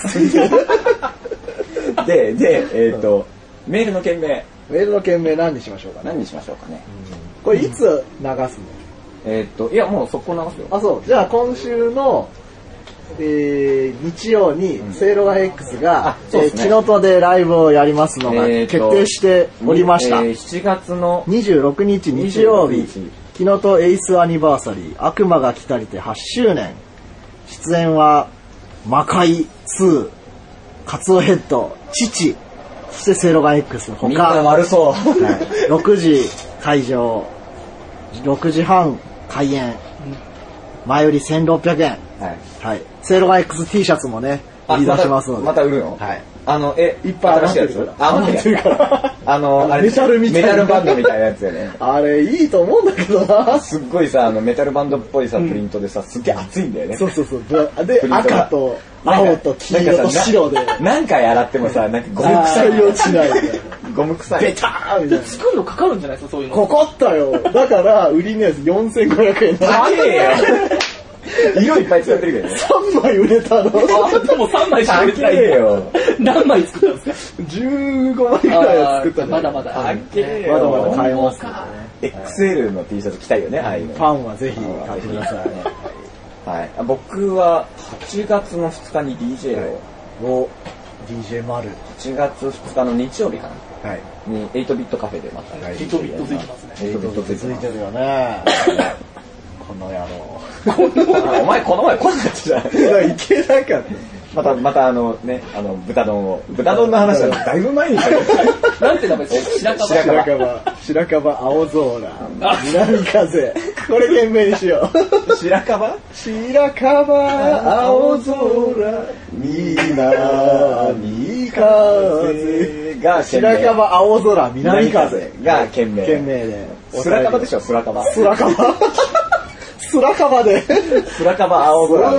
で、メールの件名。 メールの件名何にしましょうかね。これいつ流すの？ いやもう速攻流すよ。 そう。じゃあ今週の、日曜にセイロガン X が、キノトでライブをやりますのが決定しておりました。 7月の 26日日曜日、キノトエイスアニバーサリー、悪魔が来たりて8周年。出演は、魔界2、カツオヘッド、父、そしてセイロガン X の他。 みんな悪そう。 6時会場、6時半開演。前より1600円。はい。セイロガン X T シャツもね、売り出しますので。 また売るの？ はい。 いっぱい新しいやつ？持ってるから。 メタルみたいな。 メタルバンドみたいなやつよね。 あれ、いいと思うんだけどな。 すっごいさ、メタルバンドっぽいさ、プリントでさ、すっげえ熱いんだよね。 そう。で、赤と青と黄色と白で。 何回洗ってもさ、なんかゴム臭い。 落ちない。 ゴム臭い。 ベターみたいな。 作るのかかるんじゃないですか、そういうの。 かかったよ。だから、売りのやつ4500円。 高えよ。色いっぱい使ってるけどね。 3枚売れたの。 でも3枚しか売れてないよ。 何枚作ったんですか ？15枚くらいは作ったの。 まだまだ。 まだ買えますからね。 XL の T シャツ着たいよね、ああいうの。 ファンはぜひ買ってください。 はい。僕は8月の2日に DJ を。DJ 丸。 8月2日の日曜日かな。 はい。 に8ビットカフェでまた。 8ビットついてますね。 8ビットついてるよね。この野郎。 お前この前来なかったじゃん。 いけなかった。 また豚丼の話はだいぶ前にしたけど。 なんて名前ですか？ 白樺、青空、南風。これ懸命にしよう。 白樺、 青空、南風。が白樺、青空、南風。 が懸命で。 スラカバでしょ、スラカバ。 スラカバで。 スラカバ、青空。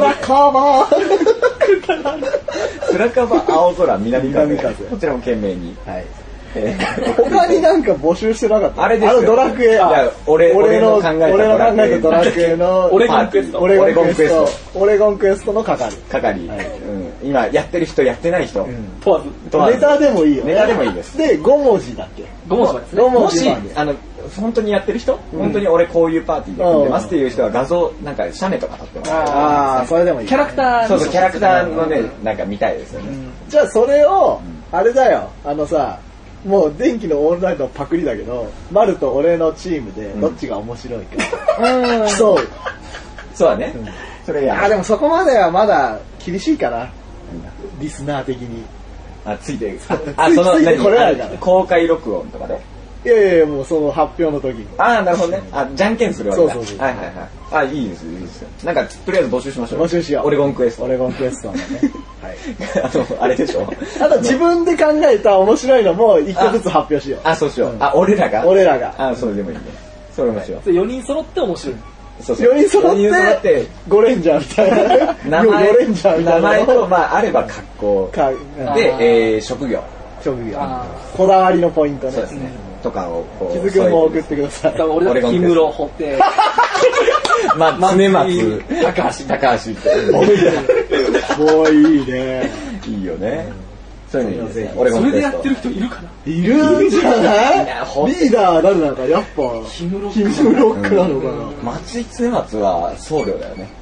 スラカバ、青空、南風。こちらも懸命に。 はい。他になんか募集してなかった？ あれですよ。 ドラクエ、俺の考えたドラクエのオレゴンクエストの係。 今やってる人やってない人問わず。 ネタでもいいよ。 ネタでもいいです。 で、5文字だっけ ？5文字ですね。 もし本当にやってる人、本当に俺こういうパーティーで組んでますっていう人は画像なんか写メとか撮ってます。 ああ、それでもいい。 キャラクター。 そうキャラクターのね、なんか見たいですよね。 じゃあそれをあれだよ。もう電気のオンラインのパクリだけど、マルと俺のチームでどっちが面白いか。そうだね。それや。 でもそこまではまだ厳しいかな。 リスナー的に。 あ、ついて、 ついてこれないから公開録音とかで。 いやいや、もうその発表の時に。 ああ、なるほどね。あ、じゃんけんするわけだ。 そうそうそうはいはいはい。あ、いいです、いいですよ。なんか、とりあえず募集しましょう。 募集しよう。 オレゴンクエスト。 オレゴンクエストのね。はい。 あれでしょ。 あと自分で考えた面白いのも一個ずつ発表しよう。 あ、そうしよう。あ、俺らが俺らが。 あ、それでもいいね。それもしよう。 4人揃って面白い。 そうそう。 4人揃四人揃っってて、 ゴレンジャーみたいな。 名前ゴレンジャーみたいな。 名前と、まあ、あれば格好。 かで、職業。 職業あ。 こだわりのポイントね。 そうですね。とかを、こう。 気づくんも送ってください。 だから俺だって氷室、ホテまあ、常松、 高橋って。 もういいね。 いいよね。そういうのいいですね。 それでやってる人いるかな。 いるんじゃないリーダー誰なのか、やっぱ、 ヒムロキムロックなのかな。 松井常松は僧侶だよね。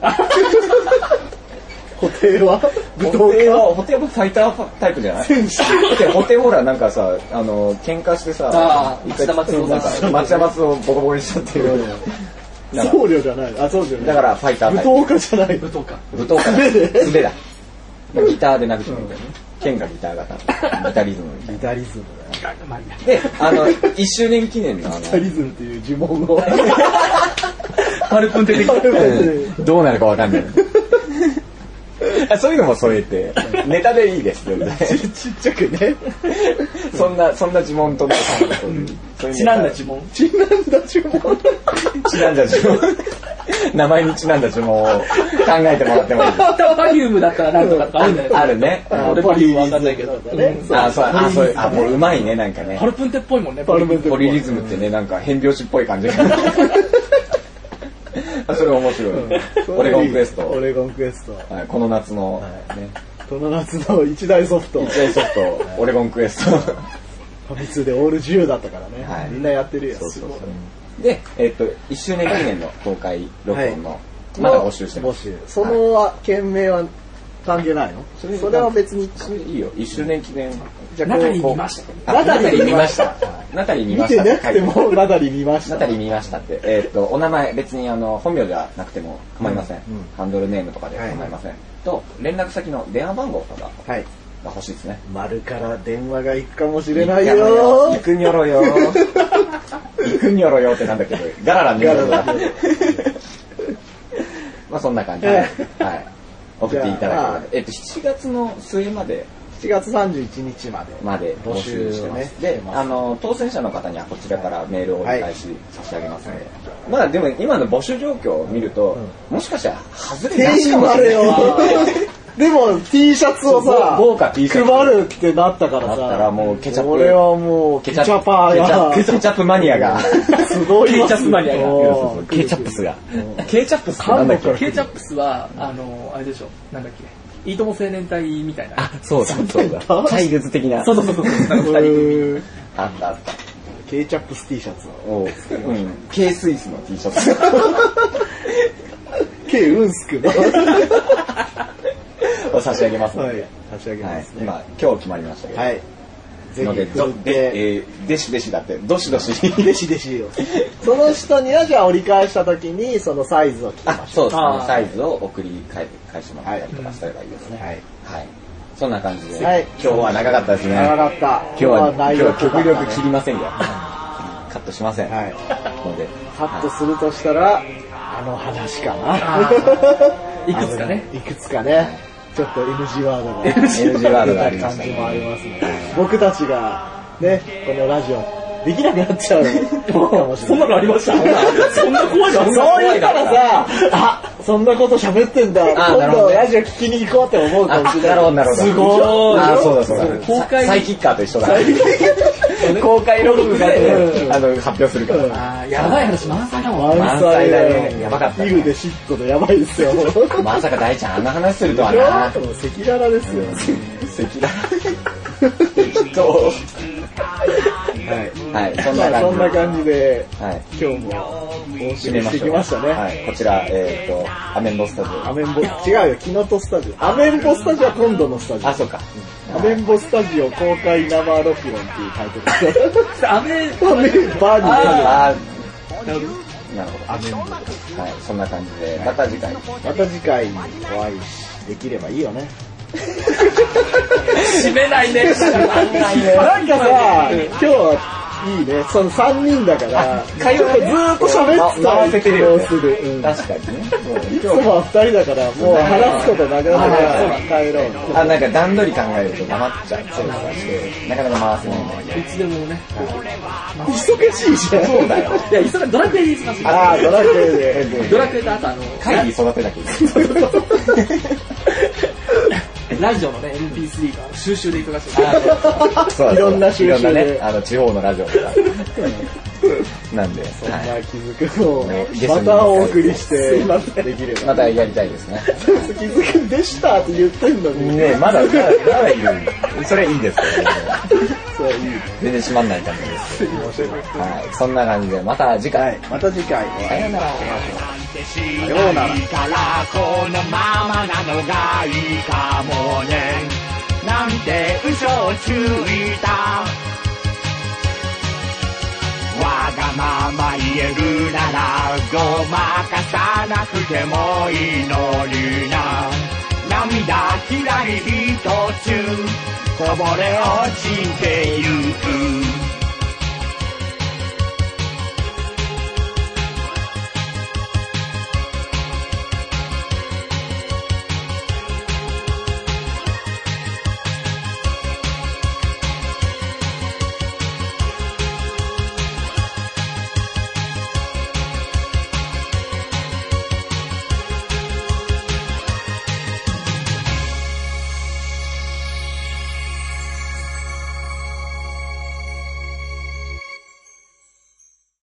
布袋は布袋はファイタータイプじゃない？ 戦士。 布袋ほらなんかさ、喧嘩してさ、 町田松尾さん町田松尾ボコボコにしちゃってる。 僧侶じゃない。あ、そうじゃない。 だからファイタータイプ。 武闘家じゃない。 武闘家。 武闘家だ。素手だ。ギターで殴ってみたいな。剣がギター型。ギタリズムみたいギタリズムだよ。 な。で、1周年記念のギタリズムっていう呪文を。 パルプン出てきた。 どうなるかわかんない。そういうのも添えて、ネタでいいですよね。 ちっちゃくね。 そんな呪文とね、 ちなんだ呪文。 ちなんだ呪文。 ちなんだ呪文。名前にちなんだ呪文を考えてもらってもいいですか？ パリウムだったらなんとかとかあるんだよ。 あるね。 俺パリウムわかんないけど。 もううまいね、なんかね。 パルプンテっぽいもんね。 パルプンテポリリズムってね、なんか変拍子っぽい感じが。それ面白い。オレゴンクエスト。 オレゴンクエスト。 この夏の、ね。 この夏の一大ソフト。 一大ソフト、オレゴンクエスト。 ファミ通でオール10だったからね。 はいみんなやってるよ。 そうそうそう。で、1周年記念の公開録音の、まだ募集してます。 募集。その件名は関係ないの？それは別に。 それいいよ。1周年記念。 じゃあナタリー見ました。 ナタリー見ました。ナタリー見ました。 見てなくてもナタリー見ました。 ナタリー見ましたって。お名前、別に本名じゃなくても構いません。ハンドルネームとかで構いません。と、連絡先の電話番号とかが欲しいですね。 丸から電話が行くかもしれないよ。 行くにょろよ。行くにょろよってなんだけど、ガララにょろよだ。まあそんな感じで、はい。送っていただければ。7月の末まで。 7月31日まで募集してます。で、当選者の方にはこちらからメールをお返し差し上げますので。まあでも今の募集状況を見ると、もしかしたら外れなしかもしれない。 でも T シャツをさ、 豪華 T シャツ配るってなったからさ、 だったらもうケチャップ。 俺はもうケチャパーが。 ケチャップマニアが。 すごい。 ケチャップマニアが。 ケチャップスが。ケチャップスってなんだっけ？ ケチャップスは、あれでしょ、なんだっけ。いいとも青年隊みたいな。 あ、そうだ。対決的な。 そう。なんか二人組。 あった。 ケチャップス T シャツ。 K スイスの T シャツ。 K ウンスクの。 を差し上げますので。 はい、 差し上げますね。 今日決まりましたけど。はい。 ぜひ、でしでしだって、どしどし。 でしでしよ。その人にはじゃあ折り返した時にそのサイズを聞きましょう。 そうですね。サイズを送り返してもらったりとかしたらいいですね。はい。そんな感じで。はい。今日は長かったですね。 長かった。 今日は極力切りませんよ。カットしません。はい。ので。 カットするとしたら、話かな。 いくつかね。 いくつかね。ちょっと NG ワードが NG ワードがありま感じもありますね。僕たちがね、このラジオできなくなっちゃうかもしれない。 そんなのありました？そんな怖いの？ そう言ったらさ、そんなこと喋ってんだ。今度ラジオ聞きに行こうって思うかもしれない。 なるほど。 すごい。 あ、そうだ。公開サイキッカーと一緒だ。公開録画で発表するから。 やばい話満載だもん。 満載だね。やばかった。 イルでシットでやばいですよ。 まさか大ちゃんあんな話するとはな。 赤裸々ですよ。 赤裸々。はい、そんな感じで、今日もお送りしてきましたね。はい、こちら、アメンボスタジオ。違うよ、キノトスタジオ。アメンボスタジオは今度のスタジオ。あ、そうか。アメンボスタジオ公開生録音っていうタイトルです。アメンバーになるほど。アメンボ。はい、そんな感じで、また次回にお会いできればいいよね。 締めないね。 なんかさ、今日はいいね。その3人だから、 会話ねずーっと喋ってた回せてるよね気もする。 確かにね。 いつもは2人だから、もう話すことなくなったから帰ろう。 なんか段取り考えると黙っちゃうそうとかしてなかなか回せないんだけどいつでもね。 忙しいじゃん。 そうだよいや、ドラクエで忙しい。 ああ、ドラクエで。 ドラクエとあと会議育てなきゃいけないラジオのね、MP3 が収集で忙しい。 そういろんな収集でね、地方のラジオとかなんで、 そんな気づくのをまたお送りしてできれば。 またやりたいですね。 気づくでしたって言ってんのに。 ねまだいる。それいいですけどね。 それいい。 全然閉まんない感じですけど。はい。そんな感じで、また次回。 また次回。 さようなら。 さようなら。 からこのままなのがいいかもねなんて嘘をついたわがまま言えるならごまかさなくてもいいのにな涙きらり一つこぼれ落ちてゆく